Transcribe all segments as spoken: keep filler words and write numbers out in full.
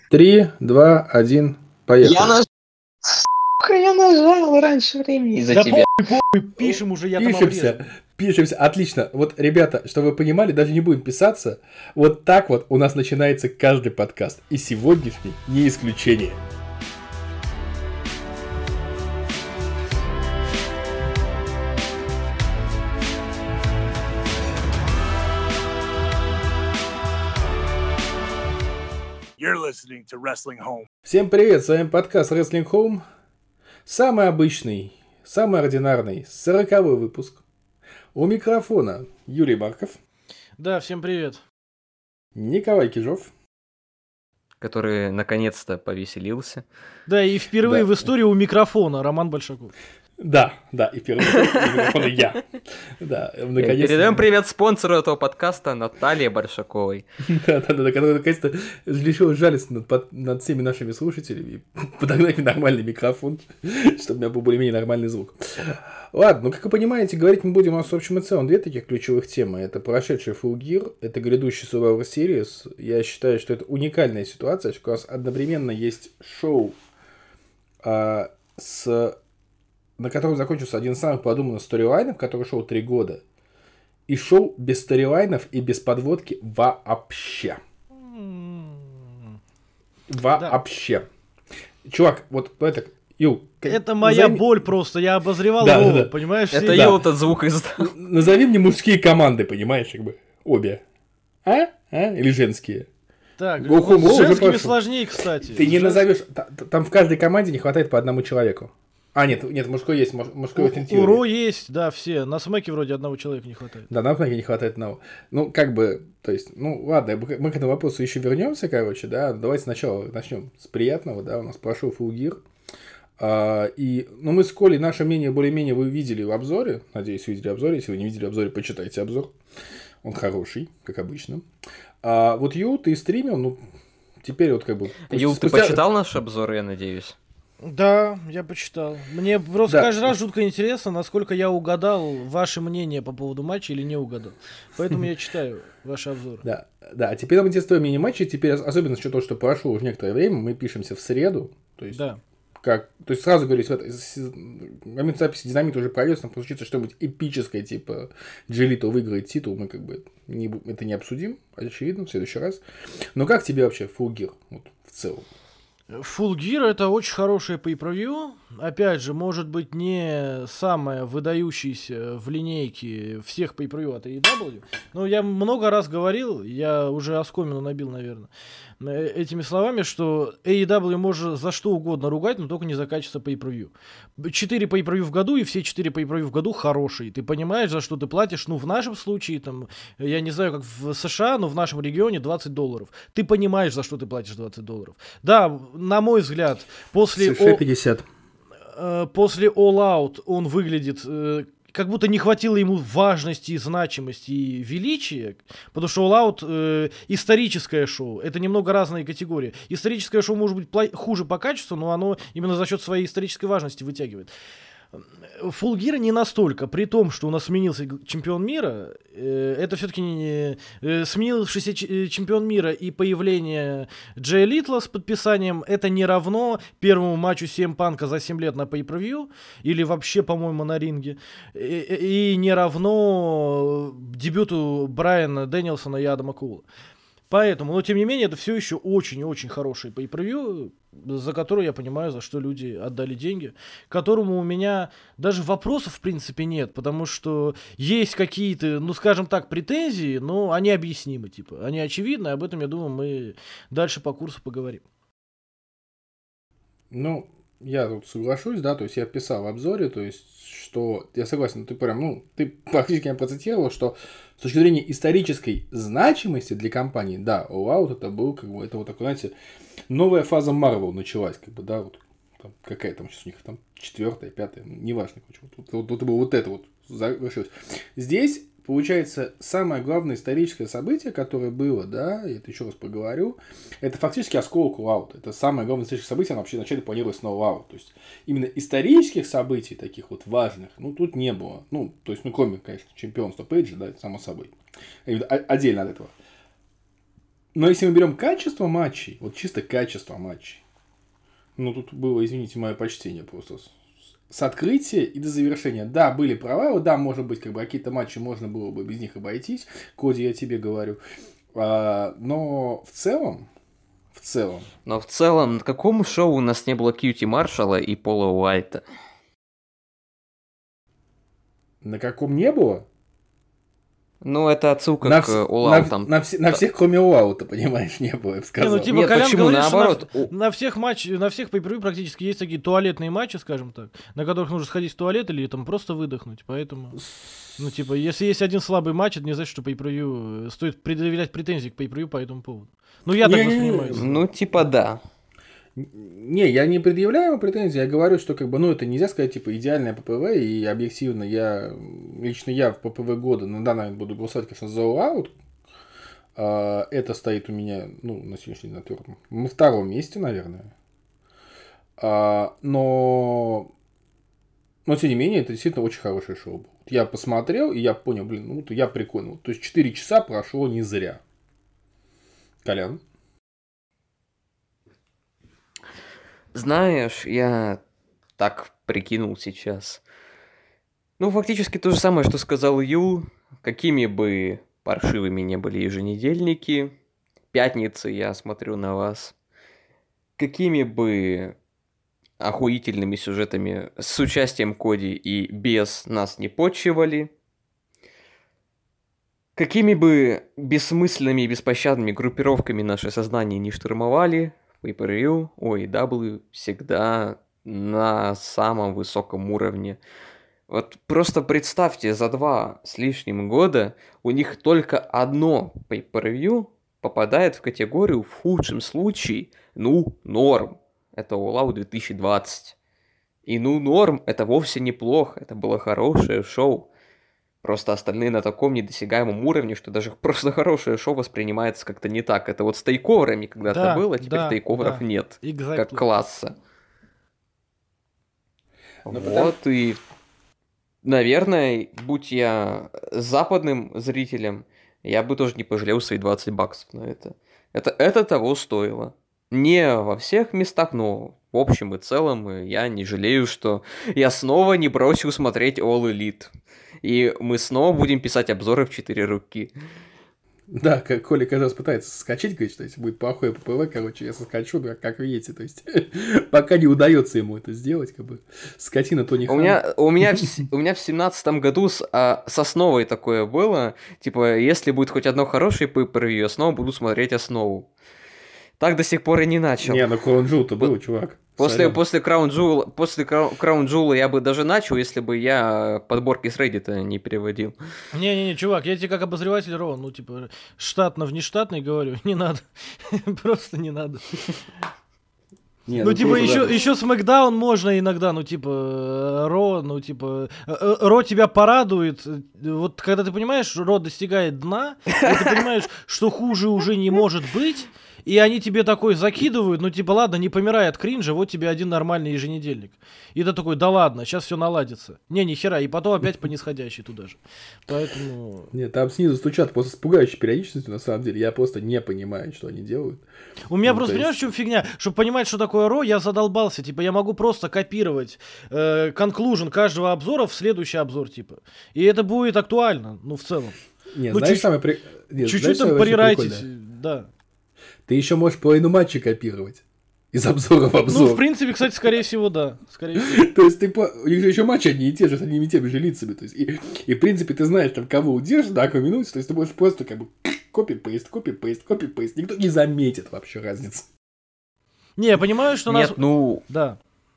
Три, два, один, поехали. Я нажал, я нажал раньше времени из-за да тебя. похуй, похуй, пишем уже, я там обрежу. Пишемся, пишемся, отлично. Вот, ребята, чтобы вы понимали, даже не будем писаться. Вот так вот у нас начинается каждый подкаст. И сегодняшний не исключение. You're listening to Wrestling Home. Всем привет, с вами подкаст Wrestling Home. Самый обычный, самый ординарный, сороковой выпуск. У микрофона Юрий Марков. Да, всем привет. Николай Кижов. Который наконец-то повеселился. Да, и впервые Да. в истории у микрофона Роман Большаков. Да, да, и первый микрофон я. Да, наконец-то. Передаем привет спонсору этого подкаста Наталье Большаковой. Да, да, да, который наконец-то решил жалиться над, под- над всеми нашими слушателями и подогнать мне нормальный микрофон, чтобы у меня был более-менее нормальный звук. Ладно, ну как вы понимаете, говорить мы будем у нас в общем и целом две таких ключевых темы. Это прошедший Full Gear, это грядущий Survivor Series. Я считаю, что это уникальная ситуация, что у нас одновременно есть шоу, а, с... на котором закончился один из самых продуманных сторилайнов, который шел три года. И шоу без сторилайнов и без подводки вообще. Вообще. Чувак, вот это... Ю, Это моя назови- боль просто, я обозревал Да, Вову, да, да. понимаешь? Это все- Да. я вот этот звук издал. Назови мне мужские команды, понимаешь, как бы. Обе. А? А? Или женские? Так, Go вот home, с уже женскими прошу. сложнее, кстати. Ты не Жен- назовешь... та- та- Там в каждой команде не хватает по одному человеку. А, нет, нет, мужской есть, муж- мужской У, очень у Ро есть, да, все. На Смеке вроде одного человека не хватает. Да, нам не хватает одного. Ну, как бы, то есть, ну, ладно, мы мы к этому вопросу еще вернемся, короче, да. Давайте сначала начнем с приятного, да. У нас прошел Full Gear. А, и, ну, мы с Колей, наше мнение более-менее вы видели в обзоре. Надеюсь, вы видели обзор. Если вы не видели обзор, почитайте обзор. Он хороший, как обычно. А вот Ю, ты стримил, ну, теперь вот как бы... Юл, ты спустя- почитал наш обзор, я надеюсь? Да, я почитал. Мне просто Да. каждый раз жутко интересно, насколько я угадал ваше мнение по поводу матча или не угадал. Поэтому я читаю ваши обзоры. Да, да, а теперь нам интересно твое мини-матчи. Теперь, особенно с учетом, что прошло уже некоторое время, мы пишемся в среду. То есть, Да. как, то есть сразу говорю, если в с- в момент записи Динамит уже пройдет, там случится что-нибудь эпическое, типа Джелито выиграет титул, мы как бы не, бу- это не обсудим, очевидно, в следующий раз. Но как тебе вообще Full Gear вот, в целом? Full Gear это очень хорошее pay-per-view. Опять же, может быть, не самое выдающееся в линейке всех pay-per-view от эй и дабл ю. Но я много раз говорил, я уже оскомину набил, наверное, э- этими словами, что эй и дабл ю можно за что угодно ругать, но только не за качество pay-per-view. Четыре pay-per-view в году, и все четыре pay-per-view в году хорошие. Ты понимаешь, за что ты платишь. Ну, в нашем случае, там, я не знаю, как в США, но в нашем регионе двадцать долларов. Ты понимаешь, за что ты платишь двадцать долларов. Да, на мой взгляд, после... США О- пятьдесят. э, после All Out он выглядит, э, как будто не хватило ему важности, и значимости и величия, потому что All Out э, историческое шоу, это немного разные категории. Историческое шоу может быть пла- хуже по качеству, но оно именно за счет своей исторической важности вытягивает. Full Gear не настолько, при том, что у нас сменился г- чемпион мира, э, это все-таки не э, сменившийся ч- э, чемпион мира и появление Джея Литла с подписанием, это не равно первому матчу си эм Панка за семь лет на pay-per-view, или вообще, по-моему, на ринге, и, и не равно дебюту Брайана Дэнилсона и Адама Коула. Поэтому, но тем не менее, это все еще очень и очень хороший pay-per-view, за который я понимаю, за что люди отдали деньги, к которому у меня даже вопросов в принципе нет, потому что есть какие-то, ну скажем так, претензии, но они объяснимы, типа, они очевидны, об этом, я думаю, мы дальше по курсу поговорим. Ну, я тут соглашусь, да, то есть я писал в обзоре, то есть, что, я согласен, ты прям, ну, ты практически меня процитировал, что с точки зрения исторической значимости для компании, да, All Out это был, как бы, это вот такой, знаете, новая фаза Marvel началась, как бы, да, вот, там, какая там сейчас у них там, четвертая, пятая, неважно, вот, вот, вот, вот, вот это вот завершилось. Здесь получается, самое главное историческое событие, которое было, да, и это еще раз поговорю, это фактически осколок All Out. Это самое главное историческое событие, оно вообще вначале планировалось на All Out. То есть, именно исторических событий, таких вот важных, ну, тут не было. Ну, то есть, ну, кроме, конечно, чемпионства Пейджа, да, это само собой. Отдельно от этого. Но если мы берем качество матчей, вот чисто качество матчей, ну, тут было, извините, мое почтение просто. С открытия и до завершения. Да, были провалы, да, может быть, как бы какие-то матчи можно было бы без них обойтись. Коди, я тебе говорю. А, но в целом, в целом... Но в целом, на каком шоу у нас не было Кьюти Маршалла и Пола Уайта? На каком не было? Ну, это отсылка на к вс... All на, Out. Там... на, вс... на всех, кроме All Out, понимаешь, не было, я бы сказал. Не, ну, типа, Нет, Колян почему? говорит, Наоборот. что на, на всех матч, на всех pay-per-view практически есть такие туалетные матчи, скажем так, на которых нужно сходить в туалет или там просто выдохнуть, поэтому... Ну, типа, если есть один слабый матч, это не значит, что pay-per-view... Стоит предъявлять претензии к pay-per-view по этому поводу. Ну, я не, так не, воспринимаю. не, Ну, типа, да. Не, я не предъявляю ему претензий, я говорю, что как бы, ну, это нельзя сказать, типа, идеальное ППВ, и объективно я, лично я в ППВ года, ну, да, наверное, буду голосовать, конечно, за All Out. А, это стоит у меня, ну, на сегодняшний день на твердом, на втором месте, наверное. А, но, но, тем не менее, это действительно очень хорошее шоу было. Я посмотрел, и я понял, блин, ну, я прикольно. То есть, четыре часа прошло не зря. Колян? Знаешь, я так прикинул сейчас. Ну, фактически то же самое, что сказал Ю. Какими бы паршивыми не были еженедельники, пятницы я смотрю на вас. Какими бы охуительными сюжетами с участием Коди и без нас не почивали. Какими бы бессмысленными и беспощадными группировками наше сознание не штурмовали, pay-per-view, о и дабл ю всегда на самом высоком уровне. Вот просто представьте, за два с лишним года у них только одно pay-per-view попадает в категорию в худшем случае, ну, норм. Это All Out две тысячи двадцать. И ну, норм, это вовсе неплохо, это было хорошее шоу. Просто остальные на таком недосягаемом уровне, что даже просто хорошее шоу воспринимается как-то не так. Это вот с тейковерами когда-то Да, было, теперь да, тейковеров да. нет. Exactly. Как класса. Ну, Вот и... Наверное, будь я западным зрителем, я бы тоже не пожалел свои двадцать баксов на это. Это, это того стоило. Не во всех местах, но в общем и целом я не жалею, что я снова не бросил смотреть All Elite. И мы снова будем писать обзоры в четыре руки. Да, как Коля каждый раз пытается соскочить, говорит, что если будет плохое ППВ, короче, я соскочу, да, как видите, то есть, пока не удается ему это сделать, как бы, скотина то не У меня, у меня, в, у меня в семнадцатом году с, а, с Основой такое было, типа, если будет хоть одно хорошее pay-per-view, я снова буду смотреть Основу. Так до сих пор и не начал. Не, ну Crown Jewel-то был, чувак. После, после, Crown Jewel, после Crown Jewel я бы даже начал, если бы я подборки с Reddit не переводил. Не-не-не, чувак, я тебе как обозреватель Ро, ну, типа, штатно-внештатный говорю, не надо. Просто не надо. Не, ну, ну, типа, просто, еще, да. еще Смэкдаун можно иногда, ну, типа, Ро, ну, типа, Ро тебя порадует. Вот когда ты понимаешь, Ро достигает дна, и ты понимаешь, что хуже уже не может быть, и они тебе такой закидывают, ну, типа, ладно, не помирай от кринжа, вот тебе один нормальный еженедельник. И ты такой, да ладно, сейчас все наладится. Не, ни хера, и потом опять по нисходящей туда же. Поэтому... Нет, там снизу стучат просто с пугающей периодичностью, на самом деле. Я просто не понимаю, что они делают. У меня Ну, просто, то понимаешь, есть- в чем фигня? Чтобы понимать, что такое Ро, я задолбался. Типа, я могу просто копировать э, conclusion каждого обзора в следующий обзор, типа. И это будет актуально, ну, в целом. Нет, Ну, знаешь, чуть- самое при... Нет, Чуть-чуть знаешь, там самое вообще порерайтить, прикольное? да. Ты еще можешь половину матча копировать. Из обзора в обзор. Ну, в принципе, кстати, скорее всего, да. Скорее всего. То есть ты по... у них же еще матчи одни и те же, с одними и теми же лицами. То есть, и, и в принципе ты знаешь, там, кого удержишь, на какой минуте, то есть ты можешь просто как бы копи-пейст, копи-пейст, копи-пейст. Никто не заметит вообще разницы. Не, я понимаю, что Нет, нас... ну... Да.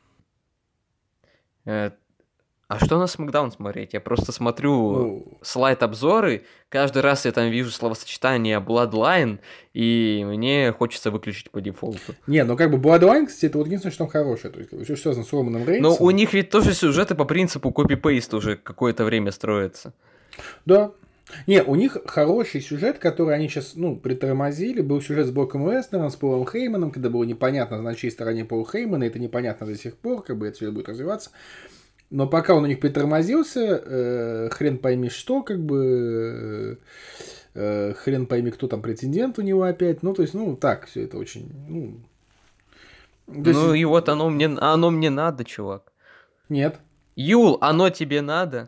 э, а что на Смакдаун смотреть? Я просто смотрю Ну, слайд-обзоры, каждый раз я там вижу словосочетание Bloodline, и мне хочется выключить по дефолту. не, ну как бы Bloodline, кстати, это вот единственное, что там хорошее. То есть, все связано с Романом Рейнсом. Но у них ведь тоже сюжеты по принципу копи-пейст уже какое-то время строятся. Да. Не, у них хороший сюжет, который они сейчас, ну, притормозили. Был сюжет с Броком Леснером, с Полом Хейманом, когда было непонятно, на чьей стороне Пол Хеймана, это непонятно до сих пор, как бы это все будет развиваться. Но пока он у них притормозился, э, хрен пойми что, как бы, э, хрен пойми, кто там претендент у него опять. Ну, то есть, ну, так, все это очень, ну... То есть... Ну и вот оно мне, оно мне надо, чувак. Нет. Юл, оно тебе надо?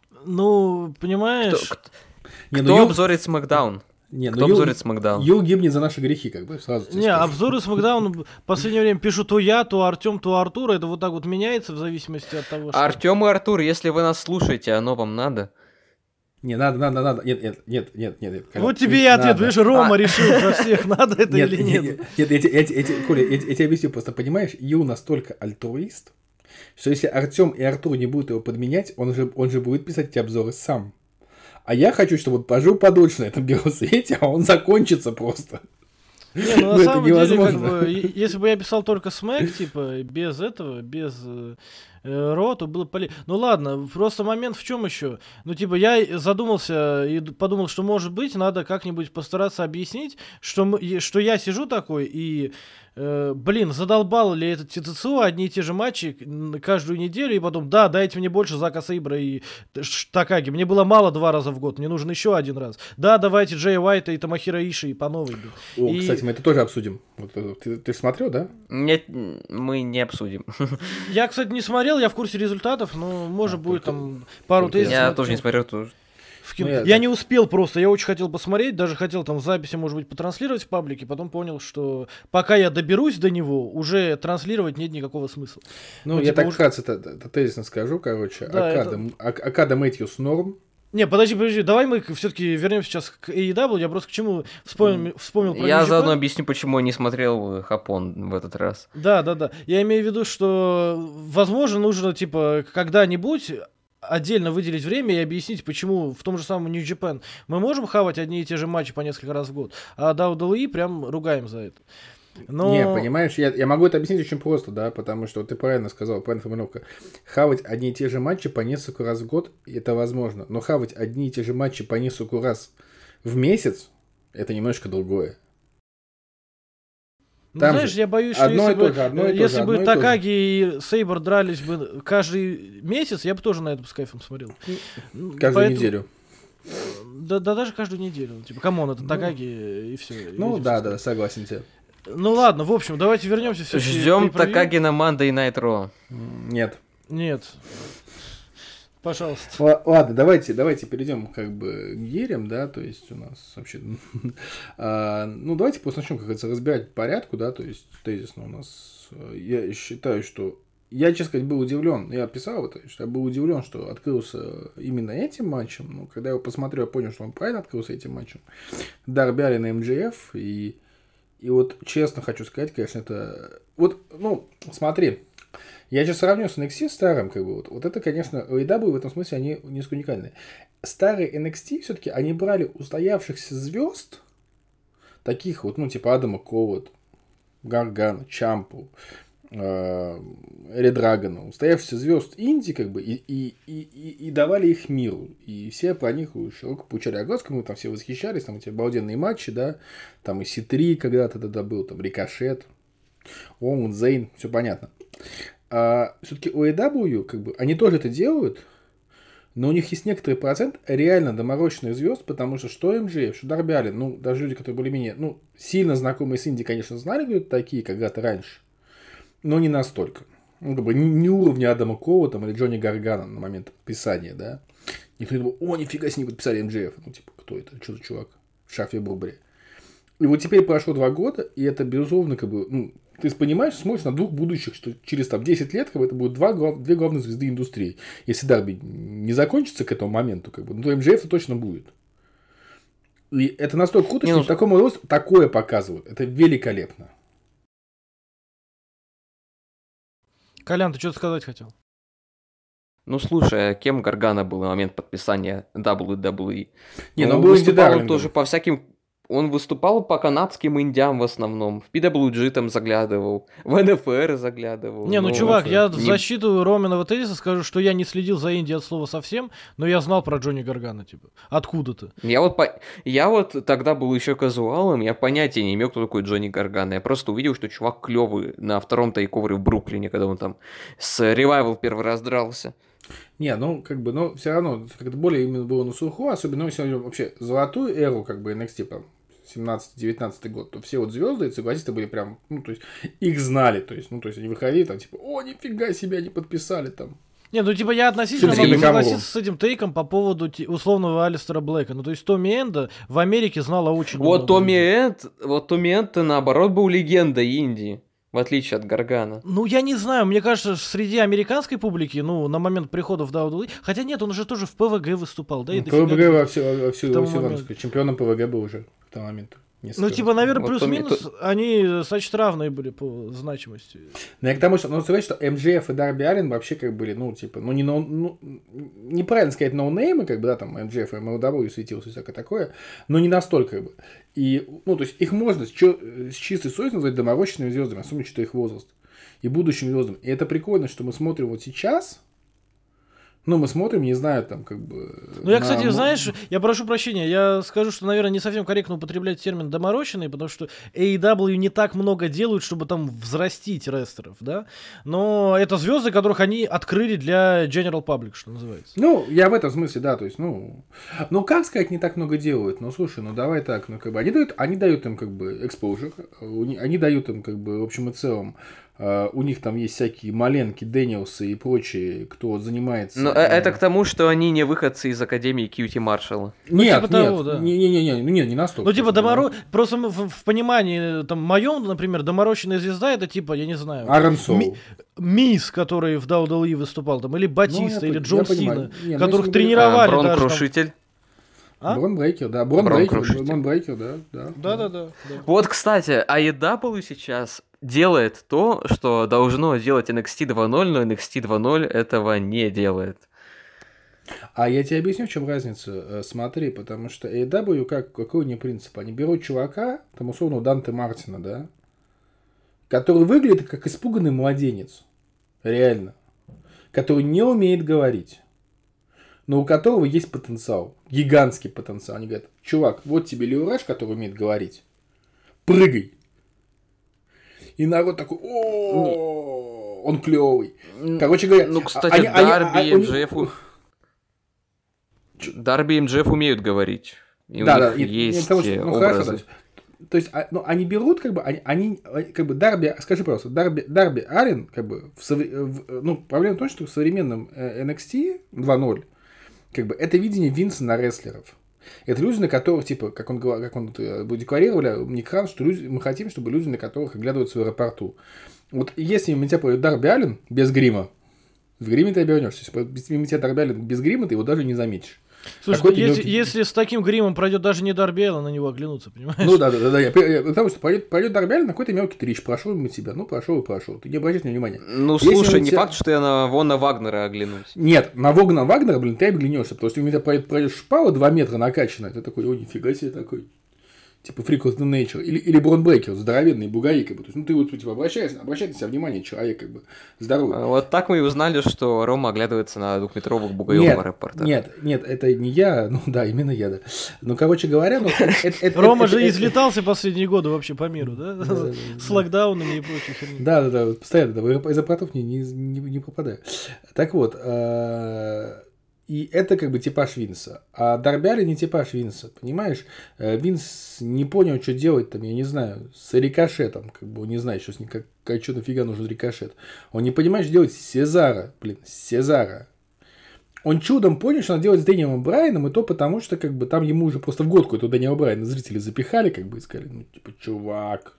Ну, понимаешь... Кто, кто, Не, кто ну, обзорит Смакдаун? Не, Кто ну, обзорит Смакдаун? Юл гибнет за наши грехи, как бы, сразу тебе Не, скажу. обзоры Смакдауна в последнее время пишу то я, то Артем, то Артур. Это вот так вот меняется в зависимости от того, что... Артем и Артур, если вы нас слушаете, оно вам надо? Не, надо, надо, надо. Нет, нет, нет, нет, нет. нет. Вот тебе и ответ, Надо. видишь, Рома А. решил за всех, надо это Нет, или нет, нет. нет, нет, я, те- я, те- я, те- Коля, я, те- я тебе объясню просто, понимаешь, Ю настолько альтруист, что если Артем и Артур не будут его подменять, он же, он же будет писать эти обзоры сам. А я хочу, чтобы вот пожил подольше на этом белом свете, а он закончится просто. Не, ну на Ну, это самом деле, как невозможно. бы, е- если бы я писал только смэк, типа, без этого, без э, э, ро, то было поле... Ну ладно, просто момент в чем еще? Ну, типа, я и задумался и д- подумал, что, может быть, надо как-нибудь постараться объяснить, что, мы- и- что я сижу такой и... э, блин, задолбал ли этот ТТЦУ одни и те же матчи м, каждую неделю, и потом, да, дайте мне больше Зака Сейбра и Т- Ш- Такаги. Мне было мало два раза в год, мне нужен еще один раз. Да, давайте Джея Уайта и Тамахира Иши по новой. блин. О, И- кстати, мы это тоже обсудим. Вот, э, ты, ты ж смотрел, да? Нет, мы не обсудим. Я, кстати, не смотрел, я в курсе результатов, но может А, будет только- там пару только тезисов. Я на тоже не тему. смотрел тоже. В кино. Ну, я я так- не успел просто, я очень хотел посмотреть, даже хотел там в записи, может быть, потранслировать в паблике, потом понял, что пока я доберусь до него, уже транслировать нет никакого смысла. Ну, Ну, я типа так уж- вкратце это, это тезисно скажу, короче. Да, Акада, это- М- Ак- Акада Мэтьюс норм. Не, подожди, подожди, давай мы все-таки вернемся сейчас к эй и дабл ю, я просто к чему вспомнил, вспомнил про Я New заодно Japan. объясню, почему я не смотрел Хапон в этот раз. Да, да, да. Я имею в виду, что, возможно, нужно, типа, когда-нибудь отдельно выделить время и объяснить, почему в том же самом New Japan мы можем хавать одни и те же матчи по несколько раз в год, а дабл ю дабл ю и прям ругаем за это. Но... Не, понимаешь, я, я могу это объяснить очень просто, да, потому что ты правильно сказал, правильная формулировка. Хавать одни и те же матчи по несколько раз в год, это возможно. Но хавать одни и те же матчи по несколько раз в месяц, это немножко другое. Ну, Там знаешь, же я боюсь, что одно если и то бы, же, одно и то если же, бы одно и то же. Такаги и Сейбр дрались бы каждый месяц, я бы тоже на это с кайфом смотрел. Ну, Каждую поэтому- неделю. Да, да даже каждую неделю. Типа, камон, это Такаги и все. Ну да, да, согласен тебе. Ну ладно, в общем, давайте вернемся все Ждем Такаги на Monday Night Raw. М, Нет. Нет. Пожалуйста. Ла- Ладно, давайте, давайте перейдем как бы к гирям, да, то есть у нас вообще, а, ну давайте просто начнем, как говорится, разбирать по порядку, да, то есть тезисно у нас, э, я считаю, что, я, честно сказать, был удивлен, я писал это, что я был удивлен, что открылся именно этим матчем, но когда я его посмотрел, я понял, что он правильно открылся этим матчем, Дарби Аллин и эм джей эф, и, и вот честно хочу сказать, конечно, это, вот, ну, смотри, я сейчас сравню с эн экс ти старым, как бы, вот, вот это, конечно, эй и дабл ю в этом смысле, они несколько уникальны. Старые эн экс ти все-таки, они брали устоявшихся звезд, таких вот, ну, типа Адама Коула, Гаргана, Чампу, Редрагона, устоявшихся звезд инди, как бы, и, и, и, и, и давали их миру. И все про них широко получали огласку, мы там все восхищались, там эти обалденные матчи, да, там и си три когда-то тогда был, там Рикошет, Оуэн, Зейн, все понятно. А все-таки у эй дабл ю, как бы, они тоже это делают, но у них есть некоторый процент реально доморощенных звезд, потому что что эм джей эф, что Дарби Аллин, ну, даже люди, которые более-менее, ну, сильно знакомые с инди, конечно, знали, кто это такие когда-то раньше, но не настолько. Ну, как бы, не, не уровня Адама Коула там, или Джонни Гаргана на момент подписания, да. Никто не думал, о, нифига себе, подписали эм джей эф. Ну, типа, кто это, что за чувак в шарфе Бурбери. И вот теперь прошло два года, и это, безусловно, как бы, ну, ты понимаешь, смотришь на двух будущих, что через там десять лет как бы, это будут два, глав, две главные звезды индустрии. Если Дарби не закончится к этому моменту, как бы, ну, то эм джей эф точно будет. И это настолько круто, Не, что ну, в таком росте такое показывают. Это великолепно. Колян, ты что-то сказать хотел? Ну слушай, а кем Гаргана был на момент подписания дабл ю дабл ю и? Не, Ну, ну, он был Инди выступал Дарлингом. тоже по всяким... Он выступал по канадским индиам в основном. В пи дабл ю джи там заглядывал. В эн эф эр заглядывал. Не, ну, Ну, чувак, это я в не- защиту Роминого тезиса скажу, что я не следил за Инди от слова совсем, но я знал про Джонни Гаргана, типа. Откуда-то. Я вот, по... я вот тогда был еще казуалом, я понятия не имел, кто такой Джонни Гаргана. Я просто увидел, что чувак клевый на втором тайковере в Бруклине, когда он там с Ревайвал первый раз дрался. Не, ну, как бы, но все равно, как-то более именно было на слуху, особенно, ну, если мы вообще золотую эру, как бы, эн экс ти, там, семнадцатый-девятнадцатый год, то все вот звезды и согласисты были прям, ну, то есть, их знали, то есть, ну, то есть, они выходили, там, типа, о, нифига себе, они подписали, там. Не, ну типа я относительно Всё-таки могу Накамуру. согласиться с этим тейком по поводу те- условного Алистера Блэка. Ну то есть Томми Энда в Америке знала очень много Вот Томми людей. Энд, вот Томми Энд, наоборот, был легендой Индии, в отличие от Гаргана. Ну, я не знаю, мне кажется, среди американской публики, ну, на момент прихода в дабл ю дабл ю и, хотя нет, он уже тоже в ПВГ выступал, да? и дофига ПВГ людей. во всю, во всю, к тому во всю моменту. сказать, чемпионом ПВГ был уже к тому моменту. Ну, типа, наверное, Вот плюс-минус, Томми- они достаточно равные были по значимости. Но я к тому, что, ну, сказать, что эм джей эф и Дарби Аллен вообще как были, ну, типа, ну, не ноу- ну, неправильно сказать ноунеймы, как бы, да, там, эм джей эф и эм эл дабл ю светился и всякое такое, но не настолько, как бы. И, ну, то есть, их можно с, чё- с чистой совестью назвать доморощенными звездами, особенно, что их возраст, и будущим звездам. И это прикольно, что мы смотрим вот сейчас, ну, мы смотрим, не знаю, там, как бы... Ну, я, на- кстати, знаешь, я прошу прощения, я скажу, что, наверное, не совсем корректно употреблять термин «доморощенный», потому что эй и дабл ю не так много делают, чтобы там взрастить рестлеров, да? Но это звезды, которых они открыли для General Public, что называется. Ну, я в этом смысле, да, то есть, ну, ну, как сказать, не так много делают, ну, слушай, ну, давай так, ну, как бы, они дают, они дают им, как бы, exposure, у ни- они дают им, как бы, в общем и целом, э, у них там есть всякие Маленки, Дэниелсы и прочие, кто занимается... Но э, э, это к тому, что они не выходцы из Академии Кьюти Маршалла. Нет, типа нет, того, да. не-не-не, ну, нет, не настолько. Ну, типа, конечно, доморо... просто м- в, в понимании, там, моем, например, доморощенная звезда, это типа, я не знаю, да. Аарон Соул. Ми- Мисс, который в дабл ю дабл ю и выступал, там, или Батиста, Ну, я или по- Джон я понимаю. Сина, Не, ну, которых если мы говорим- тренировали Брон даже там. Крушитель. А? Брон Брейкер, да, Брон Брон Брейкер, Крушитель. Брон Брейкер, да, да. Да-да-да. да. Вот, кстати, эй и дабл ю сейчас делает то, что должно делать эн экс ти два ноль, но эн экс ти два ноль этого не делает. А я тебе объясню, в чем разница. Э, Смотри, потому что эй и дабл ю, как, какой у них принцип? Они берут чувака, там, условно, Данте Мартина, да, который выглядит как испуганный младенец. Реально. Который не умеет говорить. Но у которого есть потенциал. Гигантский потенциал. Они говорят, чувак, вот тебе Леораж, который умеет говорить. Прыгай. И народ такой, о, он клевый. Короче говоря, Ну, а- кстати, они- они- Дарби а- и у них- эм джей эф... у- Дарби и эм джей эф умеют говорить. И Да, у да, них нет, нет, есть потому что, э, ну, хорошо, образы. то есть, то есть, а, ну, они берут, как бы, они, они, э, как бы, Дарби, скажи, пожалуйста, Дарби, Дарби Аллен, как бы, в, совре- в- ну, проблема в том, что в современном э, эн экс ти два ноль, как бы, это видение Винса на рестлеров. Это люди, на которых, типа, как он, говор- как он э, декларировали, Ник Хан, что люди, мы хотим, чтобы люди, на которых оглядываются в аэропорту. Вот если мимо тебя пройдет Дарби Аллен без грима, в гриме ты обернешься. Если пройдет мимо тебя Дарби Аллен без грима, ты его даже не заметишь. Слушай, Какой-то если, мелкий- если с таким гримом пройдет даже не Дарби Аллен, на него оглянуться, понимаешь? Ну да, да, да, да. Я, я- потому что пойдет, пойдет Дарби Аллен на какой-то мелкий трич, прошел мимо тебя. Ну, прошел и прошел. Ты не обращаешь на него внимания. Ну, Если слушай, он не тебя- факт, что я на Вона Вагнера оглянусь. Нет, на Вогна Вагнера, блин, ты оглянешься, потому что у меня пройдет, пройдет шпала два метра накачанная, ты такой, о, нифига себе такой. Типа Freak of the Nature. Или, или Брон Брейкер, здоровенный бугаи, как бы. То есть, ну, ты вот, типа, обращаешься, обращай на себя внимание, человек, как бы, здоровый. А Вот так мы и узнали, что Рома оглядывается на двухметровых бугаев в Нет, аэропортах. нет, нет, это не я, ну да, именно я, да. Ну, короче говоря, ну, это- это- Рома это- же это- излетался последние годы вообще по миру, да? да, да, С локдаунами и прочей херней. Да, да, да, вот постоянно да, в из аэропортов не, не, не, не попадаю. Так вот, э, и это как бы типаж Винса. А Дарби Аллен не типаж Винса, понимаешь? Э, Винс не понял, что делать там, я не знаю, с рикошетом, как бы он не знает, что с ним, как, как что нафига нужен рикошет. Он не понимает, что делать с Сезара, блин, с Сезара. Он чудом понял, что надо делать с Дэниелом Брайаном, и то потому, что как бы там ему уже просто в годку этого Дэниела Брайана зрители запихали, как бы, и сказали, ну, типа, чувак.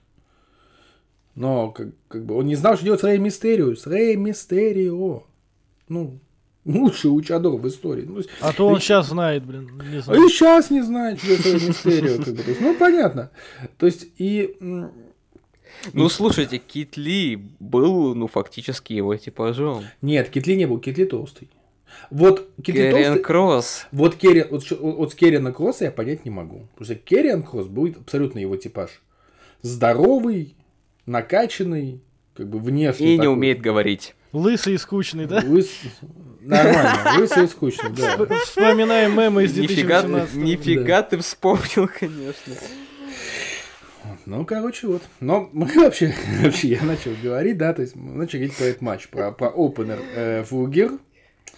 Но как, как бы он не знал, что делать с Рэй Мистерио. С Рэй Мистерио. Ну, лучший лучадор в истории. Ну, то есть, А то он сейчас знает, блин, не а знаю. и сейчас не знает, что делать с Рэй Мистерио. Как бы. То есть, ну, понятно. То есть, и... м, Ну, слушайте, Кит Ли был, ну, фактически его типажом. Нет, Кит Ли не был, Кит Ли толстый. Вот Кит Ли Керриан толстый... Кросс. Вот, Керри, вот, ш- вот с Керриана Кросса я понять не могу. Потому что Керриан Кросс был абсолютно его типаж. Здоровый, накачанный, как бы внешне. И не такой. умеет говорить. Лысый и скучный, да? Лыс- Нормально, лысый и скучный, да. Вспоминаем мемы из две тысячи Нифига, восемнадцатого. нифига ты вспомнил, конечно. Ну, короче, вот. Но мы вообще, вообще, я начал говорить, да, то есть мы начали говорить про этот матч, про, про опенер э, Фугер.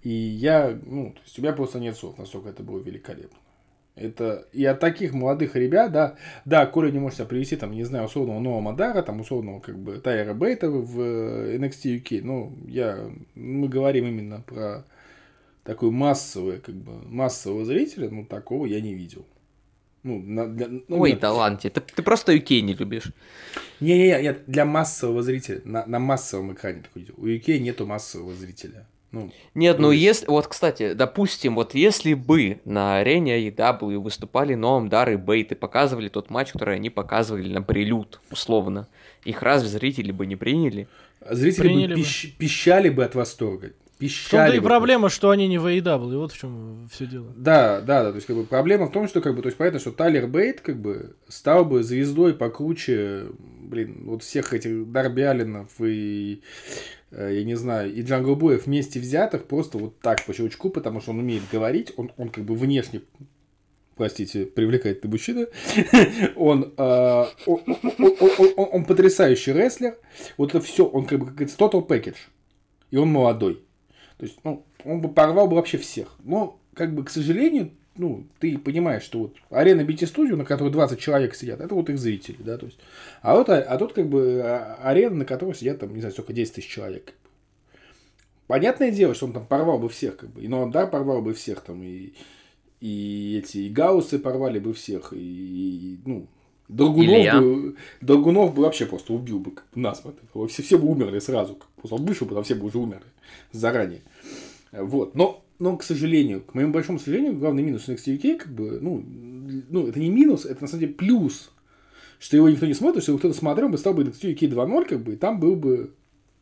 И я, ну, то есть у меня просто нет слов, насколько это было великолепно. Это и от таких молодых ребят, да, да, Коля не может себя привести, там, не знаю, условного Ноа Мадара, там, условного, как бы, Тайра Бейта в эн экс ти ю кей, ну, я, мы говорим именно про такой массовый, как бы, массового зрителя, ну, такого я не видел. Ну, на, для, ну, Ой, нет. да ладно, ты, ты просто ю кей не любишь. Не-не-не, я для массового зрителя, на, на массовом экране такой видел. У ю кей нету массового зрителя. Ну, Нет, ну есть... если, вот, кстати, допустим, вот если бы на арене эй и дабл ю выступали Ноа Мадара и Бейт и показывали тот матч, который они показывали на Прелюд, условно, их разве зрители бы не приняли? Зрители Приняли бы бы. пищ... пищали бы от восторга. В Пищали том-то и бы проблема, просто. что они не в эй и дабл ю, вот в чем все дело. Да, да, да. То есть, как бы, проблема в том, что, как бы, то есть, понятно, что Тайлер Бейт, как бы, стал бы звездой покруче, блин, вот всех этих Дарби Алленов и, э, я не знаю, и Джангл Боев вместе взятых просто вот так по щелчку, потому что он умеет говорить, он, он как бы внешне, простите, привлекательный мужчина, он, э, он, он, он, он, он потрясающий рестлер, вот это все, он как бы как total package, и он молодой. То есть, ну, он бы порвал бы вообще всех. Но, как бы, к сожалению, ну, ты понимаешь, что вот арена би ти Studio, на которой двадцать человек сидят, это вот их зрители, да, то есть. А вот, а тут, как бы, арена, на которой сидят, там, не знаю, сколько, десять тысяч человек. Понятное дело, что он там порвал бы всех, как бы, и Ноамдар порвал бы всех, там, и, и эти, и Гауссы порвали бы всех, и, и ну, Драгунов бы, Драгунов бы вообще просто убил бы, как бы, нас, вот, все, все бы умерли сразу, просто он вышел бы, там все бы уже умерли заранее. Вот. Но, но, к сожалению, к моему большому сожалению, главный минус эн экс ти ю кей, как бы, ну, ну, это не минус, это на самом деле плюс, что его никто не смотрит, что его кто-то смотрел, бы стал бы эн экс ти ю кей два ноль, как бы, и там был бы,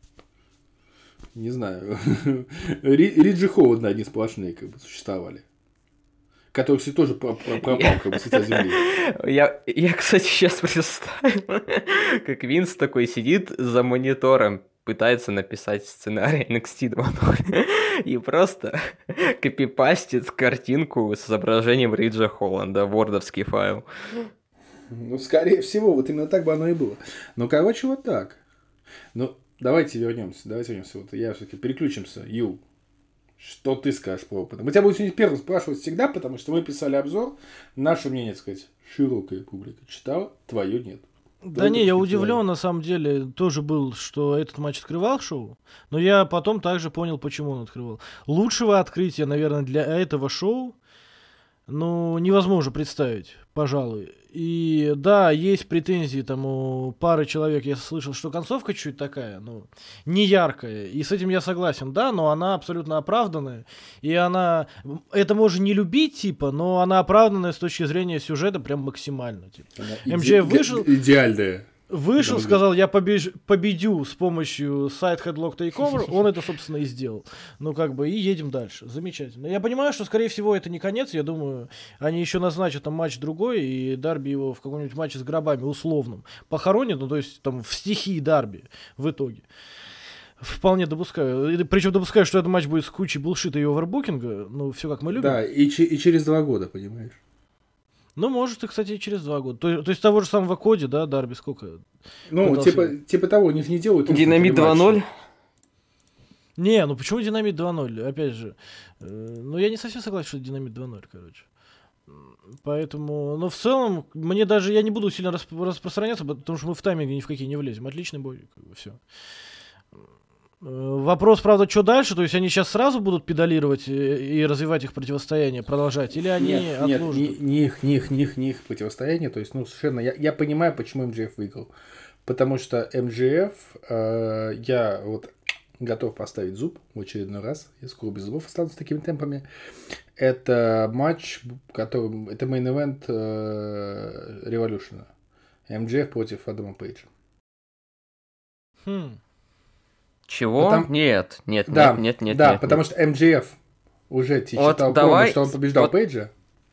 не знаю, Риджи Холланд одни сплошные, как бы, существовали. Который, кстати, тоже пропал, как бы, с лица земли. Я, я, кстати, сейчас представил, как Винс такой сидит за монитором, пытается написать сценарий эн экс ти два ноль и просто копипастит картинку с изображением Риджа Холланда, вордовский файл. Ну, скорее всего, вот именно так бы оно и было. Ну, короче, вот так. Ну, давайте вернемся, давайте вернемся. Вот я все-таки переключимся. Ю, что ты скажешь по опыту? Мы тебя будем сегодня первым спрашивать всегда, потому что мы писали обзор. Наше мнение, так сказать, широкая публика читала, твое нет. Да не, я удивлен, на самом деле, тоже был, что этот матч открывал шоу, но я потом также понял, почему он открывал. Лучшего открытия, наверное, для этого шоу, ну, невозможно представить, пожалуй. И да, есть претензии там у пары человек, я слышал, что концовка чуть такая, ну, не яркая, и с этим я согласен, да, но она абсолютно оправданная, и она, это можно не любить, типа, но она оправданная с точки зрения сюжета прям максимально, типа. Иде- эм джей эф вышел... Идеальная. Вышел, Да, сказал, я побеж... победю с помощью сайт Headlock Takeover, он это, собственно, и сделал. Ну, как бы, и едем дальше. Замечательно. Я понимаю, что, скорее всего, это не конец, я думаю, они еще назначат там матч другой, и Дарби его в каком-нибудь матче с гробами условном похоронит, ну, то есть, там, в стихии Дарби в итоге. Вполне допускаю. Причем допускаю, что этот матч будет с кучей булшита и овербукинга, ну, все как мы любим. Да, и, и через два года, понимаешь. Ну, может, и, кстати, и через два года. То, то есть того же самого Коди, да, Дарби, сколько? Ну, пытался... типа, типа того, они же не делают... Динамит два ноль? Не, ну почему Динамит два ноль? Опять же, э, ну я не совсем согласен, что это Динамит два ноль, короче. Поэтому, ну в целом, мне даже, я не буду сильно расп- распространяться, потому что мы в тайминге ни в какие не влезем. Отличный бой, как бы, все. Вопрос, правда, что дальше? То есть они сейчас сразу будут педалировать и, и развивать их противостояние, продолжать? Или они нет, отложат? Нет, не, не их, не их, не их, не их противостояние. То есть, ну, совершенно... Я, я понимаю, почему эм джей эф выиграл. Потому что эм джей эф, э, я вот готов поставить зуб в очередной раз. Я скоро без зубов останусь такими темпами. Это матч, который... Это мейн-эвент э, Revolution. эм джей эф против Адама Пейджа. Хм. Чего? Потому... Нет, нет, да, нет, нет, нет. Да, нет, потому нет. что эм джей эф уже тебе Вот читал давай... промо, что он побеждал вот... Пейджа.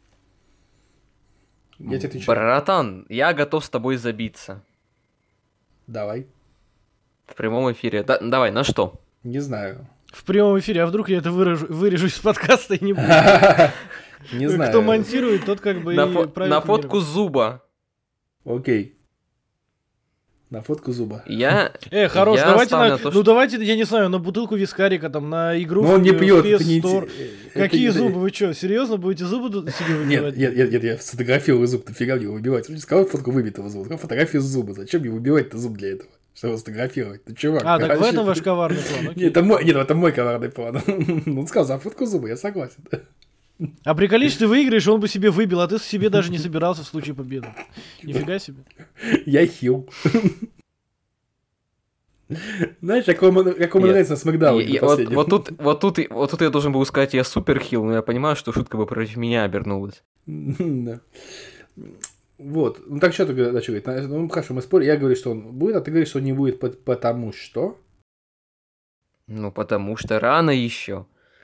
Я тебе отвечаю. Братан, я готов с тобой забиться. Давай. В прямом эфире. Да, давай, на что? Не знаю. В прямом эфире, а вдруг я это вырежу, вырежу из подкаста и не буду? Не знаю. Кто монтирует, тот как бы На, и фо- правит на миром. фотку зуба. Окей. На фотку зуба. Я... Э, хорош, я давайте, ставлю на, на то, ну что- давайте, я не знаю, на бутылку вискарика, там, на игру Но он не в пьет, пи эс это не Store. те- это Какие не- зубы, вы что, серьезно будете зубы тут себе Нет, выбивать? нет, нет, нет, я сфотографировал зуб, нафига мне его выбивать? Я не сказал фотку выбитого зуба, сказал фотографию зуба. Зачем мне выбивать-то зуб для этого? Чтобы сфотографировать? Ты чувак. А, так в вообще- этом ваш коварный план, окей. Нет, это мой, нет, это мой коварный план. Он сказал, за фотку зуба, я согласен. А приколись, ты выиграешь, он бы себе выбил, а ты себе даже не собирался в случае победы. Нифига себе. Я хил. Знаешь, как ему, как ему Нет. нравится на Смакдауне И- и на вот, последнем. вот тут, вот, тут, и- вот тут я должен был сказать, я суперхил, но я понимаю, что шутка бы против меня обернулась. Да. Вот. Ну так что ты говоришь, что говорит? Ну хорошо, мы спорим. Я говорю, что он будет, а ты говоришь, что он не будет, по- потому что. Ну, потому что рано еще.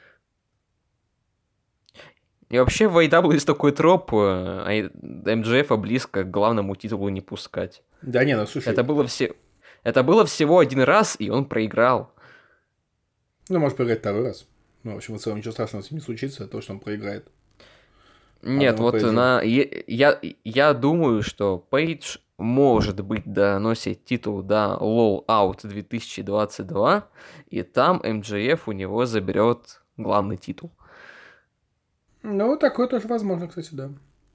И вообще в эй дабл ю есть такой троп, э, а эм джей эф близко к главному титулу не пускать. Да не, ну слушай. Это было, все... Это было всего один раз, и он проиграл. Ну, может проиграть второй раз. Ну, в общем, в целом ничего страшного с ним не случится, то, что он проиграет. Нет, Одному вот Пейджу. на... я, я, я думаю, что Пейдж может быть доносит титул до All Out две тысячи двадцать два, и там эм джей эф у него заберет главный титул. Ну, такое тоже возможно, кстати, да.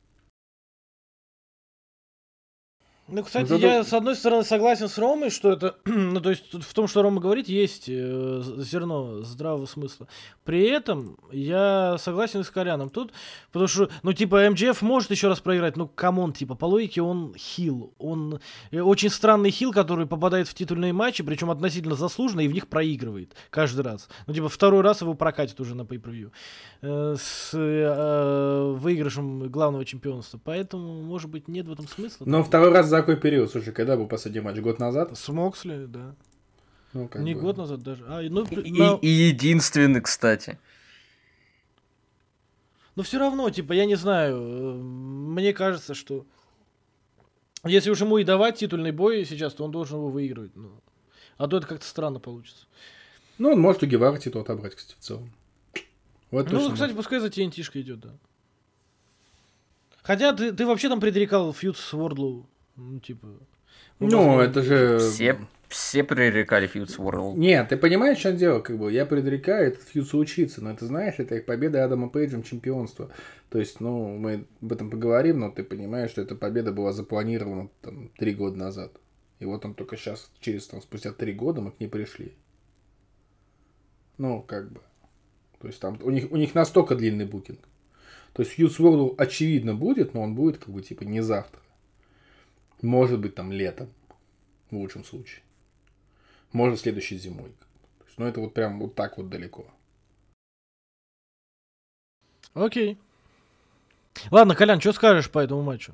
Ну, кстати, Зато- я с одной стороны согласен с Ромой, что это, ну, то есть тут в том, что Рома говорит, есть э, зерно здравого смысла. При этом я согласен и с Коляном тут, потому что, ну, типа, эм джей эф может еще раз проиграть, ну, камон, типа, по логике он хил, он э, очень странный хил, который попадает в титульные матчи, причем относительно заслуженно, и в них проигрывает каждый раз. Ну, типа, второй раз его прокатит уже на pay-per-view э, с э, выигрышем главного чемпионства, поэтому, может быть, нет в этом смысла. Но второй раз за какой период? Слушай, когда был последний матч? Год назад? С Моксли, да. Ну, как Не бы. год назад даже. А, ну, И, на- и единственный, кстати. но все равно, типа, я не знаю, э, мне кажется, что если уж ему и давать титульный бой сейчас, то он должен его выигрывать. Ну. А то это как-то странно получится. Ну, он может у Гевара титул отобрать, кстати, в целом. Вот Ну, точно кстати, пускай за ти эн ти-шка идет, да. Хотя ты, ты вообще там предрекал фьюд с Вордлоу. Ну, типа. может. Ну, это же... Все, все пререкали Feuds World. Нет, ты понимаешь, что дело? Как бы, я предрекаю этот фьюд случится, но ты знаешь, это их победа Адама Пейджем чемпионства. То есть, ну, мы об этом поговорим, но ты понимаешь, что эта победа была запланирована там три года назад. И вот он только сейчас, через там, спустя три года мы к ней пришли. Ну, как бы. То есть там у них, у них настолько длинный букинг. То есть Feuds World очевидно будет, но он будет как бы типа не завтра. Может быть там летом. В лучшем случае. Может следующей зимой. То есть, ну это вот прям вот так вот далеко. Окей. Ладно, Колян, что скажешь по этому матчу?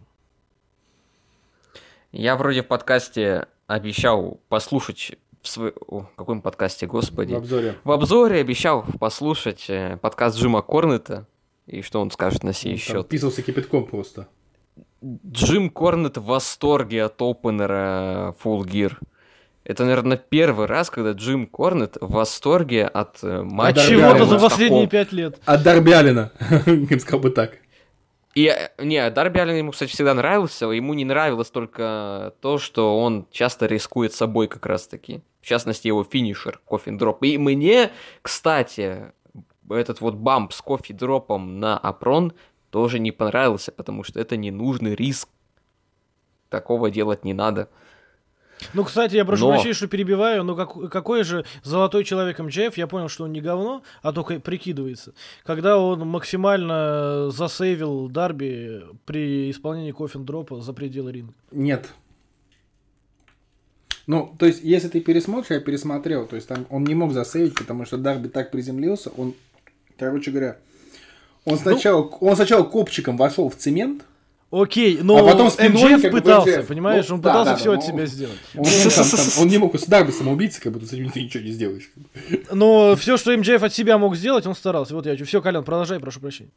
Я вроде в подкасте обещал послушать в свой... О, в каком подкасте, господи? В обзоре. В обзоре обещал послушать э, подкаст Джима Корнета, и что он скажет на сей Он там счет. писался кипятком просто. Джим Корнет в восторге от опенера Full Gear. Это, наверное, первый раз, когда Джим Корнет в восторге от э, От матча. Дарби чего-то Аллена за в последние таком. пять лет. От Дарби Аллена. Я бы сказал бы так. И, э, не, Дарби Аллен ему, кстати, всегда нравился. Ему не нравилось только то, что он часто рискует собой как раз-таки. В частности, его финишер, коффин-дроп. И мне, кстати, этот вот бамп с коффи-дропом на Апрон тоже не понравился, потому что это ненужный риск. Такого делать не надо. Ну, кстати, я прошу Но- прощения, что перебиваю, но как, какой же золотой человек эм джей эф, я понял, что он не говно, а только прикидывается. Когда он максимально засейвил Дарби при исполнении коффин-дропа за пределы ринга. Нет. Ну, то есть, если ты пересмотришь, я пересмотрел, то есть, там он не мог засейвить, потому что Дарби так приземлился, он, короче говоря, он сначала, он сначала копчиком вошел в цемент, Окей, но А потом спиной, эм джей эф как бы, пытался, эм джей эф. понимаешь, Ну, он да, пытался да, все да, от ну, себя сделать. он, он там- там- он не мог, с Дарби самоубийца, как будто с этим ты ничего не сделаешь. Но все, что эм джей эф от себя мог сделать, он старался. Вот я, все, Колян, продолжай, прошу прощения.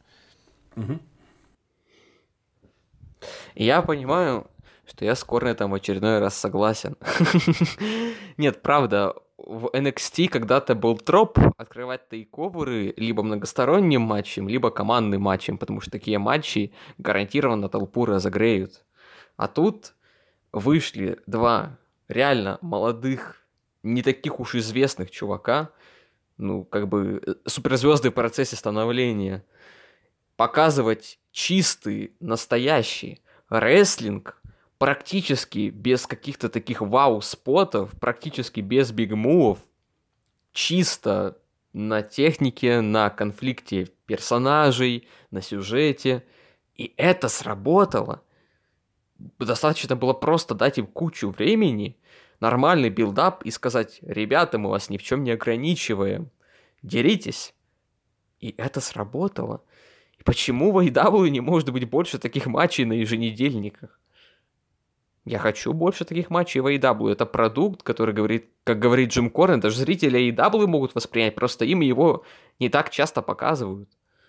Я понимаю, что я с Корнетом в очередной раз согласен. Нет, правда, в эн экс ти когда-то был троп открывать тейковеры либо многосторонним матчем, либо командным матчем, потому что такие матчи гарантированно толпу разогреют. А тут вышли два реально молодых, не таких уж известных чувака, ну, как бы э, суперзвезды в процессе становления, показывать чистый, настоящий рестлинг, практически без каких-то таких вау-спотов, практически без бигмувов, чисто на технике, на конфликте персонажей, на сюжете. И это сработало. Достаточно было просто дать им кучу времени, нормальный билдап и сказать: ребята, мы вас ни в чем не ограничиваем, деритесь. И это сработало. И почему в эй и дабл ю не может быть больше таких матчей на еженедельниках? Я хочу больше таких матчей в эй и дабл ю. Это продукт, который говорит, как говорит Джим Корнет, даже зрители эй и дабл ю могут воспринять, просто им его не так часто показывают.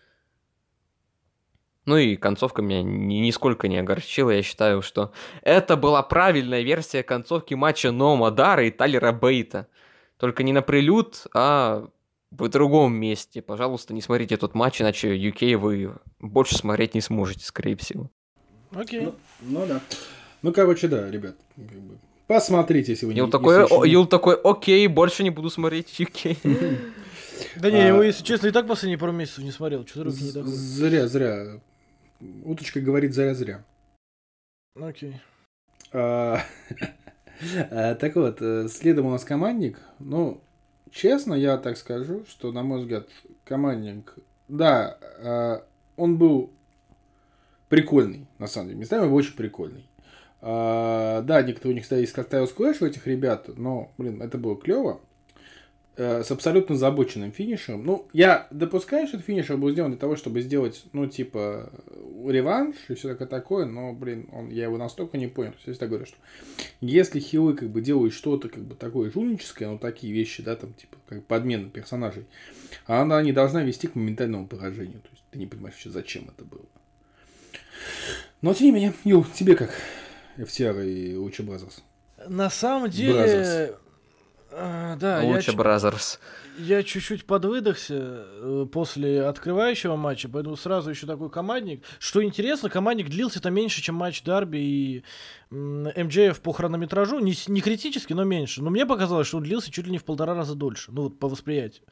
Ну и концовка меня ни, нисколько не огорчила. Я считаю, что это была правильная версия концовки матча Нома Дара и Тайлера Бейта. Только не на прелюд, а в другом месте. Пожалуйста, не смотрите этот матч, иначе ю кей вы больше смотреть не сможете, скорее всего. Окей. Ну, ну да. Ну, короче, да, ребят. Как бы, посмотрите, если вы Юл не... такой, если еще о, не- Юл такой, окей, больше не буду смотреть ю кей. Да не, А- я его, если честно, и так последние пару месяцев не смотрел. Что-то руки не З- доходят. Зря, зря. Уточка говорит зря-зря. Окей. А, а, Так вот, э, следом у нас командник. Ну, честно, я так скажу, что, на мой взгляд, командник, да, а, он был прикольный, на самом деле. Местами был очень прикольный. А, Да, некоторые у них, кстати, есть Cocktail Squash у этих ребят, но, блин, это было клево. Э, С абсолютно забоченным финишем. Ну, я допускаю, что этот финишер был сделан для того, чтобы сделать, ну, типа, реванш и все такое такое, но, блин, он, я его настолько не понял. То есть, я всегда говорю, что если хилы, как бы, делают что-то, как бы, такое жульническое, ну, такие вещи, да, там, типа, как подмена персонажей, она не должна вести к моментальному поражению. То есть, ты не понимаешь вообще, зачем это было. Но, тем не менее, Юл, тебе как эф ти ар и Lucha Brothers? На самом деле... Brothers. а, да, я, Лучше ч- Бразерс. я чуть-чуть подвыдохся э, после открывающего матча, поэтому сразу еще такой командник. Что интересно, командник длился-то меньше, чем матч Дарби и м, эм джей эф по хронометражу. Не, с- не критически, но меньше. Но мне показалось, что он длился чуть ли не в полтора раза дольше. Ну вот по восприятию.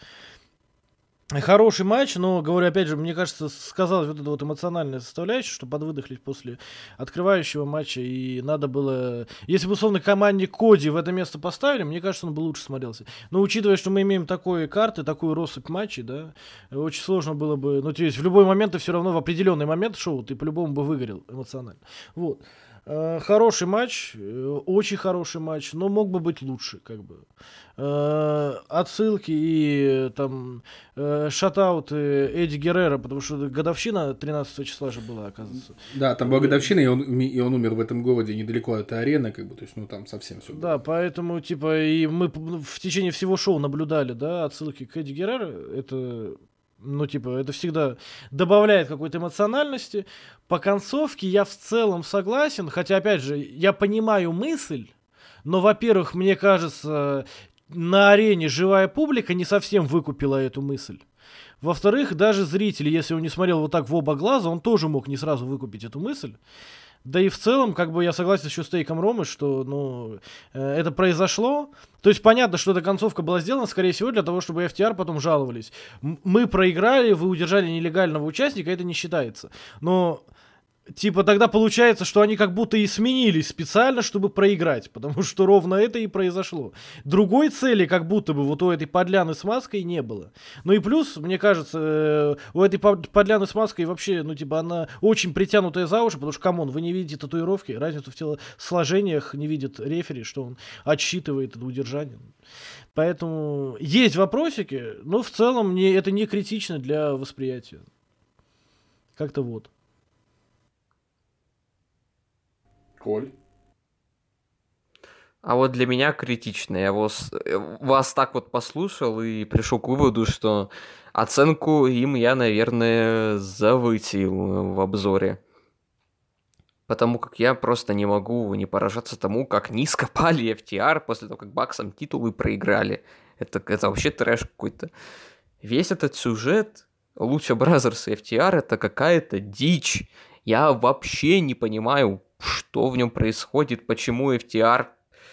Хороший матч, но, говорю, опять же, мне кажется, сказалась вот эта вот эмоциональная составляющая, что подвыдохлись после открывающего матча, и надо было... Если бы, условно, команде Коди в это место поставили, мне кажется, он бы лучше смотрелся. Но учитывая, что мы имеем такие карты, такую россыпь матчей, да, очень сложно было бы... Ну, то есть в любой момент ты все равно в определенный момент шоу ты по-любому бы выгорел эмоционально. Вот. Э, Хороший матч, э, очень хороший матч, но мог бы быть лучше, как бы. Э, Отсылки и э, там э, шатаут э, Эдди Геррера, потому что годовщина тринадцатого числа же была, оказывается. Да, там была годовщина, и он, и он умер в этом городе недалеко от арены, как бы, то есть, ну, там совсем все. Да, поэтому, типа, и мы п- в течение всего шоу наблюдали, да, отсылки к Эдди Геррера. Это, ну, типа, это всегда добавляет какой-то эмоциональности. По концовке я в целом согласен, хотя, опять же, я понимаю мысль, но, во-первых, мне кажется, на арене живая публика не совсем выкупила эту мысль. Во-вторых, даже зритель, если он не смотрел вот так в оба глаза, он тоже мог не сразу выкупить эту мысль. Да и в целом, как бы я согласен еще с Тейком Ромы, что, ну, э, это произошло. То есть понятно, что эта концовка была сделана, скорее всего, для того, чтобы эф ти ар потом жаловались. М- Мы проиграли, вы удержали нелегального участника, это не считается. Но... Типа тогда получается, что они как будто и сменились специально, чтобы проиграть, потому что ровно это и произошло. Другой цели как будто бы вот у этой подляны с маской не было. Ну и плюс, мне кажется, э, у этой под- подляны с маской вообще, ну типа она очень притянутая за уши, потому что, камон, вы не видите татуировки, разницу в телосложениях не видит рефери, что он отсчитывает это удержание. Поэтому есть вопросики, но в целом не, это не критично для восприятия. Как-то вот. Коль. А вот для меня критично. Я вас, э, вас так вот послушал и пришел к выводу, что оценку им я, наверное, завысил в обзоре. Потому как я просто не могу не поражаться тому, как низко пали эф ти ар после того, как Баксам титулы проиграли. Это, это вообще трэш какой-то. Весь этот сюжет Lucha Brothers и эф ти ар это какая-то дичь. Я вообще не понимаю, что в нем происходит, почему эф ти ар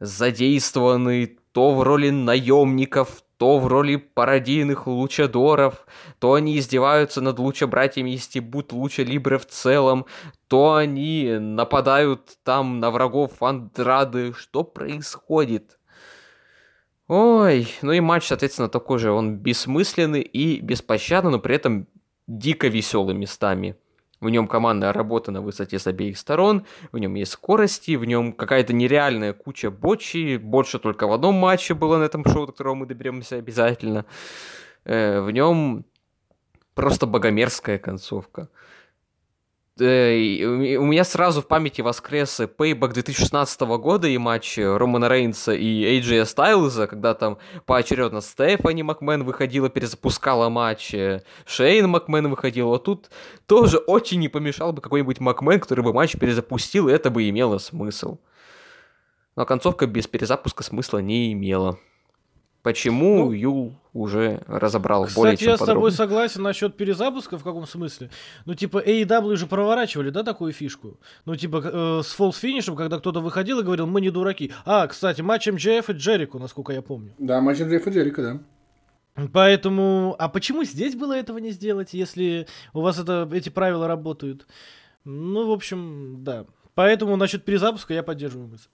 задействованы то в роли наемников, то в роли пародийных лучадоров, то они издеваются над луча-братьями и стебут луча-либре в целом, то они нападают там на врагов Андрады. Что происходит? Ой, ну и матч, соответственно, такой же. Он бессмысленный и беспощадный, но при этом дико веселый местами. В нем командная работа на высоте с обеих сторон, в нем есть скорости, в нем какая-то нереальная куча бочи, больше только в одном матче было на этом шоу, до которого мы доберемся обязательно. Э, в нем просто богомерзкая концовка. Э, у меня сразу в памяти воскрес Payback две тысячи шестнадцатого года и матч Романа Рейнса и эй джей Стайлза, когда там поочередно Стефани Макмен выходила, перезапускала матч, Шейн Макмен выходил, а тут тоже очень не помешал бы какой-нибудь Макмен, который бы матч перезапустил, и это бы имело смысл. Но концовка без перезапуска смысла не имела. Почему, ну, Юл уже разобрал кстати, более чем я подробно. с тобой согласен насчет перезапуска, в каком смысле. Ну, типа, эй и дабл ю же проворачивали, да, такую фишку? Ну, типа, э, с фолс-финишем, когда кто-то выходил и говорил, мы не дураки. А, кстати, матч эм джей эф и Джерико, насколько я помню. Да, матч эм джей эф и Джерико, да. Поэтому, а почему здесь было этого не сделать, если у вас это, эти правила работают? Ну, в общем, да. Поэтому насчет перезапуска я поддерживаю мысль.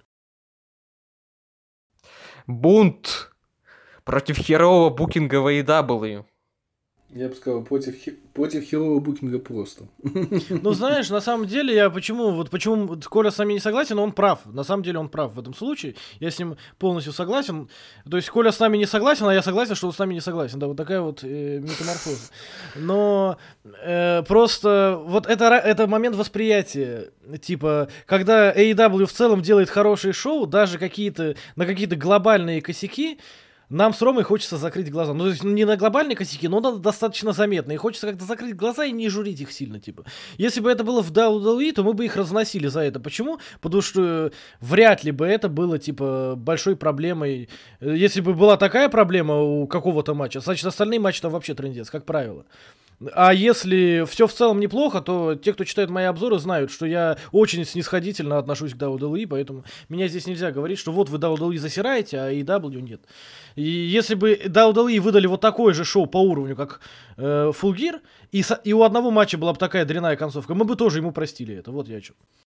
Бунт против херового букинга в эй и дабл ю. Я бы сказал, против, хи- против херового букинга просто. Ну, знаешь, на самом деле, я почему, вот почему Коля с нами не согласен, он прав. На самом деле он прав в этом случае. Я с ним полностью согласен. То есть Коля с нами не согласен, а я согласен, что он с нами не согласен. Да, вот такая вот э, метаморфоза. Но э, просто вот это, это момент восприятия. Типа, когда эй и дабл ю в целом делает хорошие шоу, даже какие-то, на какие-то глобальные косяки, нам с Ромой хочется закрыть глаза. Ну, то есть не на глобальные косяки, но на достаточно заметные. И хочется как-то закрыть глаза и не журить их сильно, типа. Если бы это было в дабл ю дабл ю и, то мы бы их разносили за это. Почему? Потому что вряд ли бы это было, типа, большой проблемой. Если бы была такая проблема у какого-то матча, значит, остальные матчи там вообще трындец, как правило. А если все в целом неплохо, то те, кто читает мои обзоры, знают, что я очень снисходительно отношусь к дабл ю дабл ю и, поэтому меня здесь нельзя говорить, что вот вы дабл ю дабл ю и засираете, а эй и дабл ю нет. И если бы дабл ю дабл ю и выдали вот такое же шоу по уровню, как э, Full Gear, и, со- и у одного матча была бы такая дрянная концовка, мы бы тоже ему простили это. Вот я о чем.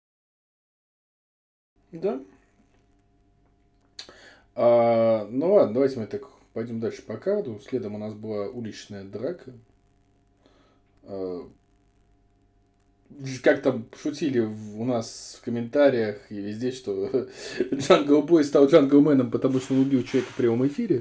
Да. А, ну ладно, давайте мы так пойдем дальше по карду. Следом у нас была уличная драка. А, как там шутили у нас в комментариях и везде, что Джангл Бой стал Джанглменом, потому что он убил человека в прямом эфире.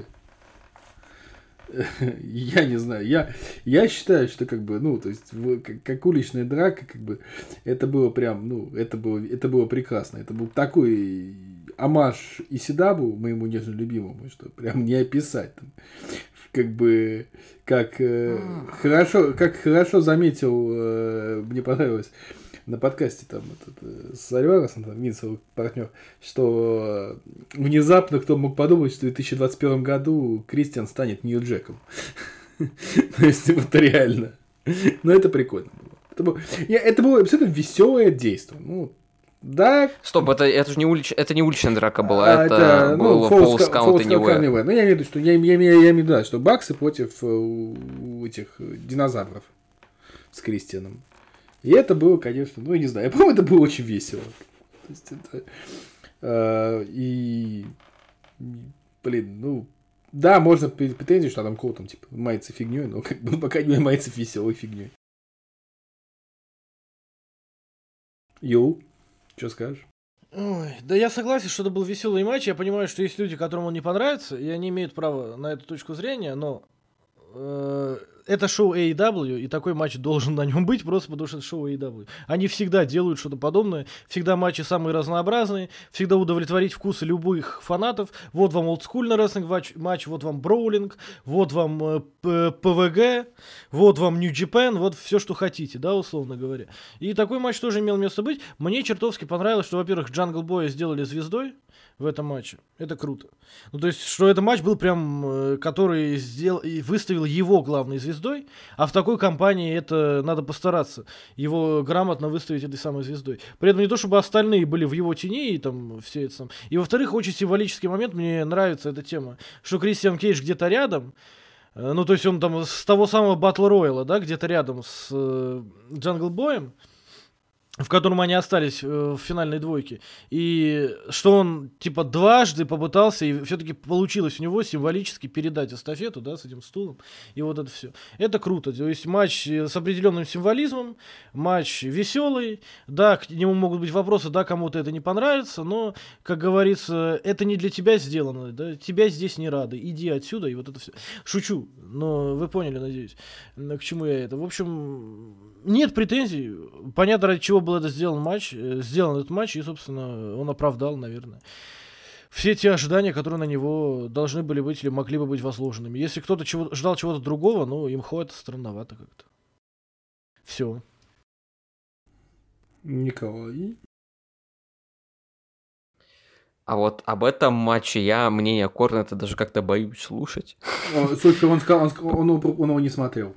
Я не знаю. Я, я считаю, что как бы, ну, то есть, как, как уличная драка, как бы, это было прям, ну, это было, это было прекрасно. Это был такой омаж Исидабу, моему нежно любимому, что прям не описать. Там, как бы, как э, хорошо, как хорошо заметил, э, мне понравилось на подкасте там этот, э, с Альваресом, там, Винсовый партнер, что э, внезапно кто мог подумать, что в две тысячи двадцать первом году Кристиан станет Нью-Джеком. То есть, вот реально. Но это прикольно было. Это было, это было абсолютно веселое действие. Ну, да. Стоп, это, это же не, улич... это не уличная драка была, А, это, это было ну, Falls Count Anywhere. Ну, я имею в виду, что, я, я, я, я имею в виду, да, что баксы против э, этих динозавров с Кристианом. И это было, конечно, ну, я не знаю, я по-моему, это было очень весело. То есть это, э, и, блин, ну, да, можно претензию, что Адам Коул там, типа, мается фигней, но как бы пока не мается веселой фигней. Йоу. Что скажешь? Ой, да я согласен, что это был веселый матч. Я понимаю, что есть люди, которым он не понравится, и они имеют право на эту точку зрения, но э, это шоу эй и дабл ю, и такой матч должен на нем быть, просто потому что это шоу эй и дабл ю. Они всегда делают что-то подобное, всегда матчи самые разнообразные, всегда удовлетворить вкусы любых фанатов. Вот вам олдскульный рестлинг матч, матч, вот вам броулинг, вот вам э, пэ вэ гэ, вот вам New Japan, вот все, что хотите, да, условно говоря. И такой матч тоже имел место быть. Мне чертовски понравилось, что, во-первых, Джангл Боя сделали звездой. в этом матче. Это круто. Ну, то есть, что этот матч был прям, э, который сделал, и выставил его главной звездой, а в такой компании это надо постараться, его грамотно выставить этой самой звездой. При этом не то, чтобы остальные были в его тени, и там все это сам. И во-вторых, очень символический момент, мне нравится эта тема, что Кристиан Кейдж где-то рядом, э, ну, то есть он там с того самого Батл Рояла, да, где-то рядом с э, Джангл Боем, в котором они остались э, в финальной двойке, и что он, типа, дважды попытался, и все-таки получилось у него символически передать эстафету, да, с этим стулом, и вот это все. Это круто, то есть матч с определенным символизмом, матч веселый, да, к нему могут быть вопросы, да, кому-то это не понравится, но, как говорится, это не для тебя сделано, да, тебя здесь не рады, иди отсюда, и вот это все. Шучу, но вы поняли, надеюсь, к чему я это. В общем, нет претензий, понятно, ради чего был это сделан матч, э, сделан этот матч, и, собственно, он оправдал, наверное, все те ожидания, которые на него должны были быть или могли бы быть возложенными. Если кто-то чего, ждал чего-то другого, ну, им это странновато как-то. Все. Николай. А вот об этом матче я мнение Корнета даже как-то боюсь слушать. О, слушай, он сказал, он, сказал- он, его- он его не смотрел.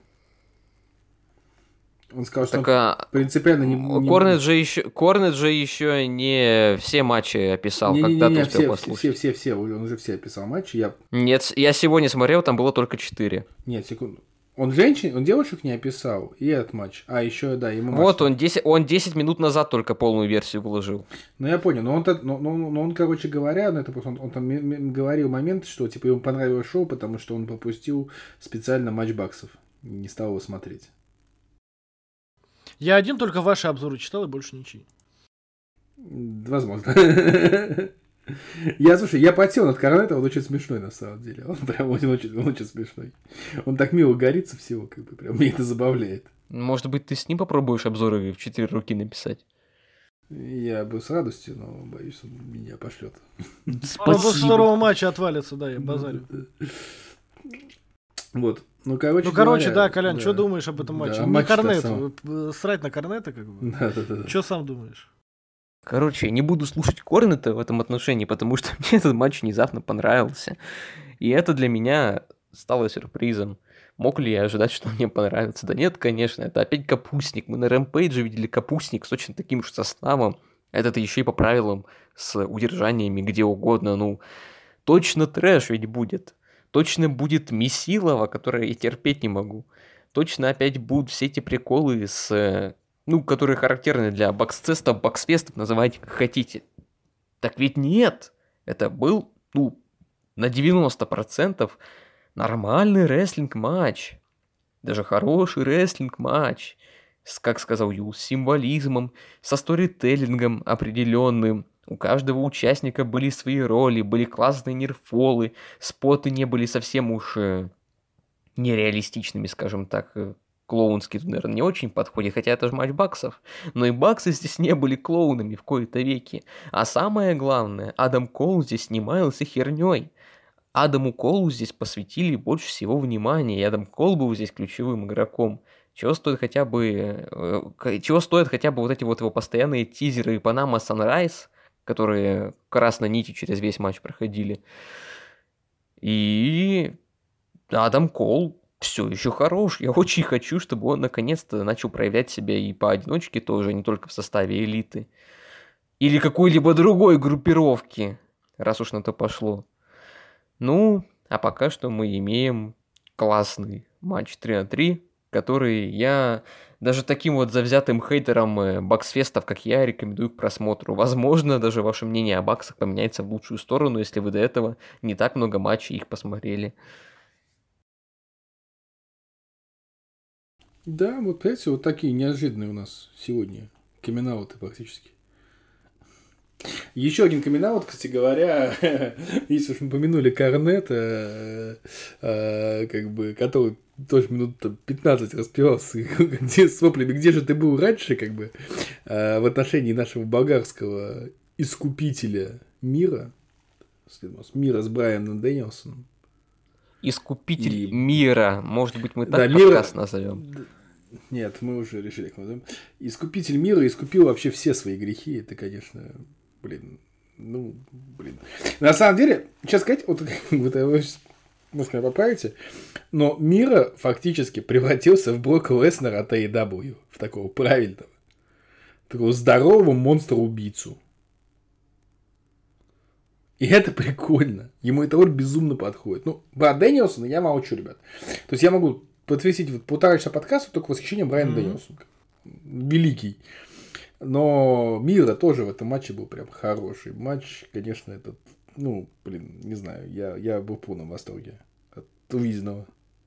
Он сказал, что Так он а, принципиально не... не- Корнет же еще, Корнет же еще не все матчи описал, Не, не, когда не, ты не, успел все, послушать. все, все, все, он уже все описал матчи. Я... Нет, я сегодня смотрел, там было только четыре. Нет, секунду. Он женщин, он девушек не описал, и этот матч. А, еще, да, ему матч. Вот, он десять, он десять минут назад только полную версию выложил. Ну, я понял, но он, то- но, но- но он, короче говоря, ну, это просто он, он там м- м- говорил момент, что, типа, ему понравилось шоу, потому что он пропустил специально матч баксов. Не стал его смотреть. Я один только ваши обзоры читал и больше ничьи. М, Возможно. Я, слушай, я потел над Корнетом, он очень смешной, на самом деле. Он прям очень, очень, он очень смешной. Он так мило горит со всего, как бы, прям меня это забавляет. Может быть, ты с ним попробуешь обзоры в четыре руки написать? Я бы с радостью, но боюсь, он меня пошлет. Он после второго матча отвалится, да, я базарю. Вот. Ну, короче, Ну, короче, говоря, да, Колян, да. что думаешь об этом Да, матче? о Не матче-то Корнет, самом. э, срать на Корнета, как бы. Да, да, да, да. Что сам думаешь? Короче, я не буду слушать Корнета в этом отношении, потому что мне этот матч внезапно понравился. И это для меня стало сюрпризом. Мог ли я ожидать, что мне понравится? Да нет, конечно, это опять капустник. Мы на Рэмпейдже видели капустник с точно таким же составом. Это еще и по правилам с удержаниями где угодно. Ну, точно трэш ведь будет. Точно будет Месилова, которое я терпеть не могу. Точно опять будут все эти приколы с... э, ну, которые характерны для боксфестов, боксфестов, называйте как хотите. Так ведь нет. Это был, ну, на девяносто процентов нормальный рестлинг-матч. Даже хороший рестлинг-матч. С, как сказал Юл, с символизмом, со сторителлингом определенным. У каждого участника были свои роли, были классные нерфолы, споты не были совсем уж э, нереалистичными, скажем так. э, Клоунский тут, наверное, не очень подходит, хотя это же матч баксов. Но и баксы здесь не были клоунами в кои-то веки. А самое главное, Адам Коул здесь снимался херней. Адаму Колу здесь посвятили больше всего внимания, и Адам Кол был здесь ключевым игроком. Чего стоит хотя бы, э, к- чего стоят хотя бы вот эти вот его постоянные тизеры Панама Sunrise, которые красной нитью через весь матч проходили. И Адам Кол все еще хорош. Я очень хочу, чтобы он наконец-то начал проявлять себя и поодиночке тоже, не только в составе элиты. Или какой-либо другой группировки, раз уж на то пошло. Ну, а пока что мы имеем классный матч три на три, который я даже таким вот завзятым хейтерам э, боксфестов, как я, рекомендую к просмотру. Возможно, даже ваше мнение о баксах поменяется в лучшую сторону, если вы до этого не так много матчей их посмотрели. Да, вот, понимаете, вот такие неожиданные у нас сегодня камин-ауты практически. Еще один камин-аут, кстати говоря, если уж мы помянули Корнета, э, э, как бы, который тоже минут там, пятнадцать распевался где, с воплями, где же ты был раньше, как бы, э, в отношении нашего болгарского искупителя мира, мира с Брайаном Дэнилсоном. Искупитель И- мира. Может быть, мы так Да, мира- подкаст назовем. Нет, мы уже решили, как мы назовем. Искупитель мира искупил вообще все свои грехи. Это, конечно, блин, Ну, блин. На самом деле, сейчас сказать, вот вы, может, меня поправите, но Мира фактически превратился в Брока Леснера от эй и дабл ю, в такого правильного, такого здорового монстра-убийцу. И это прикольно. Ему эта роль безумно подходит. Ну, Брайан Дэнилсон, я молчу, ребят. То есть я могу подвесить вот полтора часа подкаста только восхищением Брайана mm-hmm. Дэнилсона. Великий. Но Мира тоже в этом матче был прям хороший. Матч, конечно, этот, ну, блин, не знаю, я, я был в полном восторге от увиденного.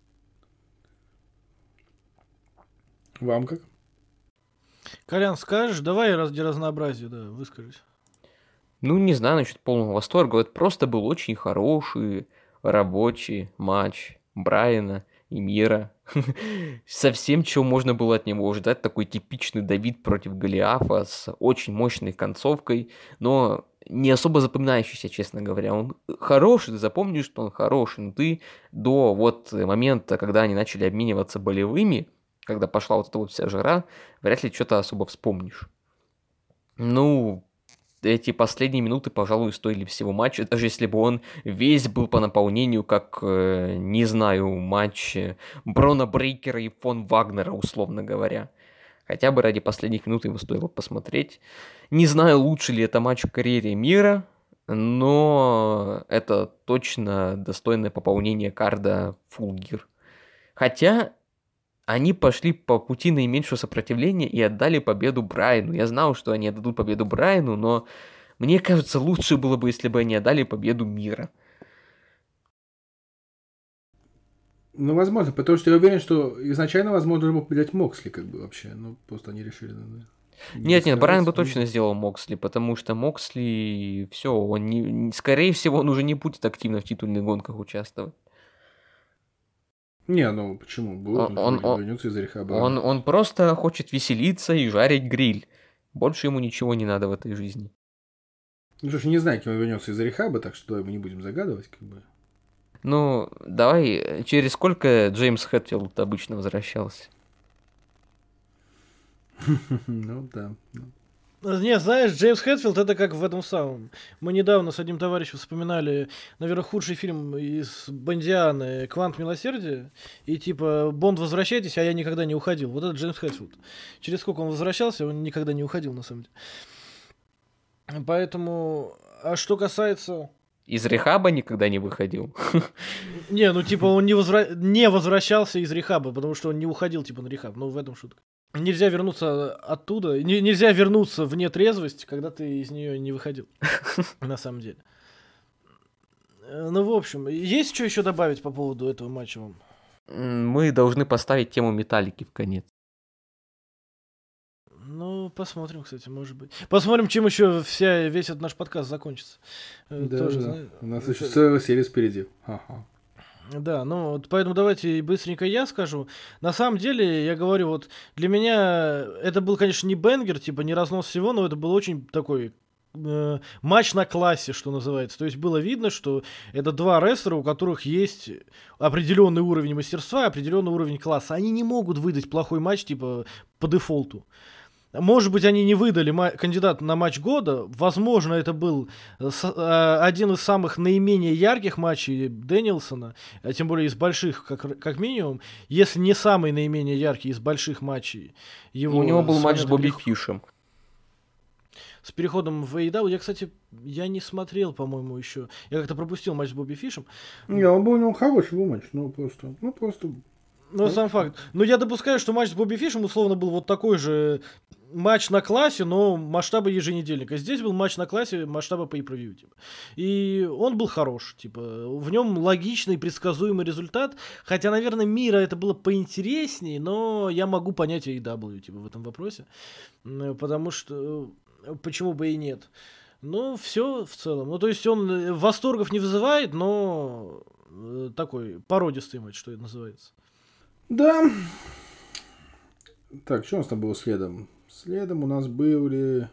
Вам как? Колян, скажешь? Давай ради разнообразия, да, выскажись. Ну, не знаю насчет полного восторга. Это просто был очень хороший рабочий матч Брайана и Мира. Совсем чего можно было от него ожидать. Такой типичный Давид против Голиафа с очень мощной концовкой, но не особо запоминающийся, честно говоря. Он хороший, ты запомнишь, что он хороший, но ты до вот момента, когда они начали обмениваться болевыми, когда пошла вот эта вот вся жара, вряд ли что-то особо вспомнишь. Ну, эти последние минуты, пожалуй, стоили всего матча, даже если бы он весь был по наполнению, как, э, не знаю, матч Брона Брейкера и фон Вагнера, условно говоря. Хотя бы ради последних минут его стоило посмотреть. Не знаю, лучше ли это матч в карьере Мира, но это точно достойное пополнение карда Full Gear. Хотя они пошли по пути наименьшего сопротивления и отдали победу Брайану. Я знал, что они отдадут победу Брайану, но мне кажется, лучше было бы, если бы они отдали победу Мира. Ну, возможно, потому что я уверен, что изначально, возможно, должен был победить Моксли, как бы, вообще. Ну, просто они решили... Да, нет, нет, Брайан бы точно сделал Моксли, потому что Моксли... Все, он не... Скорее всего, он уже не будет активно в титульных гонках участвовать. Не, ну почему? Будет, он, он, он, вернется из рехаба. Он, он просто хочет веселиться и жарить гриль. Больше ему ничего не надо в этой жизни. Ну, слушай, не знаю, кем он вернется из рехаба, так что давай мы не будем загадывать, как бы. Ну, давай, через сколько Джеймс Хэтфилд обычно возвращался? Ну, да. Не, знаешь, Джеймс Хэтфилд это как в этом самом. Мы недавно с одним товарищем вспоминали, наверное, худший фильм из Бондианы «Квант милосердия». И типа, Бонд, возвращайтесь, а я никогда не уходил. Вот это Джеймс Хэтфилд. Через сколько он возвращался, он никогда не уходил, на самом деле. Поэтому, а что касается... Из рехаба никогда не выходил? Не, ну типа он не, возра... не возвращался из рехаба, потому что он не уходил типа на рехаб. Ну в этом шутка. Нельзя вернуться оттуда, не, нельзя вернуться вне трезвости, когда ты из нее не выходил, на самом деле. Ну, в общем, есть что еще добавить по поводу этого матча вам? Мы должны поставить тему Металлики в конец. Ну, посмотрим, кстати, может быть. Посмотрим, чем еще вся, весь этот наш подкаст закончится. Да, Тоже, да. знаешь, у нас еще целая серия впереди. Ага. Да, ну вот поэтому давайте быстренько я скажу. На самом деле, я говорю, вот для меня это был, конечно, не бенгер, типа не разнос всего, но это был очень такой э, матч на классе, что называется. То есть было видно, что это два рестлера, у которых есть определенный уровень мастерства, определенный уровень класса. Они не могут выдать плохой матч, типа по дефолту. Может быть, они не выдали ма- кандидата на матч года. Возможно, это был с- э, один из самых наименее ярких матчей Дэнилсона, а тем более из больших, как, как минимум, если не самый наименее яркий из больших матчей. Его У него был матч с Бобби перех... Фишем. С переходом в эй и дабл ю. Я, кстати, я не смотрел, по-моему, еще. Я как-то пропустил матч с Бобби Фишем. Не, он был у него хороший был матч, ну просто, ну просто... Ну, сам факт. Но я допускаю, что матч с Бобби Фишем, условно, был вот такой же матч на классе, но масштаба еженедельника. Здесь был матч на классе масштаба pay-per-view, типа. И он был хорош, типа. В нем логичный, предсказуемый результат. Хотя, наверное, Мира это было поинтереснее, но я могу понять эй и дабл ю, типа, в этом вопросе. Потому что... Почему бы и нет? Ну, все в целом. Ну, то есть он восторгов не вызывает, но такой породистый матч, что это называется. Да. Так, что у нас там было следом? Следом у нас были...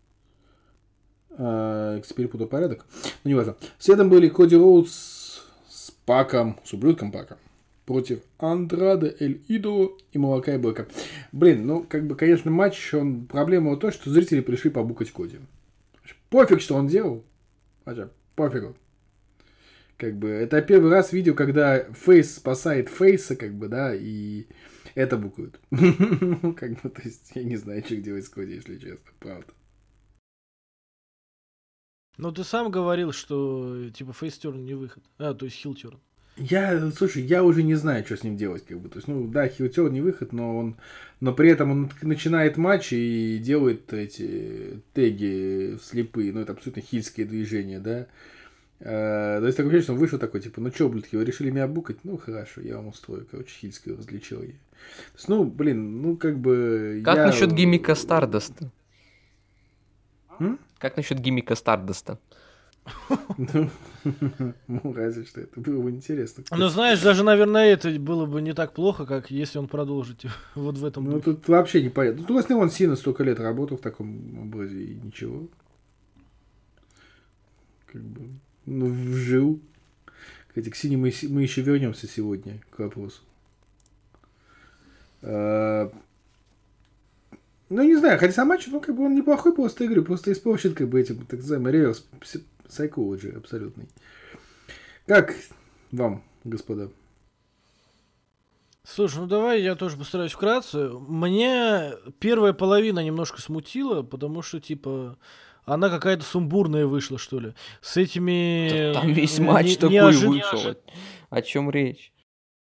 Э, перепутал порядок. Ну, не важно. Следом были Коди Роудс с Паком, с ублюдком Пака, против Андрада, Эль Идоло и Малакая Блэка. Блин, ну, как бы, конечно, матч, он... Проблема в том, что зрители пришли побукать Коди. Пофиг, что он делал. Хотя, пофигу. Как бы, это первый раз видео, когда Фейс спасает Фейса, как бы, да, и это букают. Как бы, то есть, я не знаю, что делать с Коди, если честно, правда. Ну, ты сам говорил, что, типа, фейстерн не выход. А, то есть хилтерн. Я, слушай, я уже не знаю, что с ним делать, как бы. То есть, ну, да, хилтерн не выход, но он, но при этом он начинает матч и делает эти теги слепые, ну, это абсолютно хильские движения, да. То есть, такое ощущение, что он вышел такой, типа, ну, чё, блядки, вы решили меня букать? Ну, хорошо, я вам устрою, короче, хильское развлечение. То есть, ну, блин, ну, как бы... Как я... насчет гиммика Стардаста? М? Как насчет гиммика Стардаста? Ну, разве что это было бы интересно. Ну, знаешь, даже, наверное, это было бы не так плохо, как если он продолжит вот в этом Ну, духе. тут вообще непонятно. Ну, если он сильно столько лет работал в таком образе, и ничего. Как бы, ну, жил. Кстати, к Сине мы, мы еще вернемся сегодня к вопросу. А, ну, не знаю, хотя сам матч, ну, как бы он неплохой просто игры, просто испорчен, как бы, этим, так называемый реверс psychology абсолютный. Как вам, господа? Слушай, ну давай я тоже постараюсь вкратце. Мне первая половина немножко смутила, потому что, типа, она какая-то сумбурная вышла, что ли. С этими... Там весь не- матч не- такой неожид- вышел. О чем речь?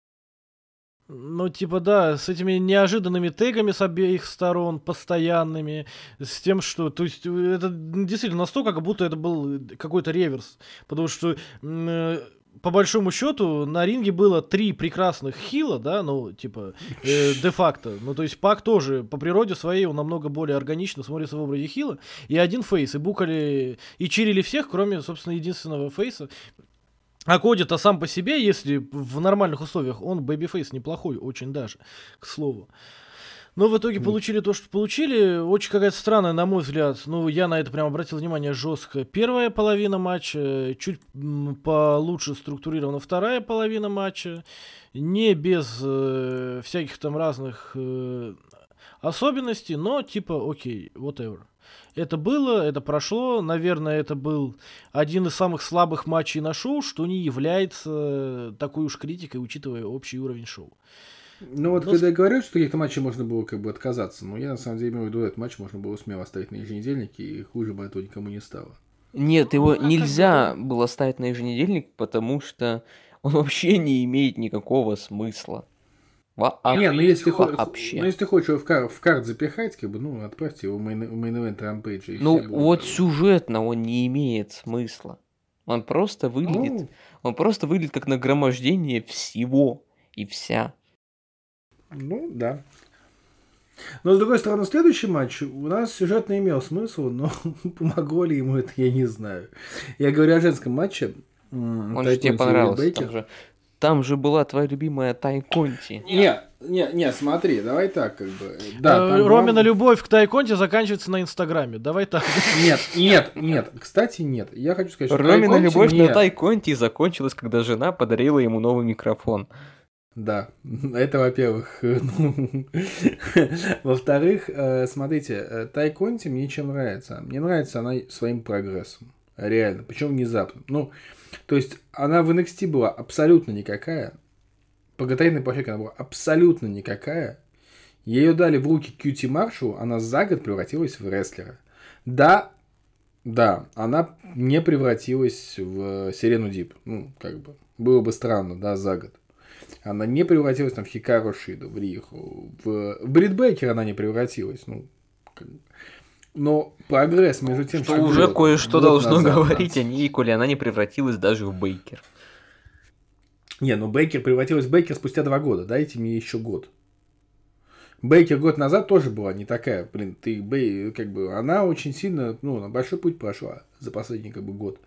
Ну, типа, да, с этими неожиданными тегами с обеих сторон, постоянными, с тем, что... То есть, это действительно настолько, как будто это был какой-то реверс. Потому что, м, э, по большому счету, на ринге было три прекрасных хила, да, ну, типа, э, де-факто. Ну, то есть, Пак тоже по природе своей, он намного более органично смотрится в образе хила. И один фейс, и букали, и чирили всех, кроме, собственно, единственного фейса. А Коди-то сам по себе, если в нормальных условиях, он бэйби-фейс неплохой, очень даже, к слову. Но в итоге получили то, что получили. Очень какая-то странная, на мой взгляд. Ну, я на это прям обратил внимание жестко. Первая половина матча, чуть м, получше структурирована вторая половина матча. Не без э, всяких там разных э, особенностей, но типа окей, whatever. Это было, это прошло. Наверное, это был один из самых слабых матчей на шоу, что не является такой уж критикой, учитывая общий уровень шоу. Ну, вот Ну, когда я говорю, что каких-то матчей можно было как бы отказаться, но я на самом деле имею в виду, этот матч можно было смело оставить на еженедельнике, и хуже бы этого никому не стало. Нет, его Ну, а как нельзя было ставить на еженедельник, потому что он вообще не имеет никакого смысла. Вообще. Не, ну если, ты хо- Вообще. ну, если ты хочешь его в, кар- в карт запихать, как бы, ну, отправьте его в мейн- в мейн-эвент рампейджа. и Ну все будет. вот сюжетно он не имеет смысла. Он просто выглядит, Ну, он просто выглядит как нагромождение всего и вся. ну, да. Но, с другой стороны, следующий матч у нас сюжетно имел смысл, но помогло ли ему это, я не знаю. Я говорю о женском матче. м, Он же тебе Тайконти и понравился. Бейкер. Там же, там же была твоя любимая Тай Конти. Не, не, не, смотри, давай так, как бы. Да, Э, там Ромина глав- любовь к Тайконте заканчивается на Инстаграме. Давай так. Нет, нет, нет. Кстати, нет. Я хочу сказать, что Ромина Тайконти любовь не- на Тай Конти закончилась, когда жена подарила ему новый микрофон. Да, это во-первых. Ну, во-вторых, э, смотрите, э, Тай Конти мне чем нравится? Мне нравится она своим прогрессом. Реально. Причем внезапно. Ну, то есть, она в эн экс ти была абсолютно никакая. По гатаринной площадке она была абсолютно никакая. Ее дали в руки Кьюти Маршалу, она за год превратилась в рестлера. Да, да, она не превратилась в Сирену Дип. Ну, как бы, было бы странно, да, за год. Она не превратилась там в Хикару Шиду, в Риху. В, в Брит Бейкер она не превратилась. Ну, как... Но прогресс между тем, Что уже было кое-что год должно назад, говорить да. о ней, коли она не превратилась даже в Бейкер. Не, ну Бейкер превратилась в Бейкер спустя два года. Дайте мне еще год. Бейкер год назад тоже была не такая. Блин, ты Бей, как бы, она очень сильно, ну, на большой путь прошла за последний, как бы, год.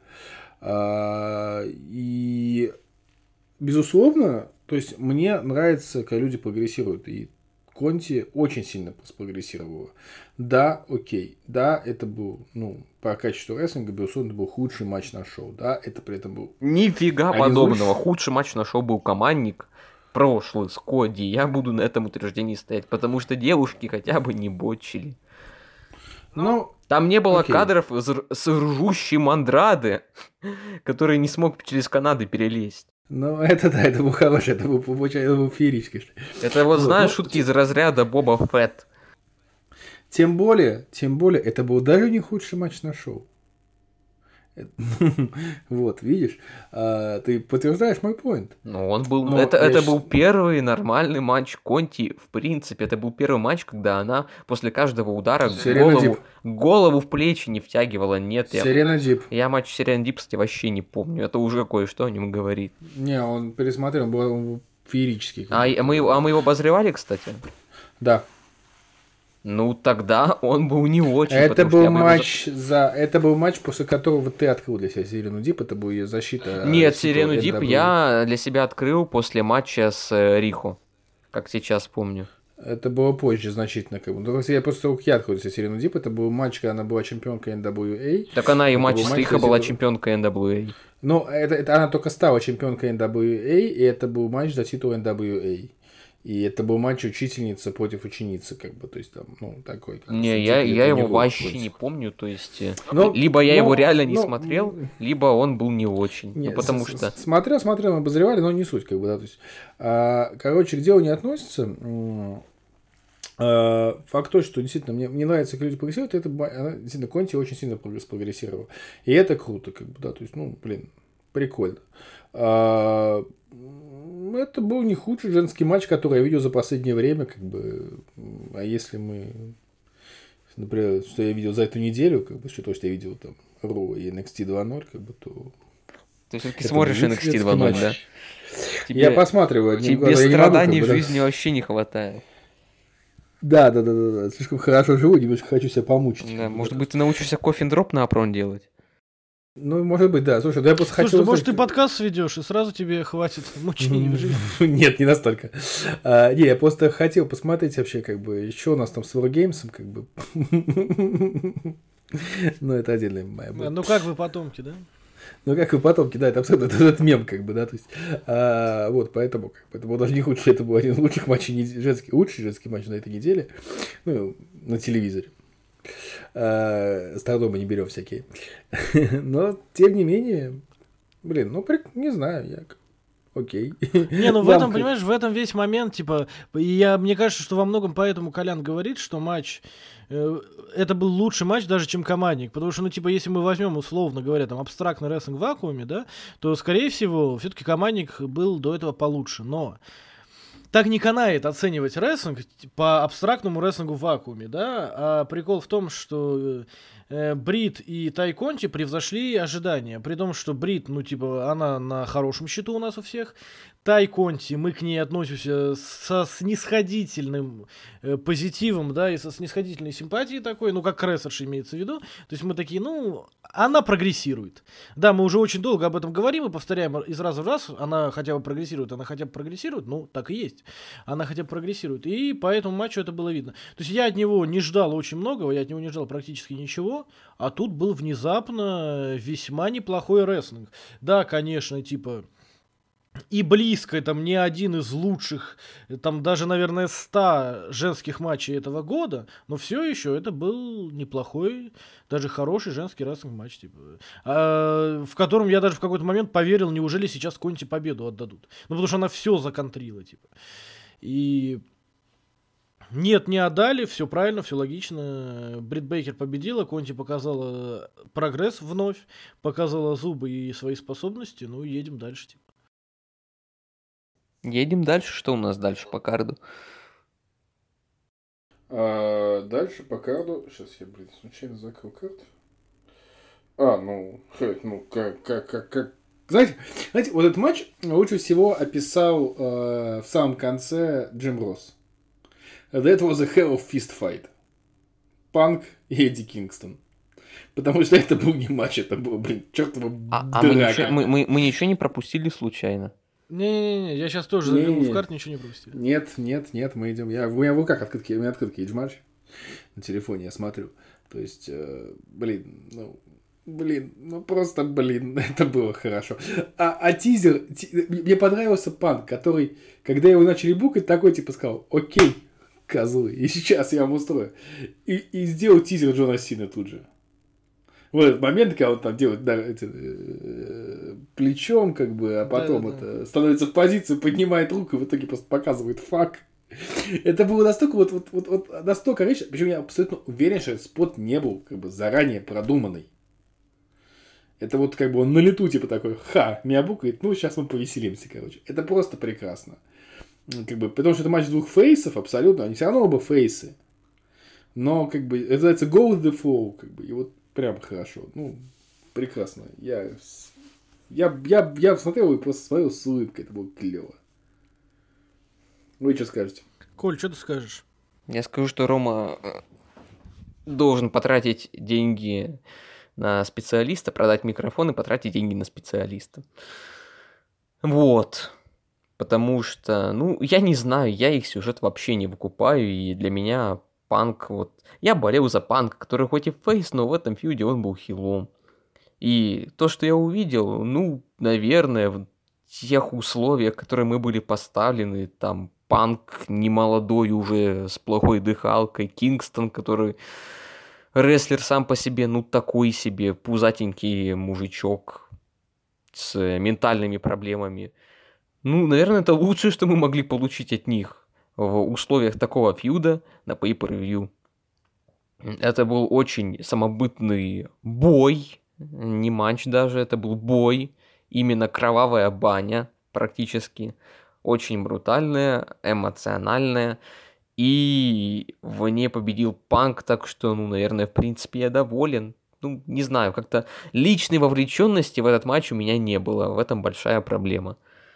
А, и, безусловно, то есть, мне нравится, когда люди прогрессируют. И Конти очень сильно спрогрессировала. Да, окей. Да, это был, ну, по качеству рестлинга, безусловно, это был худший матч на шоу. Да, это при этом был... Нифига Один из подобного. лучших. Худший матч на шоу был командник. Прошлый с Коди. Я буду на этом утверждении стоять, потому что девушки хотя бы не бочили. Ну, Там не было Окей. кадров с, с ржущим Андрады, который не смог через Канады перелезть. Ну, это да, это был хороший, это был, получается, это был феерический. Это вот, Вот, знаешь, ну, шутки из разряда Боба Фетт. Тем более, тем более, это был даже не худший матч на шоу. Вот, видишь, а, ты подтверждаешь мой поинт. Ну, он был... Но это я это щ- был первый нормальный матч Конти, в принципе. Это был первый матч, когда она после каждого удара Серена голову, Дип. голову в плечи не втягивала. Нет, я, Серена Дип. я матч Серена Дип, кстати, вообще не помню. Это уже кое-что о нем говорит. Не, он пересмотрел, он был, он был феерический. А, и- мы, его- а мы его обозревали, кстати? Да. Ну, тогда он был не очень. Это потому что был я бы его за- матч за, это был матч, после которого ты открыл для себя Серену Дип, это была ее защита. Нет, титула Сирену Дип эн дабл ю. я для себя открыл после матча с э, Рихо. Как сейчас помню. Это было позже значительно, как бы. Ну, то есть я после того, как я открыл для себя Серену Дип, это был матч, когда она была чемпионкой эн дабл ю эй. Так она и в Это матче был с матч, Рихо то есть была это- чемпионкой эн дабл ю эй. Ну, это, это она только стала чемпионкой эн дабл ю эй, и это был матч за титул эн дабл ю эй. И это был матч учительницы против ученицы, как бы, то есть там, ну, такой. Как Не, бы, я, типа, я это его не вообще будет. не помню, то есть... э, Ну, либо я ну, его реально не ну, смотрел, м, либо он был не очень. Не, ну, потому с- что... с- Смотрел, смотрел, мы обозревали, но не суть, как бы, да, то есть... а, короче, к делу не относится. М, а, факт то, что действительно мне, мне нравится, как люди прогрессируют, это ба- она, действительно, Конти очень сильно прогресс- прогрессировал. И это круто, как бы, да, то есть, ну, блин, прикольно. А, м, это был не худший женский матч, который я видел за последнее время, как бы, м, а если мы... Например, что я видел за эту неделю, как бы, что то, что я видел там Ро и эн экс ти два ноль, как бы, то... Ты все-таки Это смотришь был эн экс ти детский два ноль, матч. да? Тебе, Я посматриваю одним тебе глазом, я не могу, страданий как в бы, да. жизни вообще не хватает. Да, да, да, да, да. Слишком хорошо живу, немножко хочу себя помучить. Да, как бы, может да. быть, ты научишься кофе-дроп на Апрон делать? Ну, может быть, да. Слушай, да я просто Слушай, хотел... ты, может, ты узнать- подкаст сведешь, и сразу тебе хватит мучений в жизни. Нет, не настолько. А, не, я просто хотел посмотреть вообще, как бы, что у нас там с Wargames, как бы. Ну, это отдельная моя боль. А, Ну как вы потомки, да? Ну, как и потомки, да, это абсолютно это, это мем, как бы, да, то есть, а, вот, поэтому, как бы, это был даже не худший, это был один из лучших матчей, нед- женский, лучший женский матч на этой неделе, ну, на телевизоре. А, Стардомы не берем всякие. Но, тем не менее, блин, ну, прик- не знаю, я... Окей. Не, ну в Вам этом, как? понимаешь, в этом весь момент, типа, и я, мне кажется, что во многом поэтому Колян говорит, что матч, э, это был лучший матч даже, чем командник, потому что, ну, типа, если мы возьмем, условно говоря, там, абстрактный рестлинг в вакууме, да, то, скорее всего, все-таки командник был до этого получше, но так не канает оценивать рестлинг по абстрактному рестлингу в вакууме, да, а прикол в том, что э, Брит и Тай Конти превзошли ожидания, при том, что Брит, ну, типа, она на хорошем счету у нас у всех, Тай Конти, мы к ней относимся со снисходительным э, позитивом, да, и со снисходительной симпатией такой, ну, как к рестлерше имеется в виду, то есть мы такие, ну, она прогрессирует. Да, мы уже очень долго об этом говорим и повторяем из раза в раз, она хотя бы прогрессирует, она хотя бы прогрессирует, ну, так и есть, она хотя бы прогрессирует, и по этому матчу это было видно. То есть я от него не ждал очень многого, я от него не ждал практически ничего, а тут был внезапно весьма неплохой рестлинг. Да, конечно, типа... И близко, там, не один из лучших, там, даже, наверное, ста женских матчей этого года, но все еще это был неплохой, даже хороший женский рестлинг матч, типа, а, в котором я даже в какой-то момент поверил, неужели сейчас Конти победу отдадут. Ну, потому что она все законтрила, типа. И... Нет, не отдали, все правильно, все логично. Брит Бейкер победила, Конти показала прогресс вновь, показала зубы и свои способности, ну, едем дальше, типа. Едем дальше. Что у нас дальше по карду? А, дальше по карду. Сейчас я, блин, случайно закрыл карту. А, ну, хэ, ну, как, как, как, как. Знаете, знаете, вот этот матч лучше всего описал э, в самом конце Джим Росс. That was a hell of fist fight. Панк и Эдди Кингстон. Потому что это был не матч, это был, блин, чертова А, а мы, драка. ничего, мы, мы, мы ничего не пропустили случайно? Не-не-не, я сейчас тоже заглянул Не-не. в карту, ничего не пропустил. Нет, нет, нет, мы идем. Я, у меня в руках открытки, у меня открытки Эйдж-матч. На телефоне я смотрю. То есть, э, блин, ну, блин, ну просто, блин, это было хорошо. А, а тизер, ти- мне понравился Панк, который, когда его начали букать, такой типа сказал: окей, козлы, и сейчас я вам устрою. И, и сделал тизер Джона Сины тут же. В этот момент, когда он там делает да, эти, э, плечом, как бы, а потом да, да, это да. становится в позицию, поднимает руку и в итоге просто показывает фак. Это было настолько вот, вот, вот, вот настолько речь, причем я абсолютно уверен, что этот спот не был как бы заранее продуманный. Это вот как бы он на лету типа такой, ха, меня букает, ну сейчас мы повеселимся, короче. Это просто прекрасно. Как бы, потому что это матч двух фейсов абсолютно, они все равно оба фейсы. Но как бы это называется go with the flow, как бы, и вот прям хорошо. Ну, прекрасно. Я, я, я, я смотрел и просто смотрел с улыбкой. Это было клево. Вы что скажете? Коль, что ты скажешь? Я скажу, что Рома должен потратить деньги на специалиста, продать микрофон и потратить деньги на специалиста. Вот. Потому что, ну, я не знаю, я их сюжет вообще не выкупаю, и для меня Панк, вот... Я болел за Панка, который хоть и фейс, но в этом фьюде он был хилом. И то, что я увидел, ну, наверное, в тех условиях, которые мы были поставлены, там, Панк немолодой уже, с плохой дыхалкой, Кингстон, который рестлер сам по себе, ну, такой себе, пузатенький мужичок с ментальными проблемами. Ну, наверное, это лучшее, что мы могли получить от них в условиях такого фьюда на pay-per-view. Это был очень самобытный бой, не матч даже, это был бой, именно кровавая баня практически, очень брутальная, эмоциональная, и в ней победил Панк, так что, ну, наверное, в принципе, я доволен. Ну, не знаю, как-то личной вовлеченности в этот матч у меня не было, в этом большая проблема.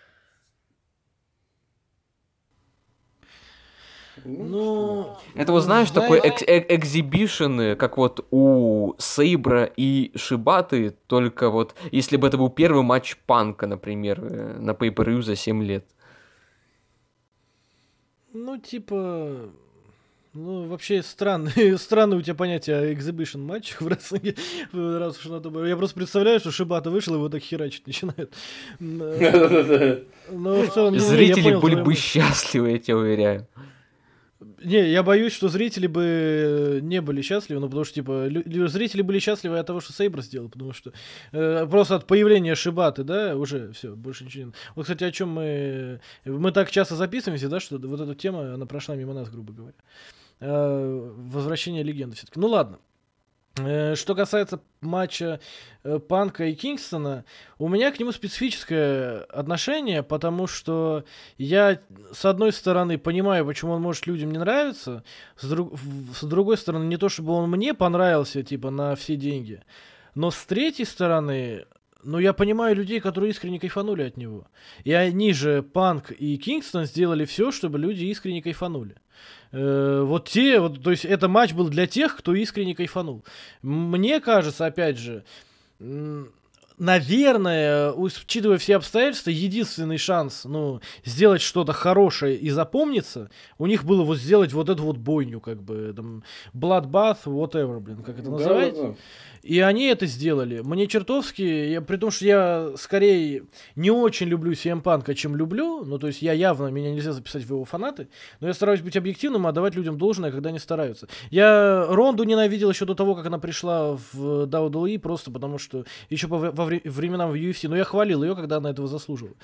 Ну, это вот знаешь, да, такой экс- э- экзибишн, как вот у Сейбра и Шибаты, только вот если бы это был первый матч Панка, например, на pay-per-view за семь лет. Ну, типа... Ну, вообще странные, странные у тебя понятия о экзибишн матчах в рестлинге. Раз уж на то... Я просто представляю, что Шибата вышел, и его так херачить начинает. Зрители были бы счастливы, я тебя уверяю. Не, я боюсь, что зрители бы не были счастливы, ну, потому что, типа, лю- зрители были счастливы от того, что Сейбр сделал, потому что э, просто от появления Шибаты, да, уже все, больше ничего не надо. Вот, кстати, о чем мы... Мы так часто записываемся, да, что вот эта тема, она прошла мимо нас, грубо говоря. Э, возвращение легенды все-таки. Ну, ладно. Э, Что касается матча э, Панка и Кингстона, у меня к нему специфическое отношение, потому что я, с одной стороны, понимаю, почему он может людям не нравиться, с, друг- в- с другой стороны, не то чтобы он мне понравился, типа, на все деньги, но с третьей стороны, ну, я понимаю людей, которые искренне кайфанули от него. И они же, Панк и Кингстон, сделали все, чтобы люди искренне кайфанули. Э, Вот те, вот, то есть это матч был для тех, кто искренне кайфанул. Мне кажется, опять же, м, наверное, учитывая все обстоятельства, единственный шанс, ну, сделать что-то хорошее и запомниться, у них было вот сделать вот эту вот бойню, как бы, там, Bloodbath, whatever, блин, как это Да, называется. да, да. И они это сделали. Мне чертовски, я, при том, что я скорее не очень люблю си эм Панка, чем люблю, ну, то есть я явно, меня нельзя записать в его фанаты, но я стараюсь быть объективным и отдавать людям должное, когда они стараются. Я Ронду ненавидел еще до того, как она пришла в дабл ю дабл ю и, просто потому что еще по, вре- во вре- временам в ю эф си, но я хвалил ее, когда она этого заслуживала.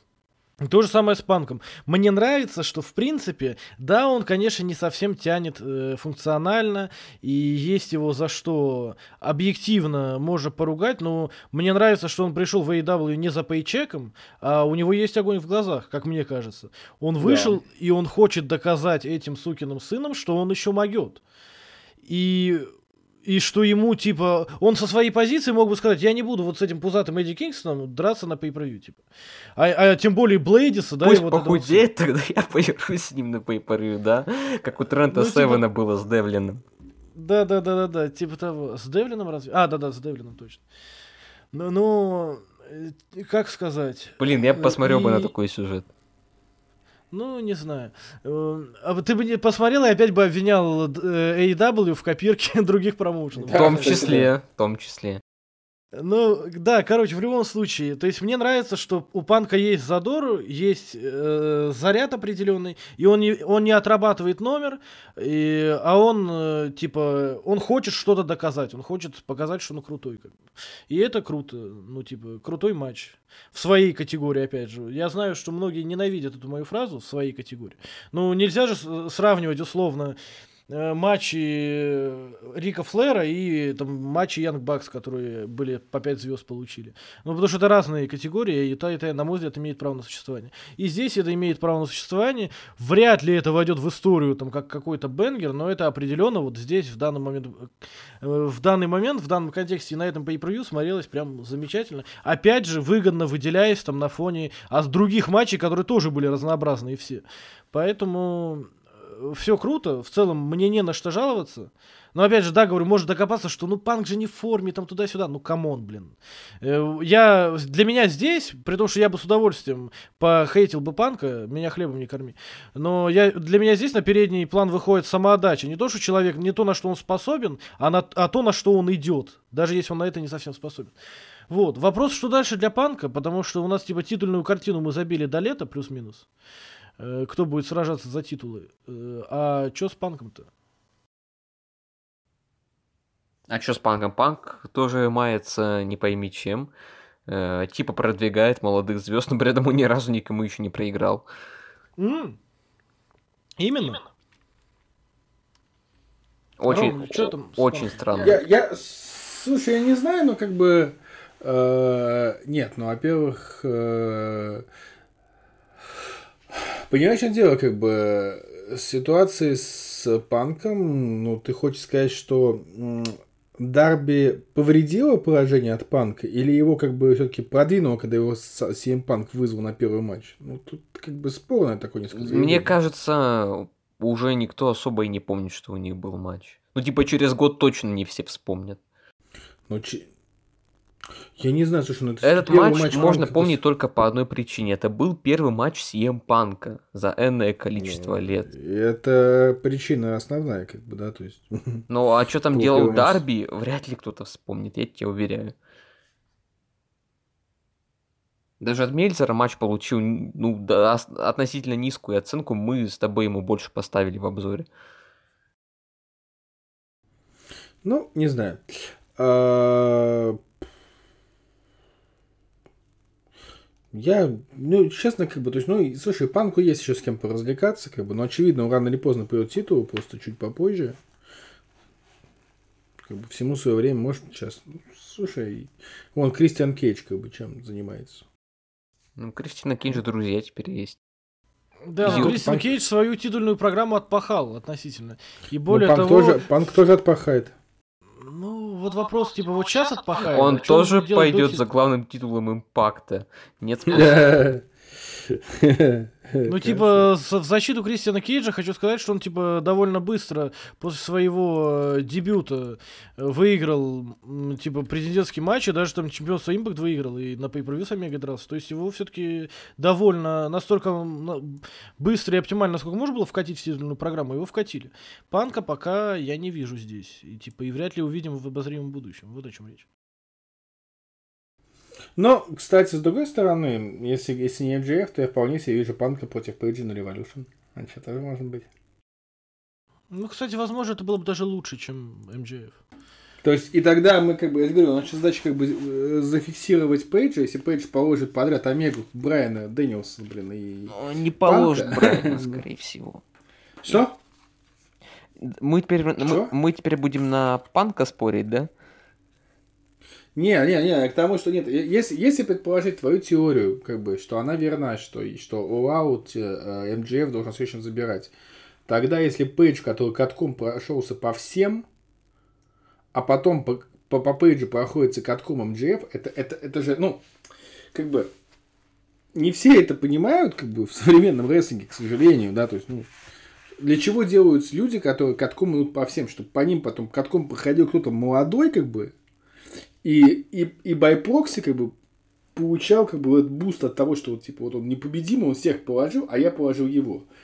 То же самое с Панком. Мне нравится, что в принципе, да, он, конечно, не совсем тянет э, функционально, и есть его за что объективно можно поругать, но мне нравится, что он пришел в эй и дабл ю не за пейчеком, а у него есть огонь в глазах, как мне кажется. Он вышел, Да. и он хочет доказать этим сукиным сынам, что он еще могет. И... И что ему, типа, он со своей позиции мог бы сказать, я не буду вот с этим пузатым Эдди Кингстоном драться на pay-per-view, типа. А, а тем более Блейдиса, да, Пусть и вот это вот похудеет, тогда я появлюсь с ним на pay-per-view, да? Как у Трента Ну, типа- Севена было с Девлином. Да, да, да, да, да, типа того. С Девлином разве? А, да, да, с Девлином точно. Ну, ну, э, как сказать? Блин, я бы посмотрел бы на И- такой сюжет. Ну, не знаю. Э, А вот ты бы не посмотрел и опять бы обвинял э, эй и дабл ю в копирке других промоушенов. В Да, том кстати, числе, в том числе. Ну, да, короче, в любом случае, то есть мне нравится, что у Панка есть задор, есть э, заряд определенный, и он не, он не отрабатывает номер, и, а он, э, типа, он хочет что-то доказать, он хочет показать, что он крутой. Как бы. И это круто, ну, типа, крутой матч. В своей категории, опять же. Я знаю, что многие ненавидят эту мою фразу, в своей категории. Ну, нельзя же с- сравнивать, условно, э, матчи Рика Флэра и там, матчи Янг Бакс, которые были по пять звезд получили. Ну, потому что это разные категории, и та, и та, на мой взгляд, имеет право на существование. И здесь это имеет право на существование. Вряд ли это войдет в историю там, как какой-то бенгер, но это определенно вот здесь, в данный момент, э, в данный момент, в данном контексте и на этом pay-per-view смотрелось прям замечательно. Опять же, выгодно выделяясь там на фоне а с других матчей, которые тоже были разнообразные все. Поэтому все круто, в целом мне не на что жаловаться. Но опять же, да, говорю, может докопаться, что ну Панк же не в форме, там туда-сюда. Ну камон, блин. Э, Я, для меня здесь, при том, что я бы с удовольствием похейтил бы Панка, меня хлебом не корми. Но я, для меня здесь на передний план выходит самоотдача. Не то, что человек, не то, на что он способен, а, на, а то, на что он идет. Даже если он на это не совсем способен. Вот. Вопрос, что дальше для Панка, потому что у нас типа титульную картину мы забили до лета, плюс-минус. Э, Кто будет сражаться за титулы. Э, А что с Панком-то? А что с Панком? Панк тоже мается не пойми чем. Э, типа продвигает молодых звезд, но при этом он ни разу никому еще не проиграл. М, Именно. Очень, Ром, чё там с очень Панком? странно. Я, я, слушай, я не знаю, но как бы... э, нет, ну, во-первых... э, понимаешь, что дело, как бы... Ситуации с Панком, ну, ты хочешь сказать, что м, Дарби повредило поражение от Панка, или его как бы все-таки продвинуло, когда его си эм Панк вызвал на первый матч? Ну, тут как бы спорное такое несколько Мне заявление. кажется, уже никто особо и не помнит, что у них был матч. Ну, типа, через год точно не все вспомнят. Ну, че- я не знаю, слушай, ну это Этот первый матч, матч можно Панка, помнить это только по одной причине. Это был первый матч си эм Панка за энное количество с- лет. Это причина основная, как бы, да, то есть... Ну, а что там Был делал первый матч. Дарби, вряд ли кто-то вспомнит, я тебе уверяю. Даже от Мельцера матч получил ну, да, ос- относительно низкую оценку. Мы с тобой ему больше поставили в обзоре. Ну, не знаю. А, Я, ну, честно, как бы, то есть, ну, и, слушай, Панку есть еще с кем поразвлекаться, как бы, но, очевидно, он рано или поздно придет титул, просто чуть попозже. Как бы, всему свое время, может, сейчас. Ну, слушай, вон Кристиан Кейдж, как бы, чем занимается. Ну, Кристина Кейдж друзья теперь есть. Да, Ю- но Кристиан Панк- Кейдж свою титульную программу отпахал относительно. И Ну, более Панк, того, тоже, Панк тоже отпахает. ну вот вопрос, типа, вот сейчас отпахает. Он а чё тоже будет делать до пойдет титула? за главным титулом Импакта. Нет спроса. Ну, типа, с- в защиту Кристиана Кейджа хочу сказать, что он, типа, довольно быстро после своего э, дебюта э, выиграл, м, типа, президентский матч, и даже там чемпионство Импакт выиграл, и на pay-per-view с Омегой дрался. То есть его все-таки довольно, настолько м, на- быстро и оптимально, насколько можно было вкатить в титульную программу, его вкатили. Панка пока я не вижу здесь. И, типа, и вряд ли увидим в обозримом будущем. Вот о чем речь. Но, кстати, с другой стороны, если, если не эм джей эф, то я вполне себе вижу Панка против Пейджа на Revolution. А что тоже может быть. Ну, кстати, возможно, это было бы даже лучше, чем эм джей эф. То есть, и тогда мы, как бы, я же говорю, наша задача, как бы, э, зафиксировать Пейджа, если Пейдж положит подряд Омегу, Брайана, Дэниелса, блин, и... Ну, не положит Панка. Брайана, скорее всего. Что? Мы теперь, мы, Что? мы теперь будем на Панка спорить, да? Не, не, не, к тому, что нет. Если, если предположить твою теорию, как бы, что она верна, что, что All Out э, эм джей эф должен следующим забирать, тогда если Пейдж, который катком прошелся по всем, а потом по, по, по Пейджу проходится катком эм джей эф, это, это, это же, ну, как бы, не все это понимают, как бы, в современном рестлинге, к сожалению, да, то есть, ну, для чего делаются люди, которые катком идут по всем, чтобы по ним потом катком проходил кто-то молодой, как бы, И, и, и байпрокси как бы получал как бы этот буст от того, что вот, типа, вот он непобедимый, он всех положил, а я положил его.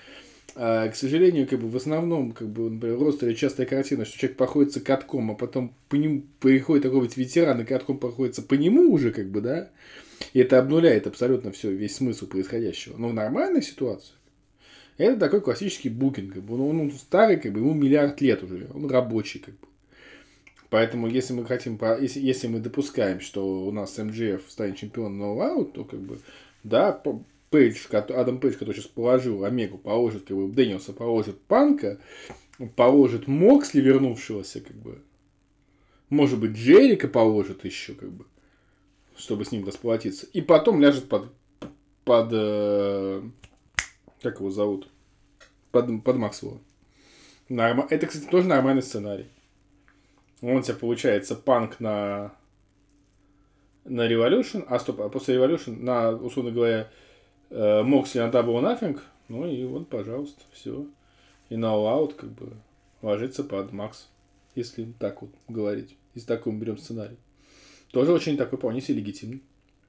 А, к сожалению, как бы в основном, как бы, например, в ростере частая картина, что человек проходится катком, а потом по нему приходит какой-нибудь ветеран, и катком проходится по нему уже, как бы, да, и это обнуляет абсолютно все, весь смысл происходящего. Но в нормальной ситуации это такой классический букинг, как бы, он, он старый, как бы, ему миллиард лет уже, он рабочий, как бы. Поэтому, если мы хотим, если, если мы допускаем, что у нас эм джей эф станет чемпионом на All Out, то, как бы, да, Пейдж, Адам Пейдж, который сейчас положил Омегу, положит, как бы, Дэниелса положит Панка, положит Моксли, вернувшегося, как бы, может быть, Джерика положит еще, как бы, чтобы с ним расплатиться, и потом ляжет под, под э, как его зовут, под, под Максвелла. Норм... Это, кстати, тоже нормальный сценарий. Он у тебя получается Панк на на Revolution, а стоп, а после Revolution на, условно говоря, Моксли на Double or Nothing, ну и вот, пожалуйста, все. И на All Out, как бы, ложится под Макс, если так вот говорить, если такой мы берем сценарий. Тоже очень такой вполне себе легитимный.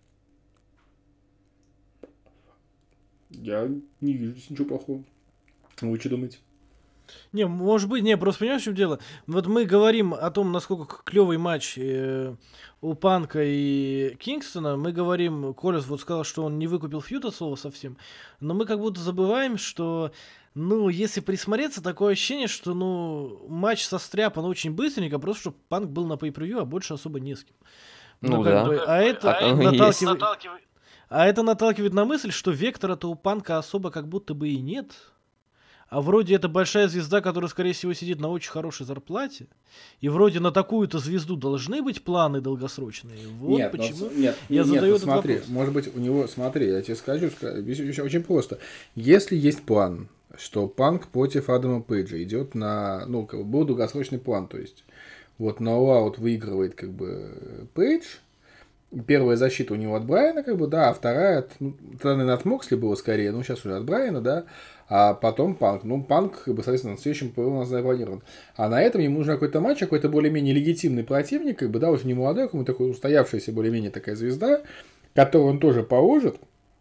Я не вижу здесь ничего плохого. Вы что думаете? Не, может быть, не, просто понимаешь, в чем дело? Вот мы говорим о том, насколько клевый матч э, у Панка и Кингстона. Мы говорим, Колес вот сказал, что он не выкупил фьюд от слова совсем. Но мы как будто забываем, что, ну, если присмотреться, такое ощущение, что, ну, матч состряпан очень быстренько, просто чтобы Панк был на pay-per-view, а больше особо не с кем. Ну, Ну, да. как бы, а это А, ну, наталкивает... А это наталкивает на мысль, что вектора-то у Панка особо как будто бы и нет. А вроде это большая звезда, которая, скорее всего, сидит на очень хорошей зарплате. И вроде на такую-то звезду должны быть планы долгосрочные. Вот нет, почему но, нет, я нет, задаю ну, этот смотри, вопрос. Может быть, у него, смотри, я тебе скажу, очень просто. Если есть план, что Панк против Адама Пейджа идет на, ну, как бы, был долгосрочный план, то есть, вот на All Out выигрывает, как бы, Пейдж, первая защита у него от Брайана, как бы, да, а вторая, от, ну, тогда, наверное, от Моксли было скорее, ну, сейчас уже от Брайана, да, а потом Панк. Ну, Панк, как бы, соответственно, на следующем у нас запланирован. А на этом ему нужен какой-то матч, какой-то более-менее легитимный противник, как бы, да, уже не молодой, какой-то такой устоявшаяся более-менее такая звезда, которую он тоже положит.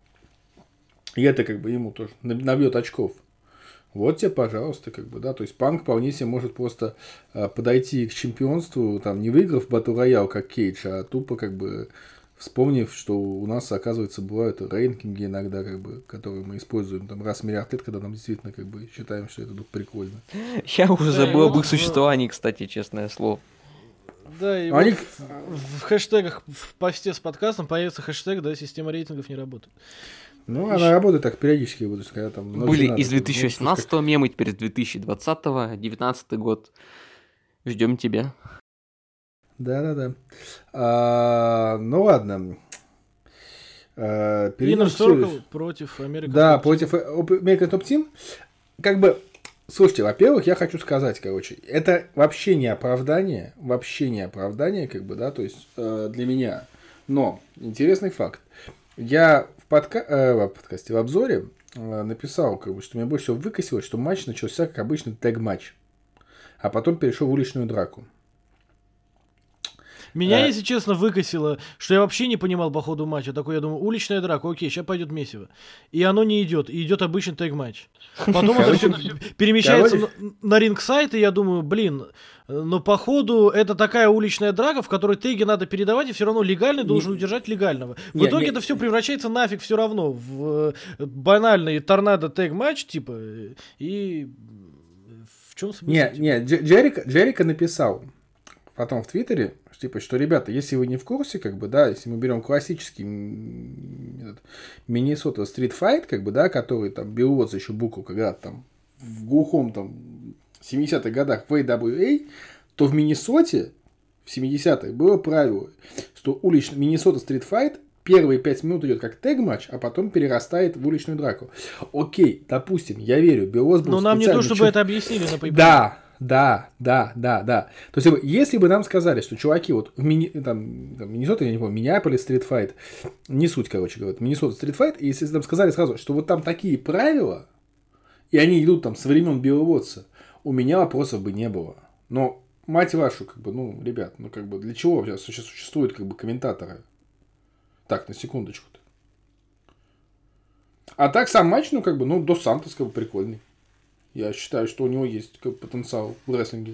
И это, как бы, ему тоже набьет очков. Вот тебе, пожалуйста, как бы, да, то есть Панк вполне себе может просто а, подойти к чемпионству, там, не выиграв Battle Royale, как Кейдж, а тупо, как бы, вспомнив, что у нас, оказывается, бывают рейнкинги иногда, как бы, которые мы используем там раз в миллиард лет, когда нам действительно, как бы, считаем, что это прикольно. Я уже забыл об вот, их существовании, кстати, честное слово. Да, и Они... вот в, в хэштегах, в посте с подкастом появится хэштег, да, система рейтингов не работает. Ну, Ещё... она работает так периодически, вот, когда там... Были надо, из две тысячи восемнадцатого мемы, теперь из две тысячи двадцатого, девятнадцатый год. Ждем тебя. Да-да-да. А, ну, ладно. А, Inner Circle против American Да, Top против American Top Team. Как бы, слушайте, во-первых, я хочу сказать, короче, это вообще не оправдание, вообще не оправдание, как бы, да, то есть э, для меня. Но интересный факт. Я в, подка... э, в подкасте, в обзоре э, написал, как бы, что меня больше всего выкосило, что матч начался как обычный тег-матч, а потом перешел в уличную драку. Меня, А... если честно, выкосило, что я вообще не понимал по ходу матча. Такой, я думаю, уличная драка, окей, сейчас пойдет месиво. И оно не идет, и идет обычный тег-матч. Потом это все перемещается на, на ринг-сайт, и я думаю, блин, но по ходу это такая уличная драка, в которой теги надо передавать, и все равно легальный должен не... удержать легального. В не, итоге не... это все превращается нафиг все равно в банальный торнадо тег-матч, типа, и в чем смысл? Нет, типа? нет, Джерика, Джерика написал потом в Твиттере, типа, что, ребята, если вы не в курсе, как бы, да, если мы берем классический Миннесота Стрит Файт, как бы, да, который там берется еще букву, когда там в глухом там семидесятых годах в эй дабл ю эй, то в Миннесоте в семидесятых было правило, что уличный Миннесота Стрит Файт первые пять минут идет как тег-матч, а потом перерастает в уличную драку. Окей, допустим, я верю, Белос был Но нам не то, чтобы чё... это объяснили на пейпервью. Да. Да, да, да, да. То есть, если бы нам сказали, что чуваки вот в мини, там, там, Миннесота, я не помню, Миннеаполис стритфайт, не суть, короче говоря, Миннесота стритфайт, и если нам сказали сразу, что вот там такие правила, и они идут там со времен Беловодца, у меня вопросов бы не было. Но, мать вашу, как бы, ну, ребят, ну, как бы, для чего сейчас существуют, как бы, комментаторы? Так, на секундочку-то. А так, сам матч, ну, как бы, ну, Дос Сантос, как бы, прикольный. Я считаю, что у него есть как потенциал в рестлинге.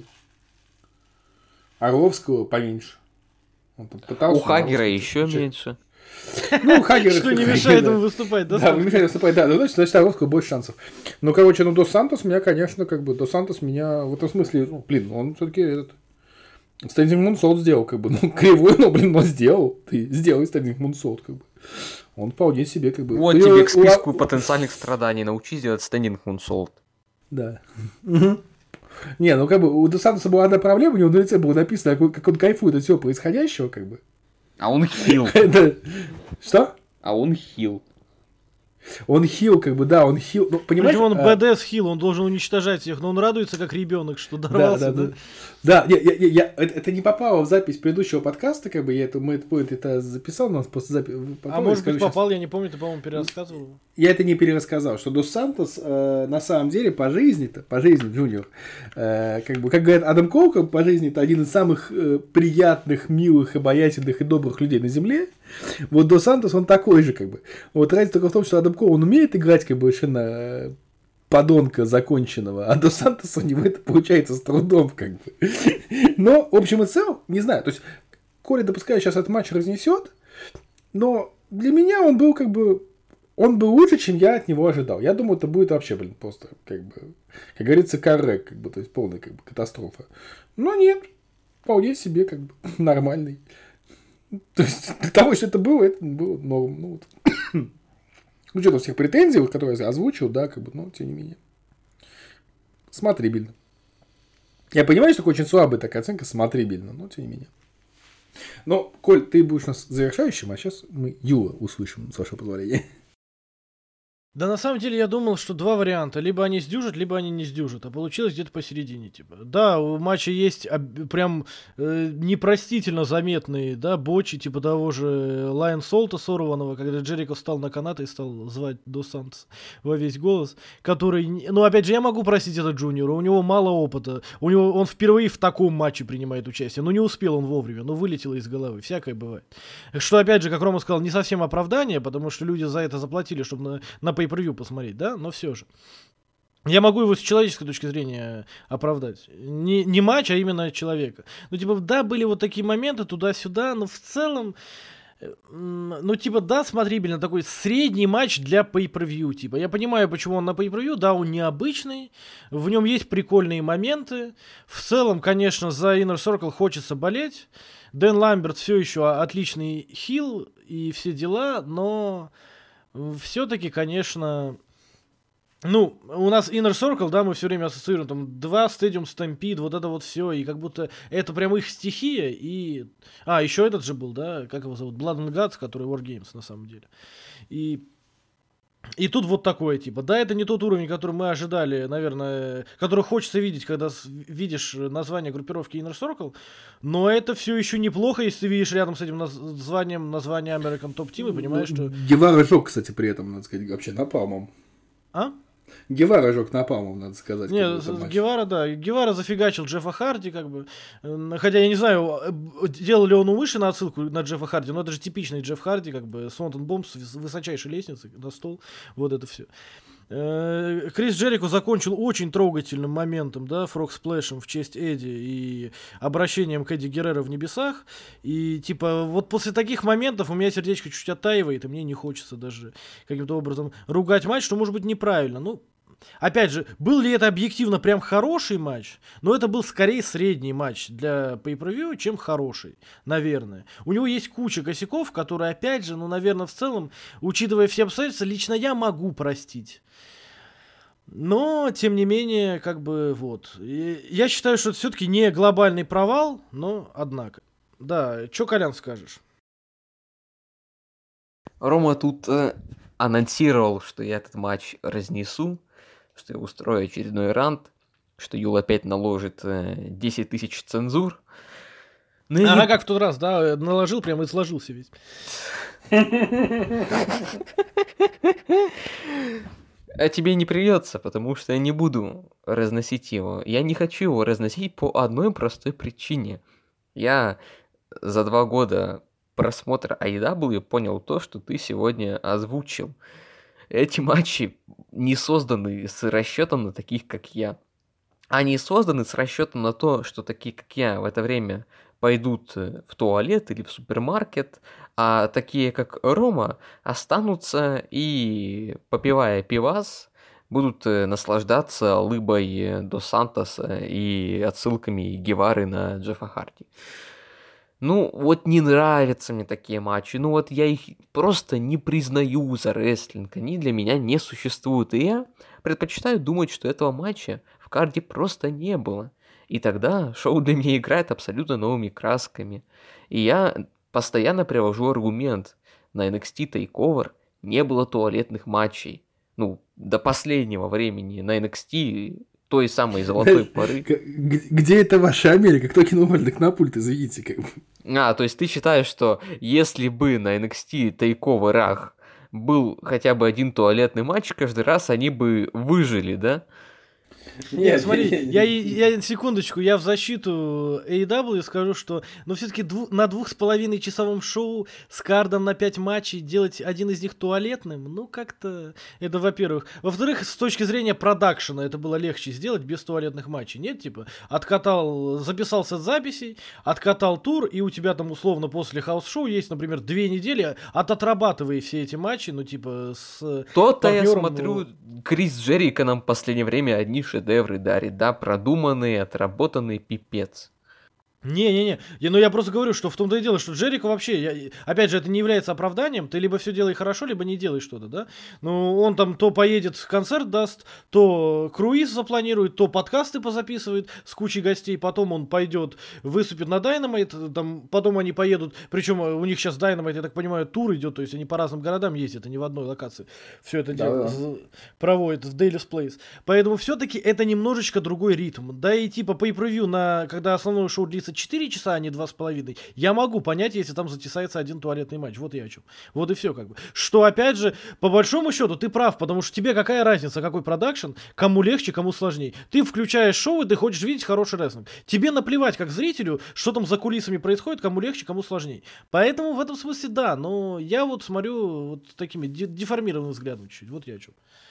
Орловского поменьше. Он там пытался, У Хагера Орловский еще чуть-чуть. меньше. Ну, Хагер... Что не мешает ему выступать, да? Да, не мешает выступать, да. Ну, значит, значит, Орловского больше шансов. Ну, короче, ну, Дос Сантос меня, конечно, как бы... Дос Сантос меня в этом смысле... Ну, блин, он все-таки этот... Стендинг Мунсолт сделал, как бы. Ну, кривой, но, блин, но сделал. Ты сделай стендинг Мунсолт, как бы. Он вполне себе, как бы... Вот Ты тебе его- к списку потенциальных страданий. Научись делать стендинг мунсолт. Да. Мгм. Не, ну как бы у Дос Сантоса была одна проблема, у него на лице было написано, как он- как он кайфует от всего происходящего, как бы. А он хил. Это- Что? А он хил. Он хил, как бы, да, он хил. Ну, понимаешь? Причем он а, бэ дэ эс хил, он должен уничтожать всех, но он радуется как ребенок, что Да, дорвался. да, да. Да, не, я, я, я- это, это не попало в запись предыдущего подкаста, как бы я это, мы это, это записал, но после записи. А может быть попал, я не помню, ты, по-моему, перерассказывал. Я это не перерассказал, что Дос Сантос э, на самом деле по жизни-то, по жизни, Джуниор, э, как бы, как говорит Адам Коул, как бы по жизни это один из самых э, приятных, милых, обаятельных и добрых людей на земле. Вот Дос Сантос, он такой же, как бы. Вот разница только в том, что Адам Коул, он умеет играть, как бы, совершенно э, подонка законченного, а Дос Сантос у него это получается с трудом, как бы. Но, в общем и целом, не знаю, то есть, Коля, допускаю, сейчас этот матч разнесет, но для меня он был, как бы, он был лучше, чем я от него ожидал. Я думал, это будет вообще, блин, просто, как бы, как говорится, коррект, как бы, то есть, полная, как бы, катастрофа. Но нет, вполне себе, как бы, нормальный. То есть, для того, что это было, это было норм. Ну, вот. С учетом всех претензий, вот, которые я озвучил, да, как бы, но, тем не менее. Смотрибельно. Я понимаю, что такая очень слабая такая оценка, смотрибельно, но, тем не менее. Но, Коль, ты будешь у нас завершающим, а сейчас мы Юла услышим, с вашего позволения. Да на самом деле я думал, что два варианта. Либо они сдюжат, либо они не сдюжат. А получилось где-то посередине, типа. Да, у матча есть об- прям э, непростительно заметные, да, бочи, типа того же Лайон Солта сорванного, когда Джерико встал на канат и стал звать Дос Сантос во весь голос, который... не- Ну, опять же, я могу простить это Джуниора, у него мало опыта. У него он впервые в таком матче принимает участие. Ну, не успел он вовремя, ну, вылетело из головы. Всякое бывает. Что, опять же, как Рома сказал, не совсем оправдание, потому что люди за это заплатили, чтобы на, на pay-per-view посмотреть, да, но все же. Я могу его с человеческой точки зрения оправдать. Не, не матч, а именно человека. Ну, типа, да, были вот такие моменты туда-сюда, но в целом, э, м, ну, типа, да, смотрибельно, такой средний матч для pay-per-view, типа. Я понимаю, почему он на pay-per-view, да, он необычный, в нем есть прикольные моменты. В целом, конечно, за Inner Circle хочется болеть. Дэн Ламберт все еще отличный хил и все дела, но все-таки, конечно, ну, у нас Inner Circle, да, мы все время ассоциируем, там, два Stadium Stampede, вот это вот все, и как будто это прям их стихия, и... А, еще этот же был, да, как его зовут, Blood and Guts, который War Games, на самом деле. И... И тут вот такое, типа, да, это не тот уровень, который мы ожидали, наверное, который хочется видеть, когда с- видишь название группировки Inner Circle, но это все еще неплохо, если ты видишь рядом с этим названием название American Top Team и понимаешь, что... Гевара жёг, кстати, при этом, надо сказать, вообще напалмом. А? Гевара жёг напалмом, надо сказать. Не, как бы, с- этот с матч. Гевара, да. Гевара зафигачил Джеффа Харди, как бы. М, Хотя я не знаю, э, б- делал ли он умышленно отсылку на Джеффа Харди, но это же типичный Джефф Харди, как бы Сонтон Бомб с выс- высочайшей лестницы на стол. Вот это все. Крис Джерико закончил очень трогательным моментом, да, фрог-сплэшем в честь Эдди и обращением к Эдди Герреро в небесах. И, типа, вот после таких моментов у меня сердечко чуть оттаивает, и мне не хочется даже каким-то образом ругать матч, что может быть неправильно. Ну, опять же, был ли это объективно прям хороший матч? Но это был скорее средний матч для pay-per-view, чем хороший, наверное. У него есть куча косяков, которые, опять же, ну, наверное, в целом, учитывая все обстоятельства, лично я могу простить. Но, тем не менее, как бы, вот. И я считаю, что это все-таки не глобальный провал, но, однако. Да, что, Колян, скажешь? Рома тут э, анонсировал, что я этот матч разнесу, что я устрою очередной рант, что Юл опять наложит э, десять тысяч цензур. Но я Ага, не- как в тот раз, да, наложил прямо и сложился весь. А тебе не придется, потому что я не буду разносить его. Я не хочу его разносить по одной простой причине. Я за два года просмотра эй и дабл ю понял то, что ты сегодня озвучил. Эти матчи не созданы с расчетом на таких, как я. Они созданы с расчетом на то, что такие, как я, в это время пойдут в туалет или в супермаркет, а такие, как Рома, останутся и, попивая пивас, будут наслаждаться лыбой Дос Сантоса и отсылками Гевары на Джеффа Харди. Ну, вот не нравятся мне такие матчи, ну вот я их просто не признаю за рестлинг, они для меня не существуют, и я предпочитаю думать, что этого матча в карде просто не было. И тогда шоу для меня играет абсолютно новыми красками. И я постоянно привожу аргумент. На эн экс ти TakeOver не было туалетных матчей. Ну, до последнего времени на эн экс ти той самой золотой поры. Где это ваша Америка? Кто кинул мальчик на пульт, извините. Как бы. А, то есть ты считаешь, что если бы на эн экс ти TakeOver'ах был хотя бы один туалетный матч, каждый раз они бы выжили, да? Нет, смотри, я, я секундочку, я в защиту эй и дабл ю скажу, что ну все-таки дву, на двух с половиной часовом шоу с кардом на пять матчей делать один из них туалетным, ну как-то это, во-первых. Во-вторых, с точки зрения продакшена это было легче сделать без туалетных матчей. Нет, типа, откатал, записался с записей, откатал тур, и у тебя там условно после хаус-шоу есть, например, две недели, от отрабатывай все эти матчи, ну типа с То-то я партнёром, смотрю, Крис Джерико нам в последнее время одни шедевры дарит, да, продуманный, отработанный пипец. Не-не-не, я, ну я просто говорю, что в том-то и дело, что Джерико вообще, я, опять же, это не является оправданием, ты либо все делай хорошо, либо не делай что-то, да? Ну, он там то поедет, концерт даст, то круиз запланирует, то подкасты позаписывает с кучей гостей, потом он пойдет, выступит на Dynamite, там, потом они поедут, причем у них сейчас Dynamite, я так понимаю, тур идет, то есть они по разным городам ездят, а не в одной локации все это Да, дело да. проводят в Daily's Place. Поэтому все-таки это немножечко другой ритм. Да и типа pay-per-view, на, когда основное шоу длится четыре часа, а не два с половиной, я могу понять, если там затесается один туалетный матч. Вот я о чем. Вот и все как бы. Что, опять же, по большому счету, ты прав, потому что тебе какая разница, какой продакшн, кому легче, кому сложнее. Ты включаешь шоу, и ты хочешь видеть хороший рестлинг. Тебе наплевать, как зрителю, что там за кулисами происходит, кому легче, кому сложнее. Поэтому в этом смысле да, но я вот смотрю вот такими де- деформированным взглядом чуть-чуть. Вот я о чем.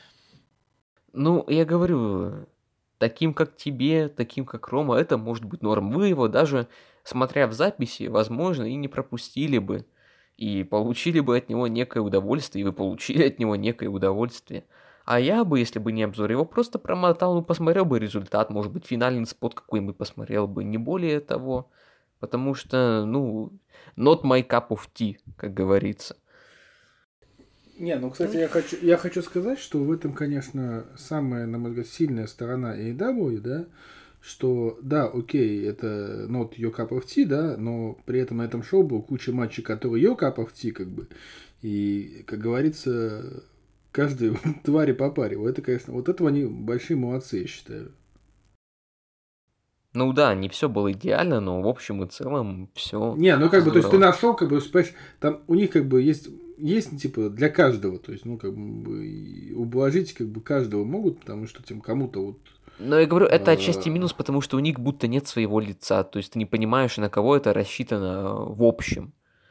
Ну, я говорю, таким как тебе, таким как Рома, это может быть норм. Вы его даже, смотря в записи, возможно, и не пропустили бы. И получили бы от него некое удовольствие, и вы получили от него некое удовольствие. А я бы, если бы не обзор, его просто промотал, ну, посмотрел бы результат, может быть, финальный спот какой-нибудь посмотрел бы, не более того. Потому что, ну, not my cup of tea, как говорится. Не, ну, кстати, я хочу, я хочу сказать, что в этом, конечно, самая, на мой взгляд, сильная сторона эй и дабл ю, да, что, да, окей, это not your cup of tea, да, но при этом на этом шоу было куча матчей, которые your cup of tea, как бы, и, как говорится, каждой твари по паре. Вот это, конечно, вот этого они большие молодцы, я считаю. Ну да, не все было идеально, но в общем и целом все. Не, ну как бы, то есть ты нашел, как бы, понимаешь, там у них как бы есть, есть типа для каждого, то есть, ну как бы и ублажить как бы каждого могут, потому что тем кому-то вот. Но я говорю, это отчасти минус, потому что у них будто нет своего лица, то есть ты не понимаешь, на кого это рассчитано в общем.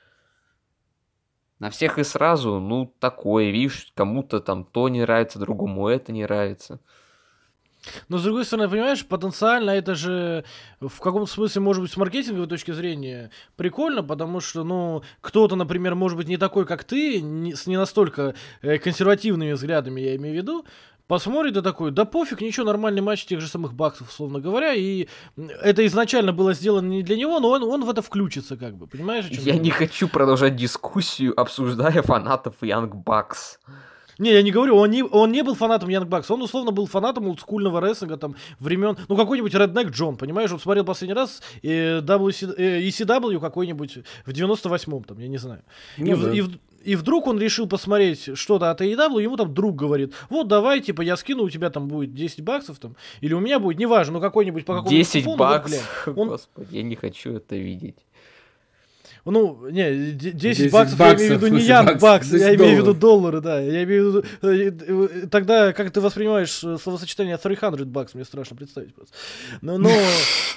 На всех и сразу, ну такое, видишь, кому-то там то не нравится, другому это не нравится. Но, с другой стороны, понимаешь, потенциально это же в каком-то смысле, может быть, с маркетинговой точки зрения прикольно, потому что, ну, кто-то, например, может быть, не такой, как ты, не, с не настолько э, консервативными взглядами, я имею в виду, посмотрит и такой, да пофиг, ничего, нормальный матч тех же самых баксов, условно говоря, и это изначально было сделано не для него, но он, он в это включится, как бы, понимаешь? О чем я не хочу продолжать дискуссию, обсуждая фанатов Young Bucks. Не, я не говорю, он не, он не был фанатом Young Bucks, он условно был фанатом олдскульного рестлинга там времен, ну какой-нибудь Redneck John, понимаешь, он смотрел последний раз э, дабл ю си, э, и си дабл ю какой-нибудь в девяносто восьмом там, я не знаю. Ну, и, да. и, и вдруг он решил посмотреть что-то от эй и дабл ю, ему там друг говорит, вот давай, типа, я скину, у тебя там будет десять баксов там, или у меня будет, неважно, ну какой-нибудь по какому-нибудь десять купону, баксов, вот, глянь. Он, господи, я не хочу это видеть. Ну, не, десять, десять баксов, баксов, я имею в виду в не смысле, Янг баксов, Бакс, десять я имею в виду долларов. доллары, да. Я имею в виду, э, э, тогда как ты воспринимаешь э, словосочетание триста бакс, мне страшно представить просто. Но, но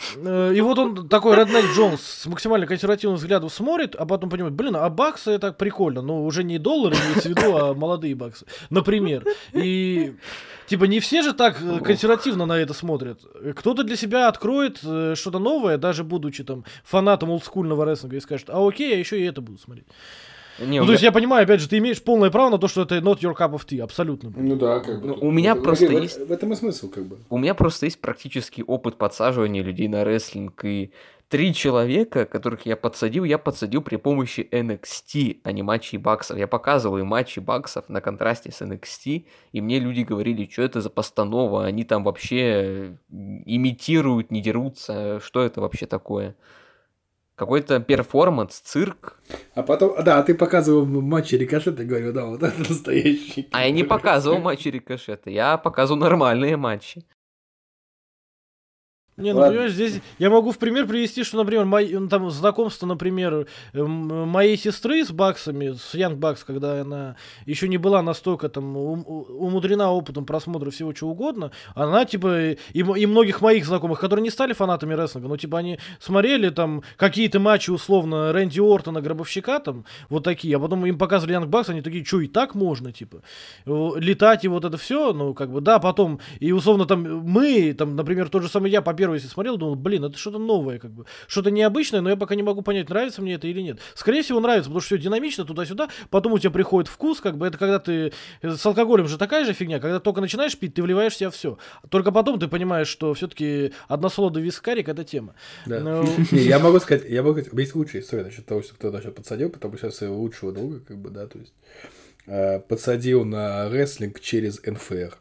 Э, И вот он такой Реднек Джонс с максимально консервативным взглядом смотрит, а потом понимает, блин, а баксы это прикольно, но уже не доллары имеется в виду, а молодые баксы, например. И типа не все же так э, консервативно на это смотрят. Кто-то для себя откроет э, что-то новое, даже будучи там фанатом олдскульного рестлинга, и скажет, а окей, я еще и это буду смотреть. Не, Ну, у то есть меня- я понимаю, опять же, ты имеешь полное право на то, что это not your cup of tea, абсолютно. Ну да, как бы. Ну, тут- у меня в- просто в- есть- В этом и смысл, как бы. У меня просто есть практический опыт подсаживания людей на рестлинг, и три человека, которых я подсадил, я подсадил при помощи эн экс ти, а не матчей баксов. Я показывал им матчи баксов на контрасте с эн экс ти, и мне люди говорили, что это за постанова, они там вообще имитируют, не дерутся, что это вообще такое? Какой-то перформанс, цирк. А потом, да, а ты показывал матчи Рикошета и говорил, да, вот это настоящий. А я не показывал матчи Рикошета, я показывал нормальные матчи. Не, ну Ладно. понимаешь, здесь я могу в пример привести, что, например, мои, ну, там знакомство, например, эм, моей сестры с баксами, с Янг Бакс, когда она еще не была настолько там ум- у- умудрена опытом просмотра всего чего угодно, она типа и, м- и многих моих знакомых, которые не стали фанатами рестлинга, ну типа они смотрели там какие-то матчи условно Рэнди Ортона, Гробовщика там, вот такие, а потом им показывали Янг Бакс, они такие, что и так можно, типа, Э, летать и вот это все, ну как бы да, потом и условно там мы, там, например, тот же самый я по первой, если смотрел, думал, блин, это что-то новое, как бы, что-то необычное, но я пока не могу понять, нравится мне это или нет. Скорее всего, нравится, потому что все динамично, туда-сюда, потом у тебя приходит вкус, как бы, это когда ты, э, с алкоголем же такая же фигня, когда только начинаешь пить, ты вливаешь в себя все. Только потом ты понимаешь, что все-таки односолодовый вискарик — это тема. Да. Ну, Не, я могу сказать, я могу сказать, есть лучшая история насчет того, что кто-то сейчас подсадил, потому что сейчас своего лучшего друга, как бы, да, то есть, э, подсадил на рестлинг через эн эф эр.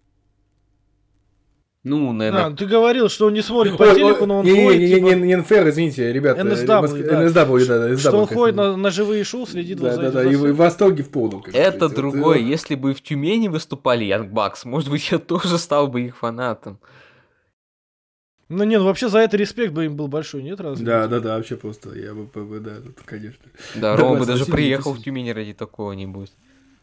Ну, а, наверное, ты говорил, что он не смотрит по Ой, телеку, ой, но он не, не, ходит, не, типа, не, не эн эф эр, извините, ребята. эн эс дабл ю, Моск- да. эн эс дабл ю, да, эн эс дабл ю, что он ходит конечно. на, на живые шоу, следит Да, за да, этим. да, за и всем. в восторге в полном. как это говорится. Вот, другое. э, Если бы в Тюмени выступали Янг Бакс, может быть, я тоже стал бы их фанатом. Ну не, ну вообще за это респект бы им был большой, нет разве? Да, да, да, вообще просто, я бы, бы, да, тут, конечно. Да, Да, Рома бы Вася, даже Василий, приехал в Василий. Тюмень ради такого-нибудь.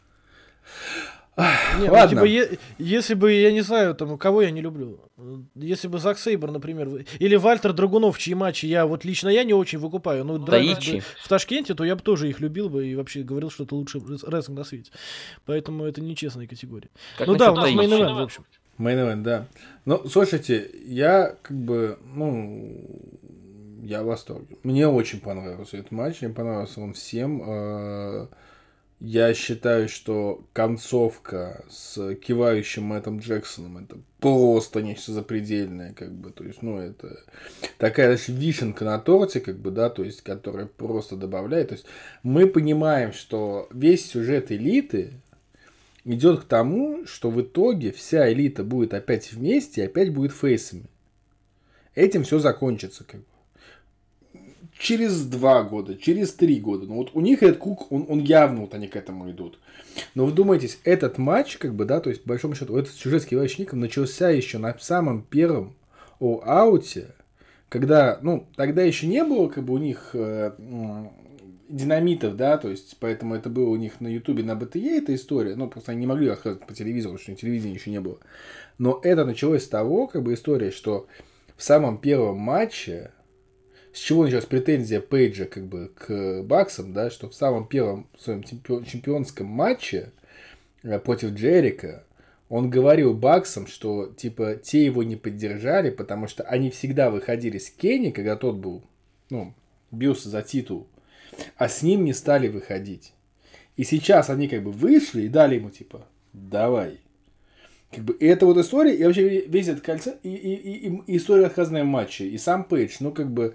Не, ну, Ладно. типа, е- если бы, я не знаю, там, кого я не люблю. Если бы Зак Сейбр, например, вы- или Вальтер Драгунов, чьи матчи я, вот лично я не очень выкупаю, но дрались Таичи. бы в Ташкенте, то я бы тоже их любил бы и вообще говорил, что это лучший рес- рестлинг на свете. Поэтому это нечестная категория. Как Ну да, у насчет нас Таичи? мейн-эвент, в общем. Мейн-эвент, да. Ну, слушайте, я как бы, ну, я в восторге. Мне очень понравился этот матч, мне понравился он всем. Э, Я считаю, что концовка с кивающим Мэттом Джексоном это просто нечто запредельное, как бы, то есть, ну, это такая даже вишенка на торте, как бы, да, то есть, которая просто добавляет, то есть, мы понимаем, что весь сюжет элиты идет к тому, что в итоге вся элита будет опять вместе и опять будет фейсами. Этим все закончится, как бы. Через два года, через три года. Ну вот у них этот круг, он, он явно вот они к этому идут. Но вы думаетесь, этот матч, как бы, да, то есть, по большому счету, этот сюжет с кивающим ником начался еще на самом первом All-Out'е, когда, ну, тогда еще не было, как бы, у них э, м, динамитов, да, то есть, поэтому это было у них на Ютубе, на бэ тэ е эта история, ну, просто они не могли рассказывать по телевизору, потому что телевидения еще не было. Но это началось с того, как бы, история, что в самом первом матче, с чего началась претензия Пейджа, как бы, к Баксам, да, что в самом первом своем чемпион- чемпионском матче э, против Джерика он говорил Баксам, что, типа, те его не поддержали, потому что они всегда выходили с Кенни, когда тот был, ну, бился за титул, а с ним не стали выходить. И сейчас они, как бы, вышли и дали ему, типа, давай. Как бы, и это вот история, и вообще весь этот кольцо, и, и, и, и история рассказанная в матче, и сам Пейдж, ну, как бы,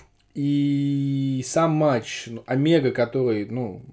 и сам матч, ну, Омега, который, ну,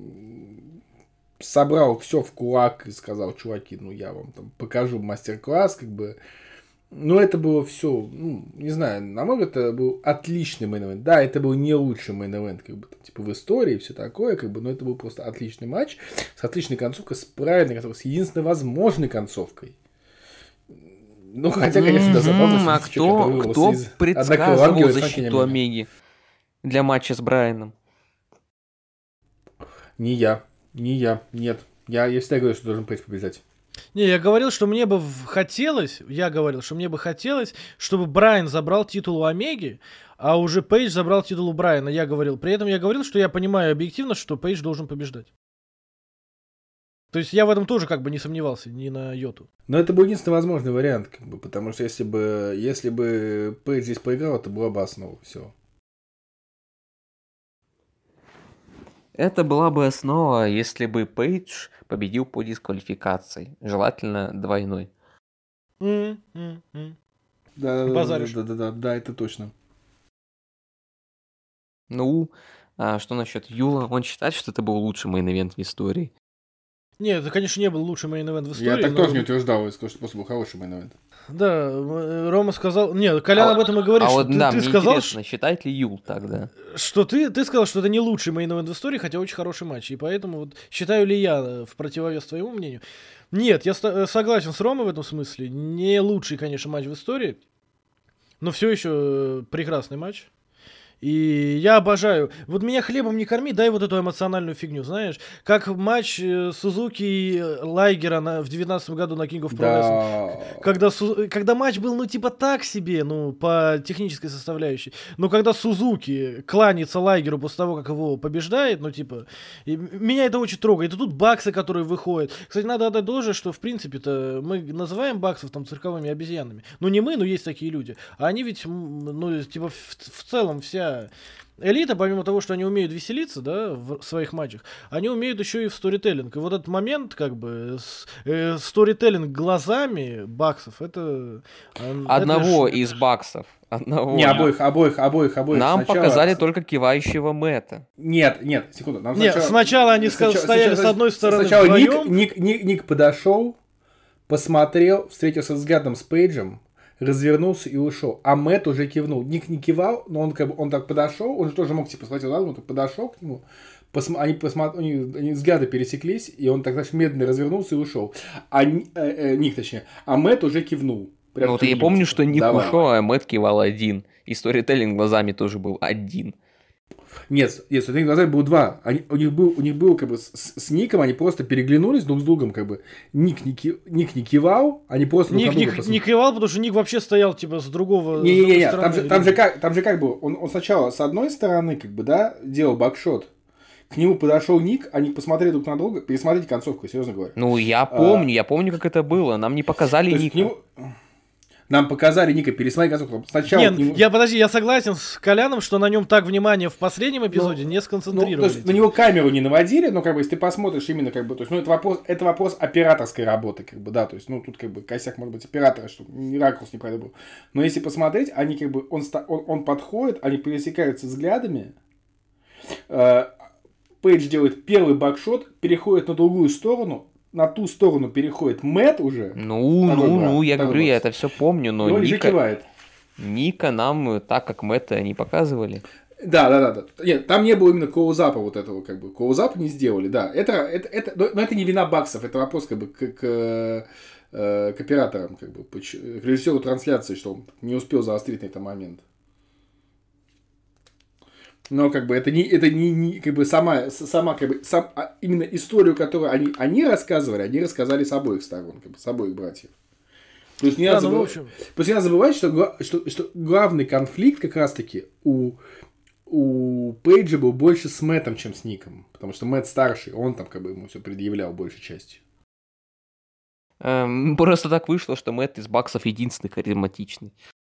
собрал все в кулак и сказал, чуваки, ну, я вам там покажу мастер-класс, как бы, ну, это было все, ну, не знаю, на мой взгляд, это был отличный мейн-эвент. Да, это был не лучший мейн-эвент, как бы, там, типа, в истории и все такое, как бы, но это был просто отличный матч с отличной концовкой, с правильной концовкой, с единственной возможной концовкой. Ну, хотя, конечно, да, забавно, М, А что человек, который кто, вырвался кто из предсказывал одного ангела и защиту Санки Омеги для матча с Брайаном? Не я, не я, нет. Я, я всегда говорю, что должен Пейдж побеждать. Не, я говорил, что мне бы в- хотелось, я говорил, что мне бы хотелось, чтобы Брайан забрал титул у Омеги, а уже Пейдж забрал титул у Брайана, я говорил. При этом я говорил, что я понимаю объективно, что Пейдж должен побеждать. То есть я в этом тоже как бы не сомневался, ни на йоту. Но это был единственный возможный вариант, как бы, потому что если бы, если бы Пейдж здесь проиграл, это была бы основа. Все. Это была бы основа, если бы Пейдж победил по дисквалификации. Желательно двойной. М, м, м. Да, да, Базаришь. да, да, да, да, это точно. Ну, а что насчет Юла? Он считает, что это был лучший мейн-ивент в истории. Нет, это, конечно, не был лучший мейн-эвент в истории. Я так но- тоже не утверждал, я сказал, что просто был хороший мейн-эвент. Да, э, Рома сказал... Нет, Колян А об этом и говорит, а что вот ты, да, ты мне сказал, интересно, считает ли Юл тогда? что ты, ты сказал, что это не лучший мейн-эвент в истории, хотя очень хороший матч. И поэтому вот считаю ли я э, в противовес твоему мнению? Нет, я ста- э, согласен с Ромой в этом смысле. Не лучший, конечно, матч в истории, но все еще э, прекрасный матч. И я обожаю. Вот меня хлебом не корми, дай вот эту эмоциональную фигню, знаешь. Как матч э, Сузуки и э, Лайгера на, в девятнадцатом году на King of Pro Wrestling. Да. Когда, Су- когда матч был, ну, типа так себе, ну, по технической составляющей. Но когда Сузуки кланяется Лайгеру после того, как его побеждает, ну, типа, и м- меня это очень трогает. И тут баксы, которые выходят. Кстати, надо отдать должное, что, в принципе-то, мы называем баксов там цирковыми обезьянами. Ну, не мы, но есть такие люди. А они ведь, м, ну, типа, в, в целом вся элита, помимо того, что они умеют веселиться, да, в своих матчах, они умеют еще и в сторителлинг. И вот этот момент, как бы, с- э, сторителлинг глазами баксов, это... э, Одного это ж- из баксов. Одного. Не, обоих, обоих, обоих, обоих. Нам Сначала- показали только кивающего Мэтта. Нет, нет, секунду. Нам Нет, сначала они ска- стояли с одной стороны Сначала Ник, вдвоем. Ник, Ник, Ник подошел, посмотрел, встретился взглядом с Пейджем, развернулся и ушел. А Мэтт уже кивнул. Ник не кивал, но он как бы он так подошел, он же тоже мог типа схватить он так подошел к нему. Посма- они, посма- они, они взгляды пересеклись, и он так, знаешь, медленно развернулся и ушел. А Ни- э, э, Ник, точнее, а Мэтт уже кивнул. Прям Ну, вот к я нему, помню, типа, что Ник давай. ушел, а Мэтт кивал один. И сторителлинг глазами тоже был один. Нет, нет, у них глазами было два. Они, у них был, у них был как бы с, с Ником, они просто переглянулись друг с другом, как бы. Ник не, ки- Ник не кивал, они просто друг Ник, на друга Ник, посмотрели. не кивал, потому что Ник вообще стоял, типа, с другого... с Не, не, другой не, не, стороны там же, там же ринга. как, там же как было. Он, он сначала с одной стороны, как бы, да, делал бакшот. К нему подошел Ник, они посмотрели друг на друга. Пересмотрите концовку, серьезно говорю. Ну, я помню, я помню, как это было. Нам не показали То есть к Ника. нему... Нам показали Ника, пересмотри концовку. Сначала Нет, к нему... я подожди, я согласен с Коляном, что на нем так внимание в последнем эпизоде Ну, не Ну, то сконцентрировали. есть на него камеру не наводили, но как бы если ты посмотришь именно как бы, то есть, ну это вопрос, это вопрос операторской работы, как бы, да, то есть, ну тут как бы косяк может быть оператора, что не ракурс неправильно был. Но если посмотреть, они как бы, он, ста- он, он подходит, они пересекаются взглядами, э, Пейдж делает первый бакшот, переходит на другую сторону, на ту сторону переходит Мэтт уже, Ну, Второй ну, брат, ну, я второй говорю, я бокс. это все помню, но и он же Ника, кивает. Ника нам э, так, как Мэтта, не показывали. Да, да, да, да. Нет, там не было именно коузапа вот этого, как бы. Коузап не сделали, да. Это, это, это, но, но это не вина баксов, это вопрос, как бы, к, к, э, к операторам, как бы, поч- к режиссеру трансляции, что он не успел заострить на этот момент. Но, как бы, это не, это не, не как бы, сама, с- сама, как бы, сам, а именно историю, которую они, они рассказывали, они рассказали с обоих сторон, как бы, с обоих братьев. То есть не Да, надо, ну, в забыв- общем. то есть не надо забывать, что, гла- что, что главный конфликт как раз-таки у, у Пейджа был больше с Мэттом, чем с Ником. Потому что Мэтт старший, он там как бы ему все предъявлял большей частью. Эм, просто так вышло, что Мэтт из баксов единственный харизматичный.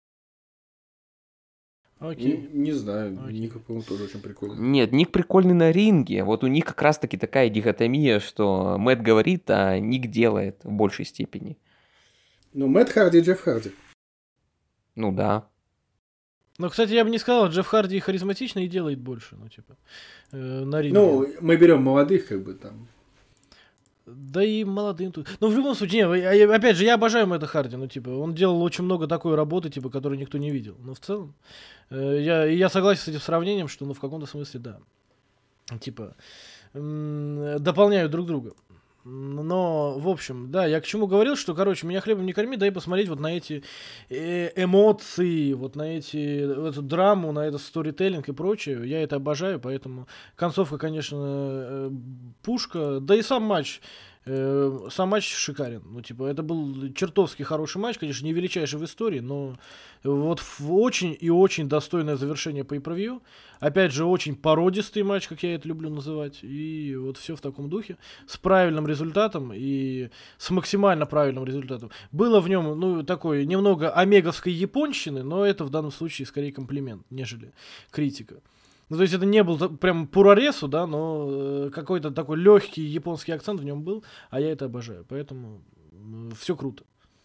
Окей. Не, не знаю, Окей. Ника, по-моему, тоже очень прикольный. Нет, Ник прикольный на ринге. Вот у Ника как раз-таки такая дихотомия, что Мэтт говорит, а Ник делает в большей степени. Ну, Мэтт Харди и Джефф Харди. Ну да. Ну, кстати, я бы не сказал, Джефф Харди харизматичный и делает больше, ну, типа, э, на ринге. Ну, мы берем молодых, как бы там. Да и молодым тут. Ну, в любом случае, не, я- я- опять же, я обожаю Мэтта Харди, ну, типа, он делал очень много такой работы, типа, которую никто не видел. Но в целом, э, я, я согласен с этим сравнением, что, ну, в каком-то смысле, да. Типа, м, дополняют друг друга. Но, в общем, да, я к чему говорил, что, короче, меня хлебом не корми, дай посмотреть вот на эти э, эмоции, вот на эти, эту драму, на этот сторителлинг и прочее. Я это обожаю, поэтому концовка, конечно, э, пушка. Да и сам матч Э, Сам матч шикарен. Ну, типа, это был чертовски хороший матч, конечно, не величайший в истории, но вот в очень и очень достойное завершение pay-per-view. Опять же, очень породистый матч, как я это люблю называть. И вот все в таком духе. С правильным результатом и с максимально правильным результатом. Было в нем, ну, такой немного омеговской японщины, но это в данном случае скорее комплимент, нежели критика. Ну, то есть это не был та- прям пураресу, да, но э, какой-то такой легкий японский акцент в нем был, а я это обожаю. Поэтому все круто.